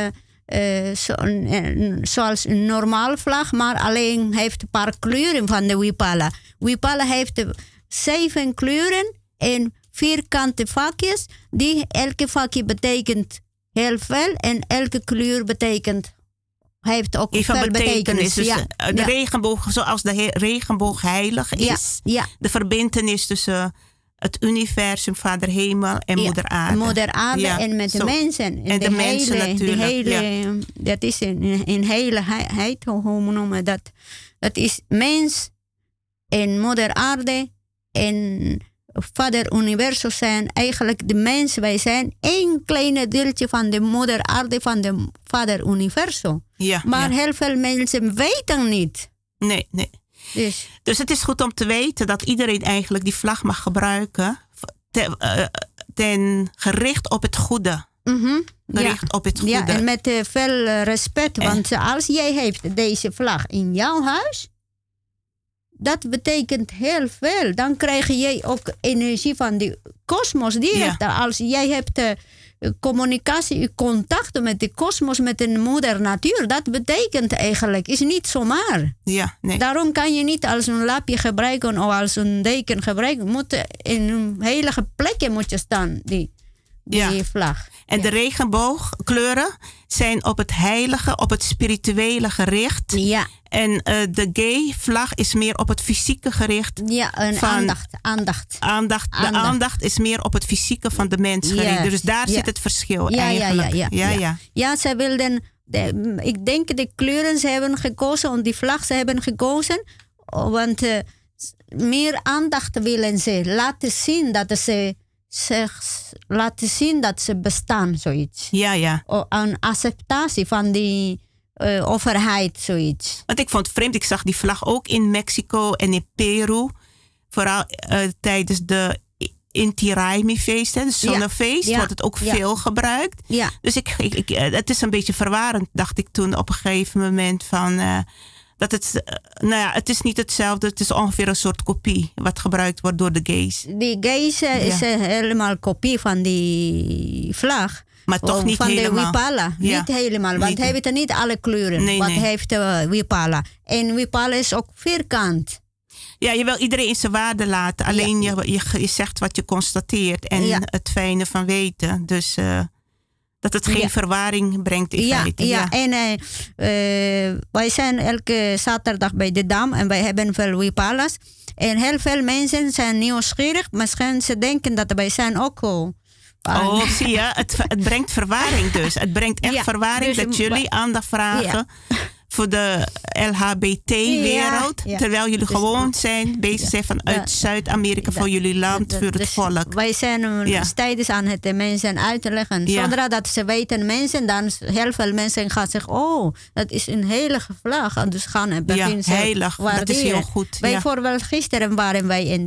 zoals een normaal vlag, maar alleen heeft een paar kleuren van de Wipala. Wipala heeft 7 kleuren en vierkante vakjes. Elke vakje betekent heel veel en elke kleur heeft ook veel betekenis. Dus de regenboog, zoals de regenboog heilig is. Ja. De verbintenis tussen het universum, Vader Hemel en Moeder Aarde. Moeder Aarde en met de mensen. En de mensen natuurlijk. Dat is een heiligheid, hoe noemen dat? Dat is mens en Moeder Aarde en Vader Universum zijn eigenlijk de mens. Wij zijn één kleine deeltje van de Moeder Aarde, van de Vader Universum. Maar heel veel mensen weten niet. Nee. Dus het is goed om te weten dat iedereen eigenlijk die vlag mag gebruiken ten gericht op het goede. Gericht op het goede. Ja, en met veel respect. Want als jij heeft deze vlag in jouw huis, dat betekent heel veel. Dan krijg je ook energie van de kosmos direct. Als jij hebt communicatie, contact met de kosmos, met de moeder natuur. Dat betekent eigenlijk, is niet zomaar. Daarom kan je niet als een lapje gebruiken of als een deken gebruiken. Moet in een heilige plekje moet je staan, die vlag. En de regenboogkleuren zijn op het heilige, op het spirituele gericht. Ja. En de gay-vlag is meer op het fysieke gericht. Ja, een aandacht. De aandacht is meer op het fysieke van de mens gericht. Dus daar zit het verschil eigenlijk. Ja, ze wilden... ik denk de kleuren ze hebben gekozen, en die vlag ze hebben gekozen. Want meer aandacht willen ze. Laten zien dat ze bestaan, zoiets. Een acceptatie van die overheid, zoiets. Want ik vond het vreemd, ik zag die vlag ook in Mexico en in Peru. Vooral tijdens de Inti Raymi feest, de zonnefeest, wordt het ook veel gebruikt. Dus het is een beetje verwarrend, dacht ik toen op een gegeven moment van... dat het is niet hetzelfde. Het is ongeveer een soort kopie wat gebruikt wordt door de gays. Die gays is helemaal kopie van die vlag. Maar toch niet van helemaal. Van de Wipala. Niet helemaal, want hij heeft niet alle kleuren. Wat heeft Wipala. En Wipala is ook vierkant. Ja, je wil iedereen in zijn waarde laten. Alleen je zegt wat je constateert. En het fijne van weten. Dus... Dat het geen verwarring brengt in feite. Ja, en wij zijn elke zaterdag bij de Dam en wij hebben veel Wipalas. En heel veel mensen zijn nieuwsgierig. Misschien ze denken dat wij zijn ook... zie je, het brengt verwarring dus. Het brengt echt verwarring dus, dat jullie aandacht vragen voor de LHBT-wereld. Terwijl jullie dus, gewoon bezig zijn vanuit Zuid-Amerika voor jullie land, voor het volk. Wij zijn steeds aan het de mensen uit te leggen. Zodra dat ze weten mensen, dan heel veel mensen gaan zeggen, dat is een heilige vlag. En dus gaan en beginnen ze heilig, dat is heel goed. Bijvoorbeeld gisteren waren wij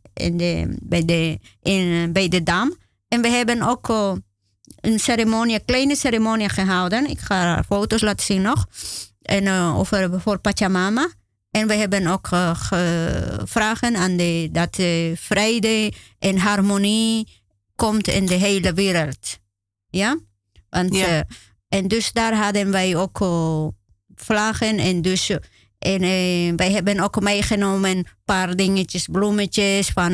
bij de Dam. En we hebben ook een kleine ceremonie gehouden. Ik ga foto's laten zien nog. En voor Pachamama. En we hebben ook gevraagd aan dat vrede en harmonie komt in de hele wereld. Ja? Want, en dus daar hadden wij ook vlaggen. En dus... En wij hebben ook meegenomen een paar dingetjes, bloemetjes, van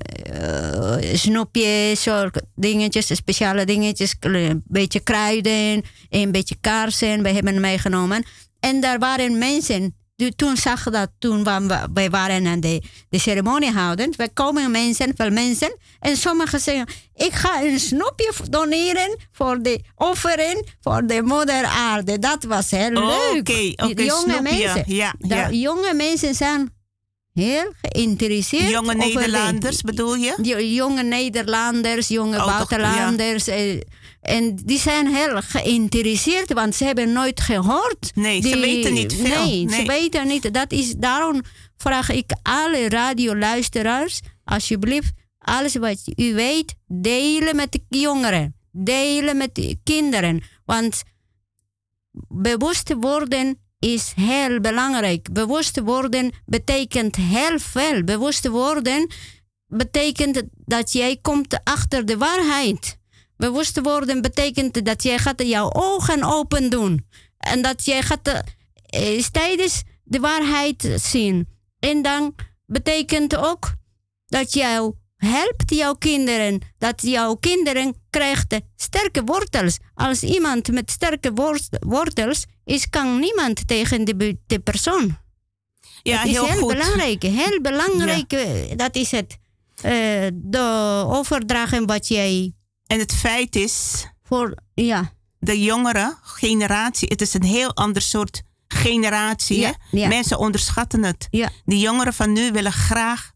snoepjes, zulke dingetjes, speciale dingetjes, een beetje kruiden, een beetje kaarsen. Wij hebben meegenomen. En daar waren mensen, toen zag dat, toen wij waren aan de ceremonie houden, wij komen veel mensen, en sommigen zeggen, ik ga een snoepje doneren voor de offeren voor de moeder aarde. Dat was heel leuk. Oké, jonge mensen. Jonge mensen zijn heel geïnteresseerd. Jonge Nederlanders bedoel je? Jonge Nederlanders, jonge buitenlanders. En die zijn heel geïnteresseerd, want ze hebben nooit gehoord. Nee, ze weten niet veel. Nee, ze weten niet. Daarom vraag ik alle radioluisteraars, alsjeblieft, alles wat u weet, delen met de jongeren. Delen met de kinderen. Want bewust worden is heel belangrijk. Bewust worden betekent heel veel. Bewust worden betekent dat jij komt achter de waarheid. Bewust worden betekent dat jij gaat jouw ogen open doen. En dat jij gaat steeds de waarheid zien. En dan betekent ook dat jou helpt jouw kinderen. Dat jouw kinderen krijgen sterke wortels. Als iemand met sterke wortels is, kan niemand tegen de persoon. Ja, dat is heel goed. Belangrijk. Heel belangrijk. Dat is het. De overdragen wat jij... En het feit is... Ja. De jongere generatie, het is een heel ander soort generatie. Ja, hè? ja. Mensen onderschatten het. Ja. De jongeren van nu willen graag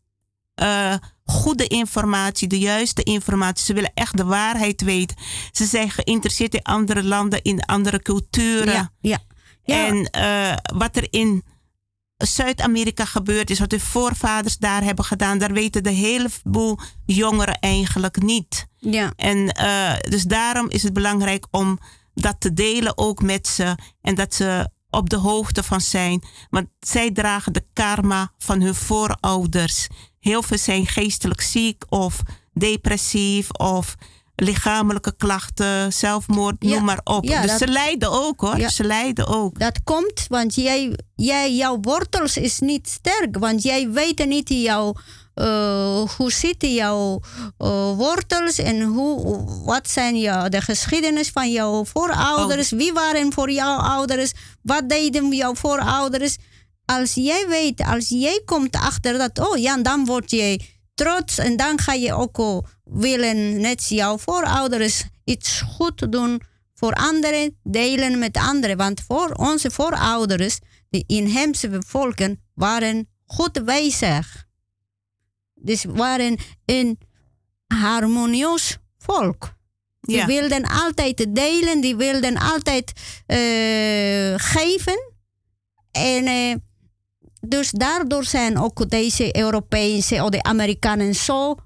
goede informatie, de juiste informatie. Ze willen echt de waarheid weten. Ze zijn geïnteresseerd in andere landen, in andere culturen. Ja. En wat er in Zuid-Amerika gebeurd is, wat hun voorvaders daar hebben gedaan, daar weten de heleboel jongeren eigenlijk niet. Ja. En dus daarom is het belangrijk om dat te delen ook met ze. En dat ze op de hoogte van zijn. Want zij dragen de karma van hun voorouders. Heel veel zijn geestelijk ziek of depressief of lichamelijke klachten, zelfmoord, noem maar op. Ja, dus ze lijden ook hoor. Ja. Ze lijden ook. Dat komt, want jouw wortels is niet sterk. Want jij weet niet hoe zitten jouw wortels en wat zijn de geschiedenis van jouw voorouders. Wie waren voor jouw ouders? Wat deden jouw voorouders? Als jij weet, als jij komt achter dat, dan word je trots en dan ga je ook willen net jouw voorouders iets goed doen voor anderen, delen met anderen. Want voor onze voorouders, de inheemse volken, waren goed wijzig. Dus waren een harmonieus volk. Die wilden altijd delen, die wilden altijd geven. En dus daardoor zijn ook deze Europese of de Amerikanen zo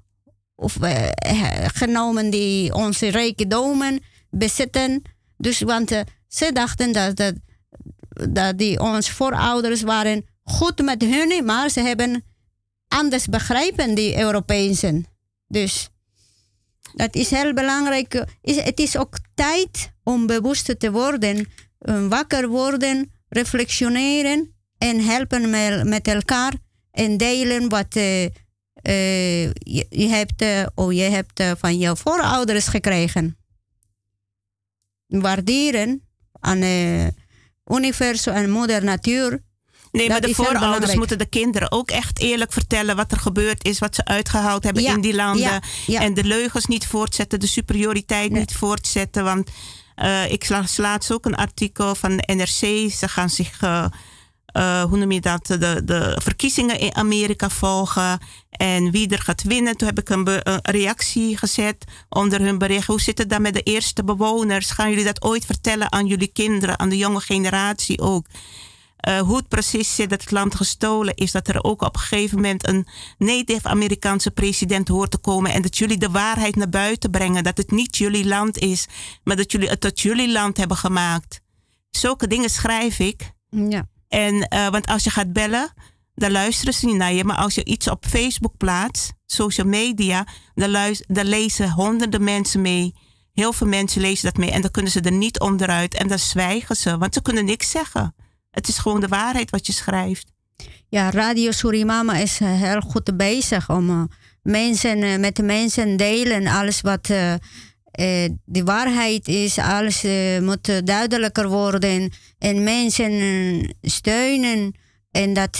genomen die onze rijkdommen bezitten. Dus want ze dachten dat die onze voorouders waren goed met hun, maar ze hebben anders begrijpen die Europeanen. Dus dat is heel belangrijk. Het is ook tijd om bewust te worden, wakker worden, reflectioneren en helpen met elkaar en delen wat je hebt van jouw voorouders gekregen. waarderen aan het universum en moeder natuur. Nee, maar Dat de is heel voorouders belangrijk. moeten de kinderen ook echt eerlijk vertellen wat er gebeurd is, wat ze uitgehaald hebben Ja, in die landen. ja. En de leugens niet voortzetten, de superioriteit niet voortzetten. Want ik las laatst ook een artikel van de NRC. Ze gaan zich, hoe noem je dat, de verkiezingen in Amerika volgen. En wie er gaat winnen. Toen heb ik een reactie gezet onder hun bericht. Hoe zit het dan met de eerste bewoners? Gaan jullie dat ooit vertellen aan jullie kinderen, aan de jonge generatie ook? Hoe het precies zit dat het land gestolen is. Dat er ook op een gegeven moment een native Amerikaanse president hoort te komen. En dat jullie de waarheid naar buiten brengen. Dat het niet jullie land is. Maar dat jullie het tot jullie land hebben gemaakt. Zulke dingen schrijf ik. Ja. En, want als je gaat bellen, dan luisteren ze niet naar je. Maar als je iets op Facebook plaatst, social media, dan lezen honderden mensen mee. Heel veel mensen lezen dat mee. En dan kunnen ze er niet onderuit. En dan zwijgen ze. Want ze kunnen niks zeggen. Het is gewoon de waarheid wat je schrijft. Ja, Radio Surimama is heel goed bezig om met de mensen delen. Alles wat de waarheid is, alles moet duidelijker worden. En mensen steunen. En dat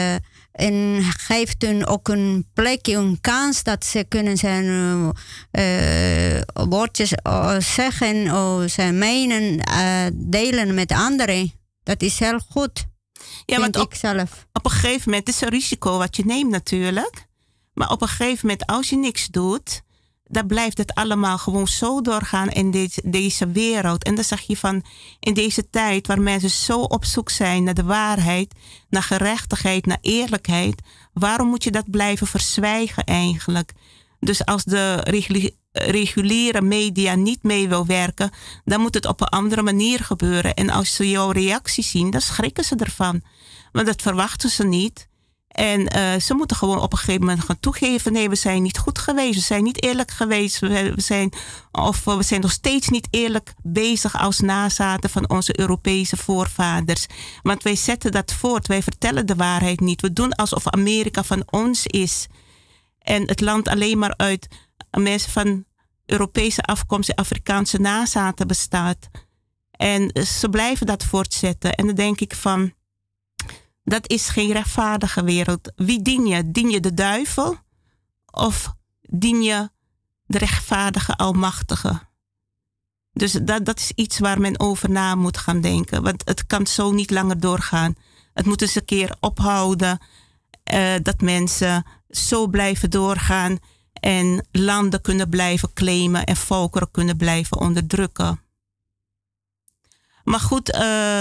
geeft hun ook een plekje, een kans dat ze kunnen zijn woordjes zeggen of zijn mening delen met anderen. Dat is heel goed. Ja, want ik zelf. Op een gegeven moment, het is een risico wat je neemt natuurlijk. Maar op een gegeven moment, als je niks doet, dan blijft het allemaal gewoon zo doorgaan in deze wereld. En dan zeg je van, in deze tijd waar mensen zo op zoek zijn naar de waarheid, naar gerechtigheid, naar eerlijkheid, waarom moet je dat blijven verzwijgen eigenlijk? Dus als de reguliere media niet mee wil werken, dan moet het op een andere manier gebeuren. En als ze jouw reactie zien, dan schrikken ze ervan. Want dat verwachten ze niet. En ze moeten gewoon op een gegeven moment gaan toegeven, nee, we zijn niet goed geweest, we zijn niet eerlijk geweest, we zijn nog steeds niet eerlijk bezig als nazaten van onze Europese voorvaders. Want wij zetten dat voort, wij vertellen de waarheid niet. We doen alsof Amerika van ons is. En het land alleen maar uit mensen van Europese afkomst en Afrikaanse nazaten bestaat. En ze blijven dat voortzetten. En dan denk ik van, dat is geen rechtvaardige wereld. Wie dien je? Dien je de duivel? Of dien je de rechtvaardige almachtige? Dus dat is iets waar men over na moet gaan denken. Want het kan zo niet langer doorgaan. Het moet eens een keer ophouden dat mensen zo blijven doorgaan en landen kunnen blijven claimen en volkeren kunnen blijven onderdrukken. Maar goed,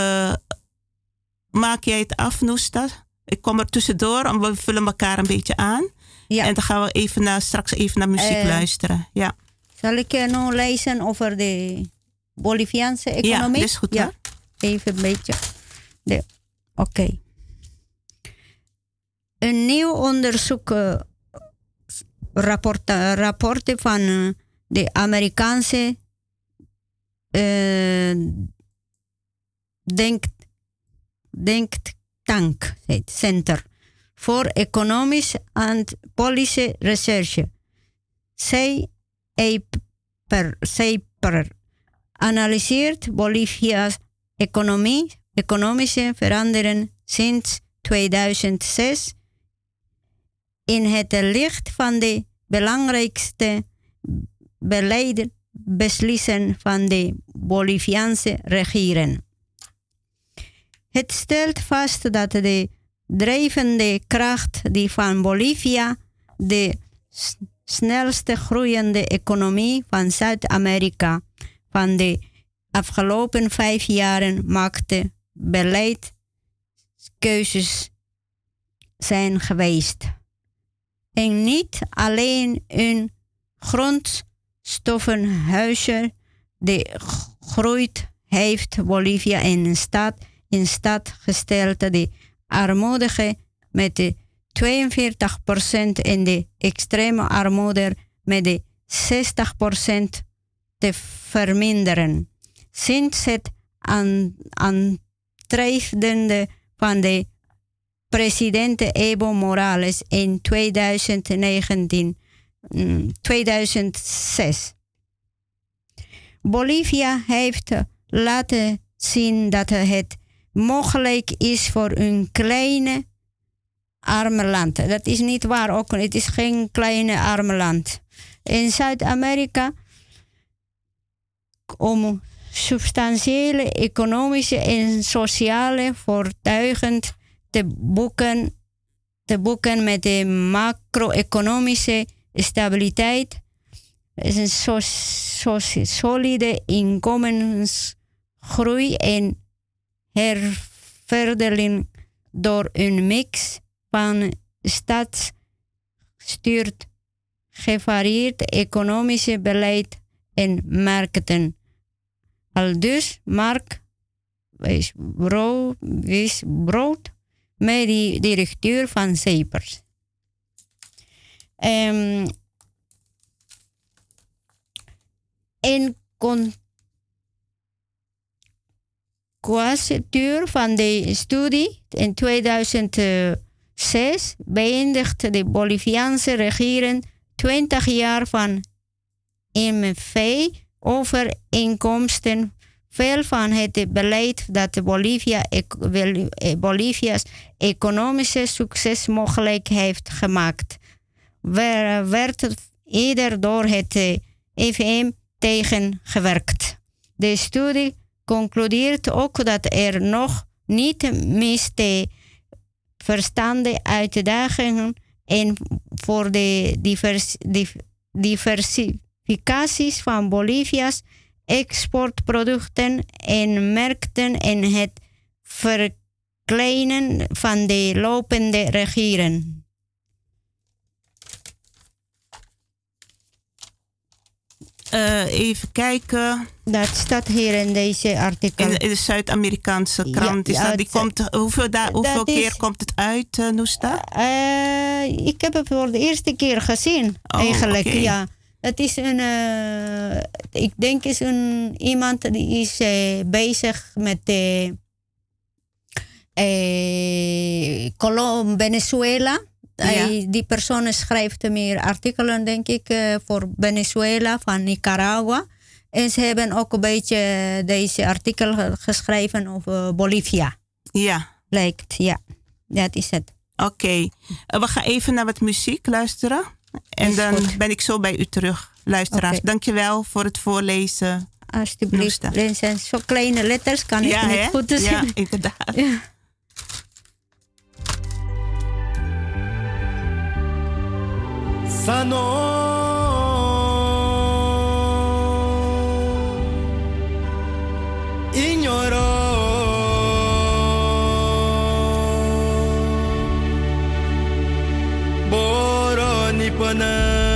maak jij het af, Noesta? Ik kom er tussendoor en we vullen elkaar een beetje aan. Ja. En dan gaan we straks even naar muziek luisteren. Ja. Zal ik nog lezen over de Boliviaanse economie? Ja, dat is goed. Ja, even een beetje. Oké. Een nieuw onderzoek, rapporten van de Amerikaanse Denktank Center voor Economisch en Policy Research, CEPR, analyseert Bolivia's economische veranderingen sinds 2006 in het licht van de belangrijkste beleidsbeslissingen van de Boliviaanse regering. Het stelt vast dat de drijvende kracht die van Bolivia, de snelste groeiende economie van Zuid-Amerika, van de afgelopen 5 jaren maakte beleidskeuzes zijn geweest. En niet alleen een grondstoffenhuisje die groeit heeft Bolivia in staat gesteld de armoedige met de 42% en de extreme armoede met de 60% te verminderen. Sinds het aantreden van de president Evo Morales in 2006. Bolivia heeft laten zien dat het mogelijk is voor een kleine arme land. Dat is niet waar ook. Het is geen kleine arme land. In Zuid-Amerika, om substantiële economische en sociale voortuigen te boeken met de macro-economische stabiliteit, is een solide inkomensgroei en herverdeling door een mix van staatsstuurt, gevarieerd economische beleid en markten. Aldus Mark Wijsbrood, mede-directeur van CEPERS. In conjunctuur van de studie in 2006 beëindigde de Boliviaanse regering 20 jaar van MV-overeenkomsten. Veel van het beleid dat Bolivia's economische succes mogelijk heeft gemaakt, werd eerder door het EVM tegengewerkt. De studie concludeert ook dat er nog niet miste verstande uitdagingen en voor de diversificaties van Bolivia's exportproducten en markten en het verkleinen van de lopende regering. Even kijken. Dat staat hier in deze artikel. In de Zuid-Amerikaanse krant. Ja, hoeveel keer komt het uit, Noesta? Ik heb het voor de eerste keer gezien, eigenlijk. Okay. Ja. Het is ik denk is iemand die is bezig met Venezuela. Ja. Die persoon schrijft meer artikelen, denk ik, voor Venezuela van Nicaragua. En ze hebben ook een beetje deze artikel geschreven over Bolivia. Ja. Lijkt, ja. Dat is het. Oké. We gaan even naar wat muziek luisteren. En dan ben ik zo bij u terug, luisteraars. Okay. Dankjewel voor het voorlezen. Alsjeblieft. Er zijn zo kleine letters, kan ik niet goed zien. Ja, inderdaad. Ja. Sano ignoro boro nipana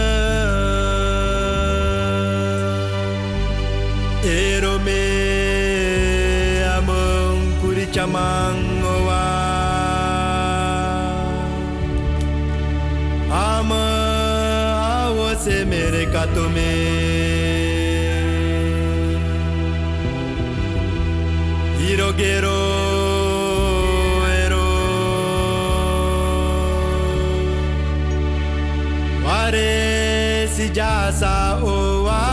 ero me among kurichamang wa se mere katome hirogero ero ware si jasa owa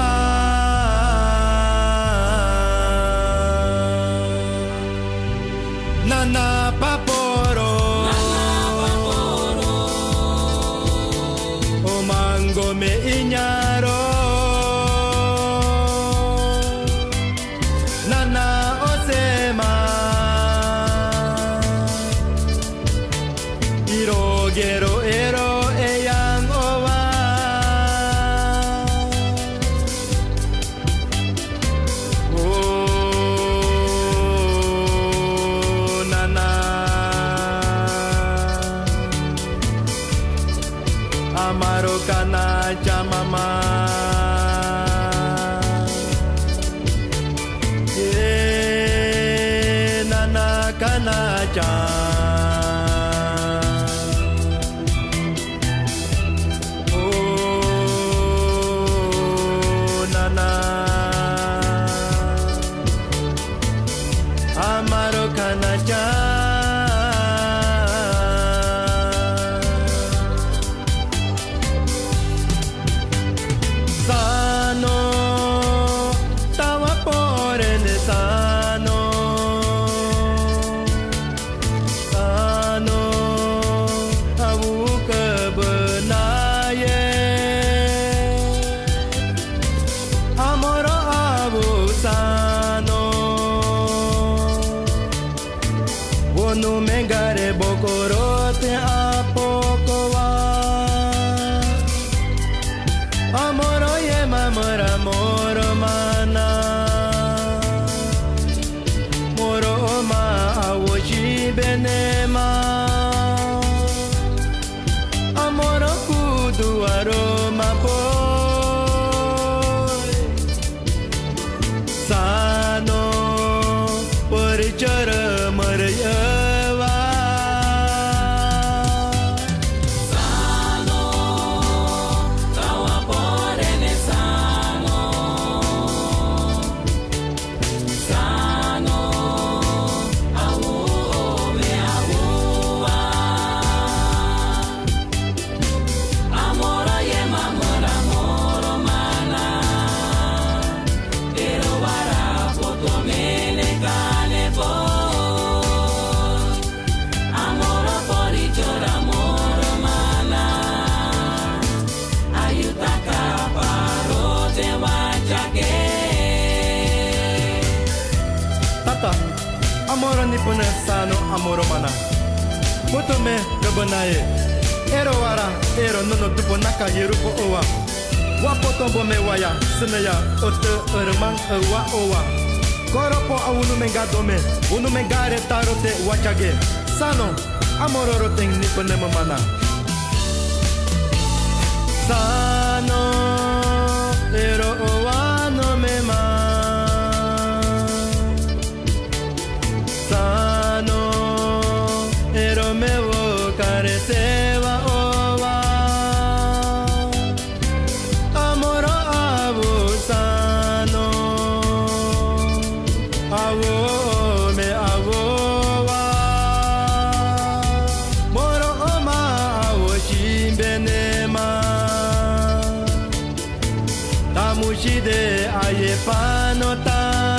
nana paporo me iñaro nana osema irogero ero eyang owa oh nana amaro kana Mama, nana kana oh nana amaro kana Sano onu mengare bokorote apokowa. Amoro ye mamora moro mana. Moro ma awoshi benema. Amoro kudu aroma boy. Sano por chara maryawa. Sano kawa porene sano. Sano awu me awuwa. Amora ye mamora moro mana. Pero wara poto mene kane bo. Amora pori chora moro mana. Ayuta kaparo te wachake. Tata, amoro ni pune sano amoro mana. Moto me gabanaye. Ero wara, ero nono tupo naka yerupo owa. Wapoto bo me waya, semeya ote ermang ewa owa. Koropo awunu mengadome, unu mengare tarote wachage. Sano, amoro roteng ni pune mamana. Sano, ero owa no me ma. Sano, ero me wo caretewa owa. Amoro avu sano, avu me avuwa. Moro oma avu shimbenema. Tamushide aye panota.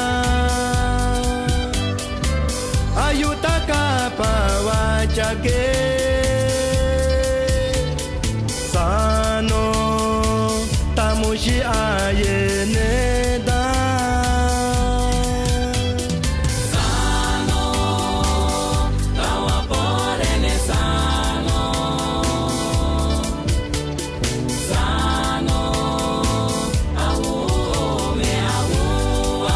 Ayuta kapa wachake. Sano tamushi aye neda. Sano kawa porene sano. Sano awu me awuwa.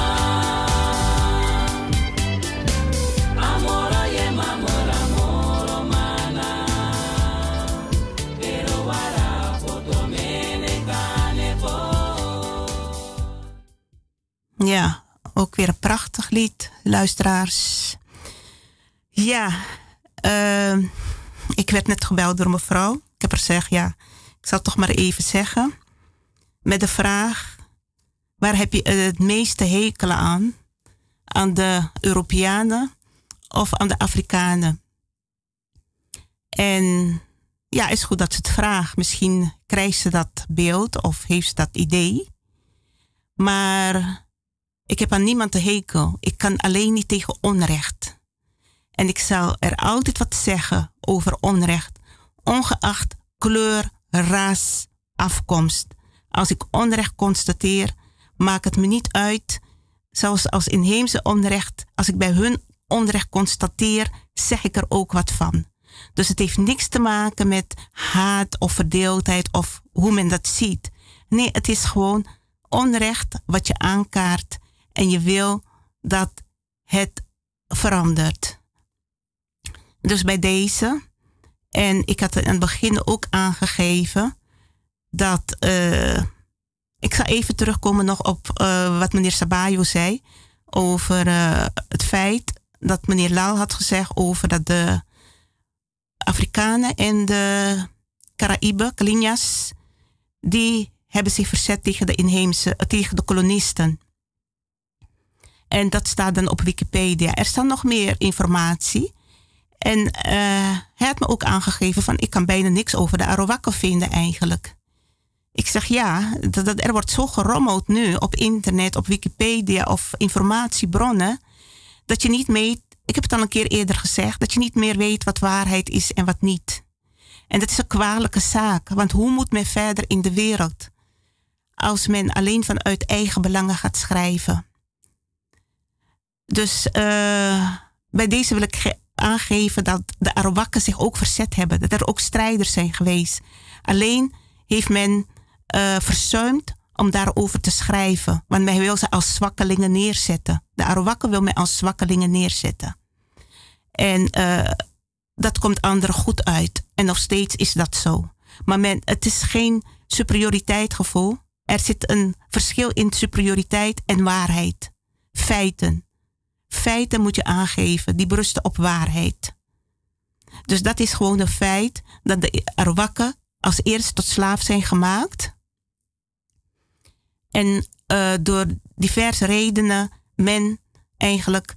Amora ye mamora moro mana. Pero wara poto mene kane bo. Ja, ook weer een prachtig lied, luisteraars. Ja, ik werd net gebeld door mevrouw. Ik heb haar gezegd, ja, ik zal het toch maar even zeggen. Met de vraag, waar heb je het meeste hekelen aan? Aan de Europeanen of aan de Afrikanen? En ja, is goed dat ze het vraagt. Misschien krijgt ze dat beeld of heeft ze dat idee. Maar ik heb aan niemand een hekel. Ik kan alleen niet tegen onrecht. En ik zal er altijd wat zeggen over onrecht. Ongeacht kleur, ras, afkomst. Als ik onrecht constateer, maakt het me niet uit. Zelfs als inheemse onrecht. Als ik bij hun onrecht constateer, zeg ik er ook wat van. Dus het heeft niks te maken met haat of verdeeldheid of hoe men dat ziet. Nee, het is gewoon onrecht wat je aankaart. En je wil dat het verandert. Dus bij deze. En ik had aan het begin ook aangegeven dat. Ik ga even terugkomen nog op wat meneer Sabayo zei. Over het feit dat meneer Lal had gezegd over dat de Afrikanen en de Caraïben, Kalinyas, die hebben zich verzet tegen de inheemse, tegen de kolonisten. En dat staat dan op Wikipedia. Er staat nog meer informatie. En hij had me ook aangegeven van ik kan bijna niks over de Arawakken vinden eigenlijk. Ik zeg ja, er wordt zo gerommeld nu op internet, op Wikipedia of informatiebronnen, dat je niet mee, ik heb het al een keer eerder gezegd, dat je niet meer weet wat waarheid is en wat niet. En dat is een kwalijke zaak, want hoe moet men verder in de wereld als men alleen vanuit eigen belangen gaat schrijven? Dus bij deze wil ik aangeven dat de Arawakken zich ook verzet hebben. Dat er ook strijders zijn geweest. Alleen heeft men verzuimd om daarover te schrijven. Want men wil ze als zwakkelingen neerzetten. De Arawakken wil men als zwakkelingen neerzetten. En dat komt anderen goed uit. En nog steeds is dat zo. Maar het is geen superioriteitsgevoel. Er zit een verschil in superioriteit en waarheid. Feiten. Feiten moet je aangeven. Die berusten op waarheid. Dus dat is gewoon een feit dat de Arawakken als eerste tot slaaf zijn gemaakt. En door diverse redenen men eigenlijk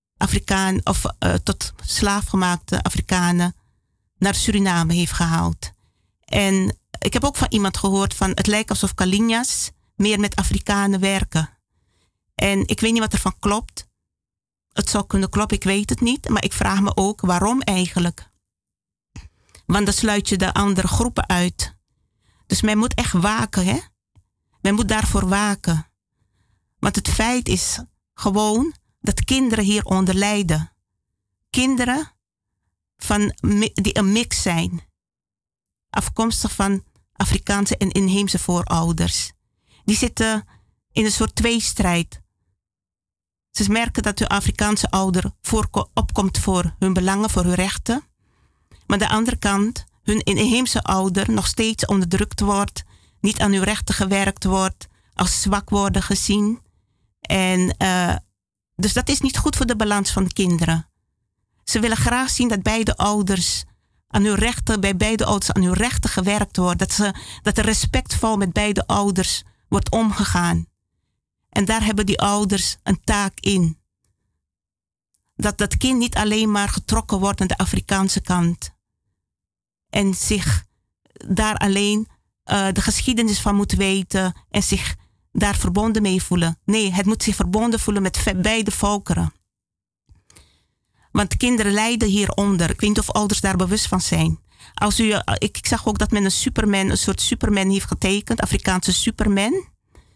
tot slaafgemaakte Afrikanen naar Suriname heeft gehaald. En ik heb ook van iemand gehoord van het lijkt alsof Kalinjas meer met Afrikanen werken. En ik weet niet wat er van klopt. Het zou kunnen kloppen, ik weet het niet. Maar ik vraag me ook waarom eigenlijk. Want dan sluit je de andere groepen uit. Dus men moet echt waken, hè. Men moet daarvoor waken. Want het feit is gewoon dat kinderen hieronder lijden. Kinderen die een mix zijn. Afkomstig van Afrikaanse en inheemse voorouders. Die zitten in een soort tweestrijd. Ze merken dat hun Afrikaanse ouder opkomt voor hun belangen, voor hun rechten. Maar aan de andere kant, hun inheemse ouder nog steeds onderdrukt wordt. Niet aan hun rechten gewerkt wordt. Als zwak worden gezien. En dus dat is niet goed voor de balans van de kinderen. Ze willen graag zien dat bij beide ouders aan hun rechten gewerkt wordt. Dat er respectvol met beide ouders wordt omgegaan. En daar hebben die ouders een taak in. Dat dat kind niet alleen maar getrokken wordt naar de Afrikaanse kant. En zich daar alleen de geschiedenis van moet weten. En zich daar verbonden mee voelen. Nee, het moet zich verbonden voelen met beide volkeren. Want kinderen lijden hieronder. Ik weet niet of ouders daar bewust van zijn. Ik zag ook dat men een soort Superman heeft getekend. Afrikaanse Superman.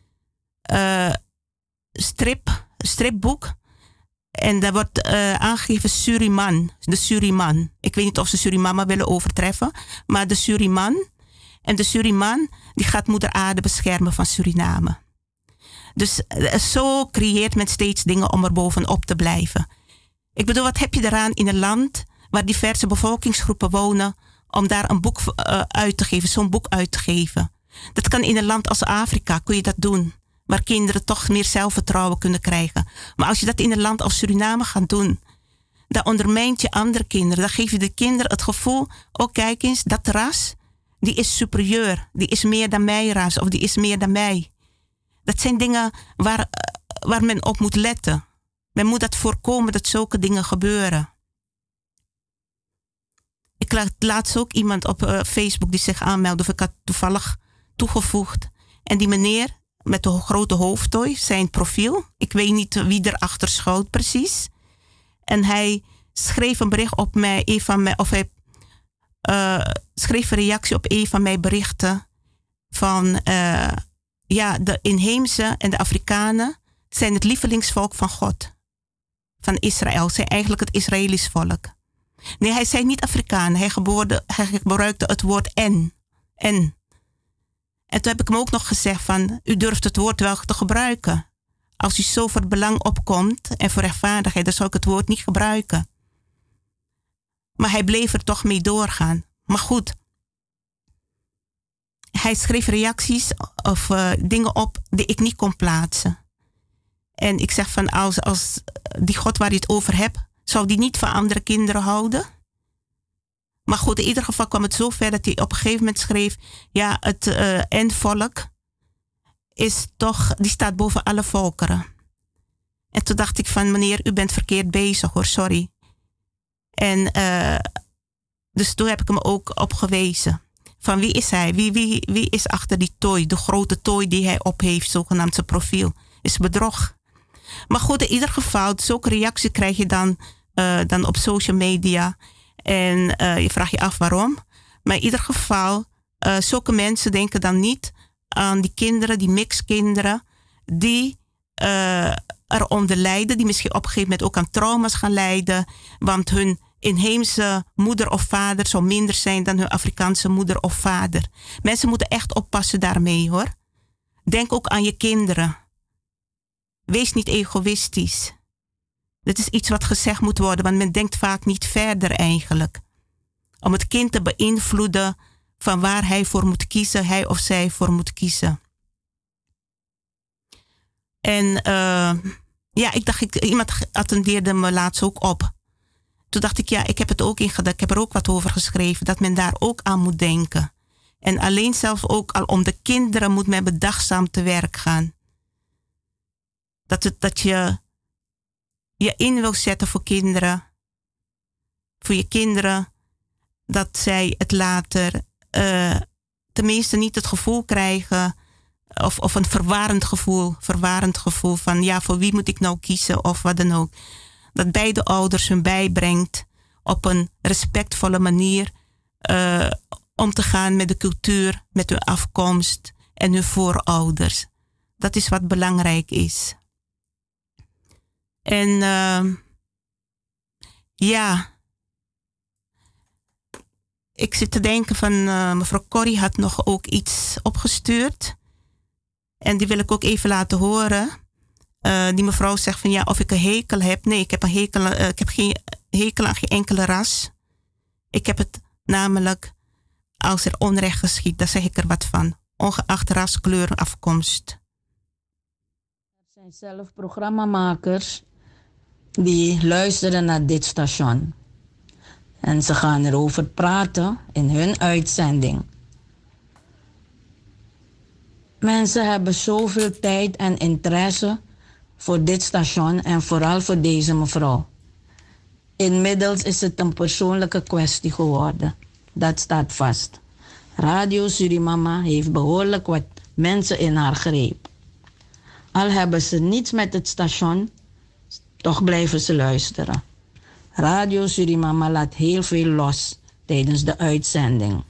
Stripboek. En daar wordt aangegeven Suriman. De Suriman. Ik weet niet of ze Surimama willen overtreffen. Maar de Suriman. En de Suriman die gaat moeder aarde beschermen van Suriname. Dus zo creëert men steeds dingen om er bovenop te blijven. Ik bedoel, wat heb je eraan in een land waar diverse bevolkingsgroepen wonen om daar een boek uit te geven, zo'n boek uit te geven. Dat kan in een land als Afrika, kun je dat doen. Waar kinderen toch meer zelfvertrouwen kunnen krijgen. Maar als je dat in een land als Suriname gaat doen, dan ondermijnt je andere kinderen. Dan geef je de kinderen het gevoel, oh kijk eens, dat ras, die is superieur. Die is meer dan mijn ras of die is meer dan mij. Dat zijn dingen waar men op moet letten. Men moet dat voorkomen dat zulke dingen gebeuren. Ik laatst ook iemand op Facebook die zich aanmeldde. Of ik had toevallig toegevoegd. En die meneer met de grote hoofdtooi, zijn profiel. Ik weet niet wie erachter schoot precies. En hij schreef een bericht op mij. Hij schreef een reactie op een van mijn berichten. Van de inheemse en de Afrikanen zijn het lievelingsvolk van God. Van Israël. Zijn eigenlijk het Israëlisch volk. Nee, hij zei niet Afrikaan. Hij gebruikte het woord en. En toen heb ik hem ook nog gezegd van, u durft het woord wel te gebruiken. Als u zo voor het belang opkomt en voor rechtvaardigheid, dan zou ik het woord niet gebruiken. Maar hij bleef er toch mee doorgaan. Maar goed. Hij schreef reacties of dingen op die ik niet kon plaatsen. En ik zeg van, als die God waar je het over hebt, zou die niet van andere kinderen houden? Maar goed, in ieder geval kwam het zo ver dat hij op een gegeven moment schreef, ja, het volk is toch, die staat boven alle volkeren. En toen dacht ik van, meneer, u bent verkeerd bezig hoor, sorry. En dus toen heb ik hem ook op gewezen. Van wie is hij? Wie is achter die tooi, de grote tooi die hij op heeft, zogenaamd zijn profiel? Is bedrog. Maar goed, in ieder geval, zulke reactie krijg je dan op social media. En je vraagt je af waarom. Maar in ieder geval, zulke mensen denken dan niet aan die kinderen, die mixkinderen, die eronder lijden, die misschien op een gegeven moment ook aan trauma's gaan lijden, want hun inheemse moeder of vader zou minder zijn dan hun Afrikaanse moeder of vader. Mensen moeten echt oppassen daarmee, hoor. Denk ook aan je kinderen. Wees niet egoïstisch. Dit is iets wat gezegd moet worden, want men denkt vaak niet verder eigenlijk. Om het kind te beïnvloeden van waar hij voor moet kiezen, hij of zij voor moet kiezen. En ik dacht, iemand attendeerde me laatst ook op. Toen dacht ik, ja, ik heb het ook ingedaan. Ik heb er ook wat over geschreven, dat men daar ook aan moet denken. En alleen zelfs ook al om de kinderen moet men bedachtzaam te werk gaan. Dat je je in wil zetten voor kinderen. Voor je kinderen. Dat zij het later tenminste niet het gevoel krijgen. Of een verwarend gevoel van ja, voor wie moet ik nou kiezen of wat dan ook. Dat beide ouders hun bijbrengt op een respectvolle manier om te gaan met de cultuur, met hun afkomst en hun voorouders. Dat is wat belangrijk is. En ik zit te denken van mevrouw Corrie had nog ook iets opgestuurd. En die wil ik ook even laten horen. Die mevrouw zegt van ja, of ik een hekel heb. Nee, ik heb geen hekel aan geen enkele ras. Ik heb het namelijk als er onrecht geschiet, daar zeg ik er wat van. Ongeacht ras, kleur, afkomst. Er zijn zelf programmamakers die luisteren naar dit station. En ze gaan erover praten in hun uitzending. Mensen hebben zoveel tijd en interesse voor dit station en vooral voor deze mevrouw. Inmiddels is het een persoonlijke kwestie geworden. Dat staat vast. Radio Surimama heeft behoorlijk wat mensen in haar greep. Al hebben ze niets met het station, toch blijven ze luisteren. Radio Surimama laat heel veel los tijdens de uitzending.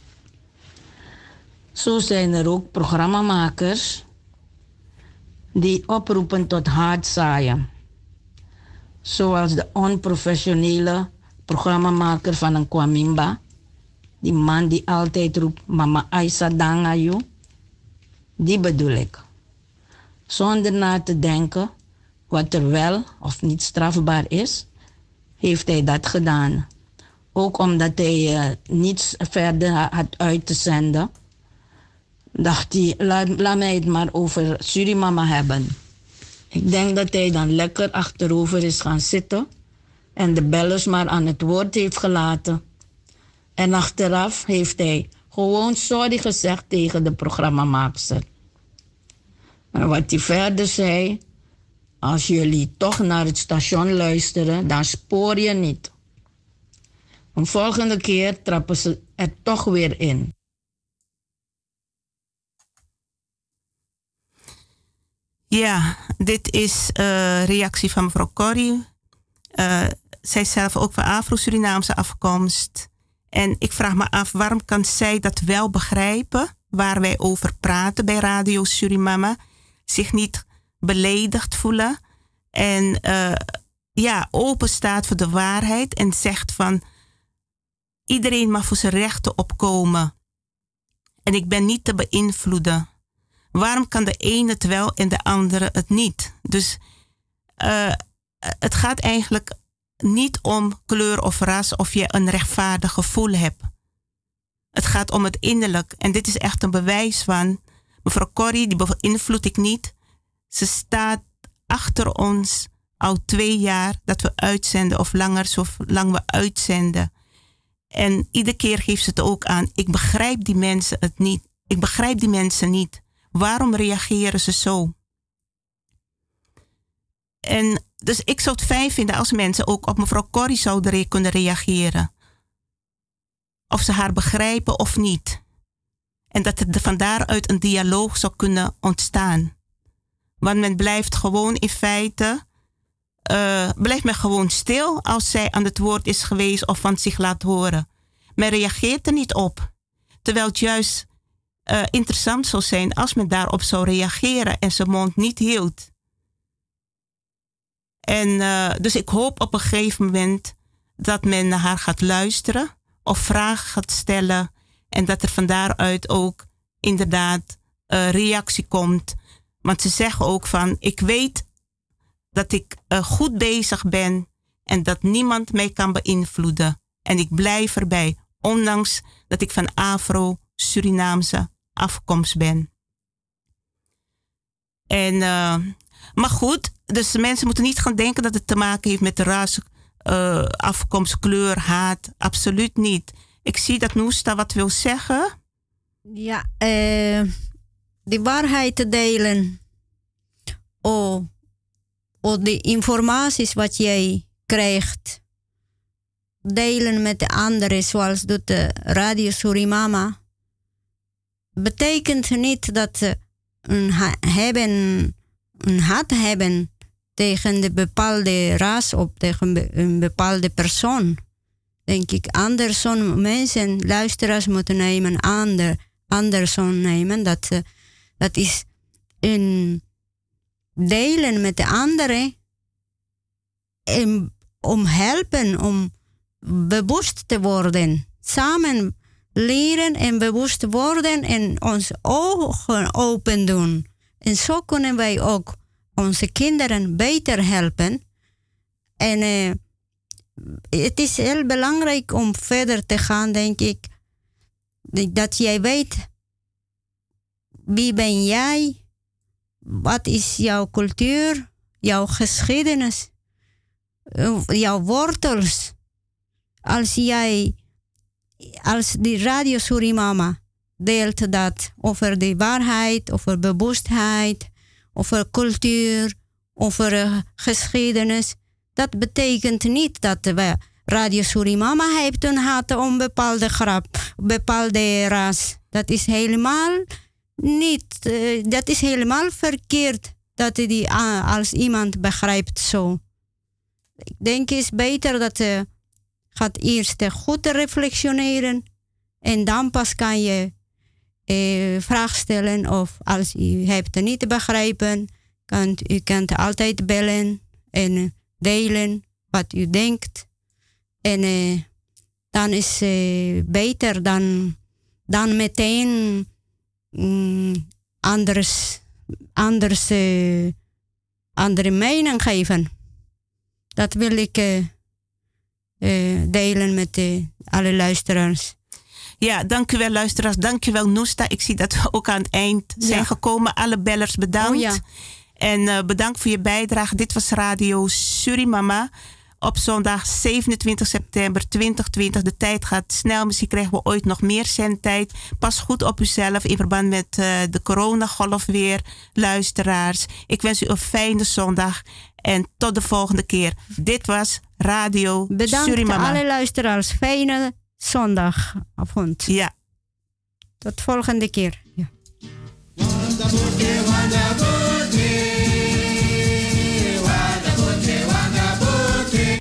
Zo zijn er ook programmamakers die oproepen tot haatzaaien. Zoals de onprofessionele programmamaker van een Kwamimba. Die man die altijd roept, Mama Aisa Dangayu. Die bedoel ik. Zonder na te denken wat er wel of niet strafbaar is, heeft hij dat gedaan. Ook omdat hij niets verder had uit te zenden, dacht hij, laat mij het maar over Surimama hebben. Ik denk dat hij dan lekker achterover is gaan zitten en de bellers maar aan het woord heeft gelaten. En achteraf heeft hij gewoon sorry gezegd tegen de programmamaakster. Maar wat hij verder zei, als jullie toch naar het station luisteren, dan spoor je niet. Een volgende keer trappen ze er toch weer in. Ja, dit is reactie van mevrouw Corrie. Zij is zelf ook van Afro-Surinaamse afkomst. En ik vraag me af, waarom kan zij dat wel begrijpen, waar wij over praten bij Radio Surimama, zich niet beledigd voelen en open staat voor de waarheid en zegt van iedereen mag voor zijn rechten opkomen en ik ben niet te beïnvloeden. Waarom kan de ene het wel en de andere het niet? Dus het gaat eigenlijk niet om kleur of ras of je een rechtvaardig gevoel hebt. Het gaat om het innerlijk. En dit is echt een bewijs van mevrouw Corrie, die beïnvloed ik niet. Ze staat achter ons al 2 jaar dat we uitzenden of langer, zolang we uitzenden. En iedere keer geeft ze het ook aan. Ik begrijp die mensen het niet. Ik begrijp die mensen niet. Waarom reageren ze zo? En dus ik zou het fijn vinden als mensen ook op mevrouw Corrie zouden kunnen reageren. Of ze haar begrijpen of niet. En dat er van daaruit een dialoog zou kunnen ontstaan. Want men blijft gewoon in feite, blijft men gewoon stil als zij aan het woord is geweest of van zich laat horen. Men reageert er niet op. Terwijl het juist interessant zou zijn als men daarop zou reageren en zijn mond niet hield. En dus ik hoop op een gegeven moment dat men naar haar gaat luisteren of vragen gaat stellen en dat er van daaruit ook inderdaad reactie komt. Want ze zeggen ook van, ik weet dat ik goed bezig ben en dat niemand mij kan beïnvloeden. En ik blijf erbij, ondanks dat ik van Afro-Surinaamse afkomst ben. En, maar goed, dus de mensen moeten niet gaan denken dat het te maken heeft met de ras, afkomst, kleur, haat. Absoluut niet. Ik zie dat Noesta wat wil zeggen. Ja, de waarheid te delen. Oh, de informaties wat jij krijgt. Delen met de anderen, zoals doet de Radio Surimama. Betekent niet dat ze een haat hebben tegen de bepaalde ras of tegen een bepaalde persoon. Denk ik, andersom mensen, luisteraars moeten nemen, andersom nemen. Dat is een delen met de anderen om helpen, om bewust te worden. Samen leren en bewust worden en onze ogen open doen. En zo kunnen wij ook onze kinderen beter helpen. En het is heel belangrijk om verder te gaan, denk ik. Dat jij weet, wie ben jij? Wat is jouw cultuur? Jouw geschiedenis? Jouw wortels? Als die Radio Surimama deelt dat over de waarheid, over bewustheid, over cultuur, over geschiedenis. Dat betekent niet dat we Radio Surimama heeft een haat om bepaalde grap, bepaalde ras. Dat is helemaal niet, dat is helemaal verkeerd dat als iemand begrijpt zo. Ik denk het is beter dat je gaat eerst goed reflectioneren en dan pas kan je vraag stellen of als u hebt het niet begrijpen, u kunt altijd bellen en delen wat u denkt. En dan is het beter dan meteen andere mening geven. Dat wil ik delen met alle luisteraars. Ja, dank u wel luisteraars. Dank u wel Noesta. Ik zie dat we ook aan het eind zijn gekomen. Alle bellers bedankt. Oh, ja. En bedankt voor je bijdrage. Dit was Radio Surimama. Op zondag 27 september 2020. De tijd gaat snel. Misschien krijgen we ooit nog meer zendtijd. Pas goed op uzelf in verband met de coronagolf weer. Luisteraars. Ik wens u een fijne zondag. En tot de volgende keer. Dit was Radio Surimama. Bedankt alle luisteraars. Fijne zondagavond. Ja. Tot volgende keer. Ja.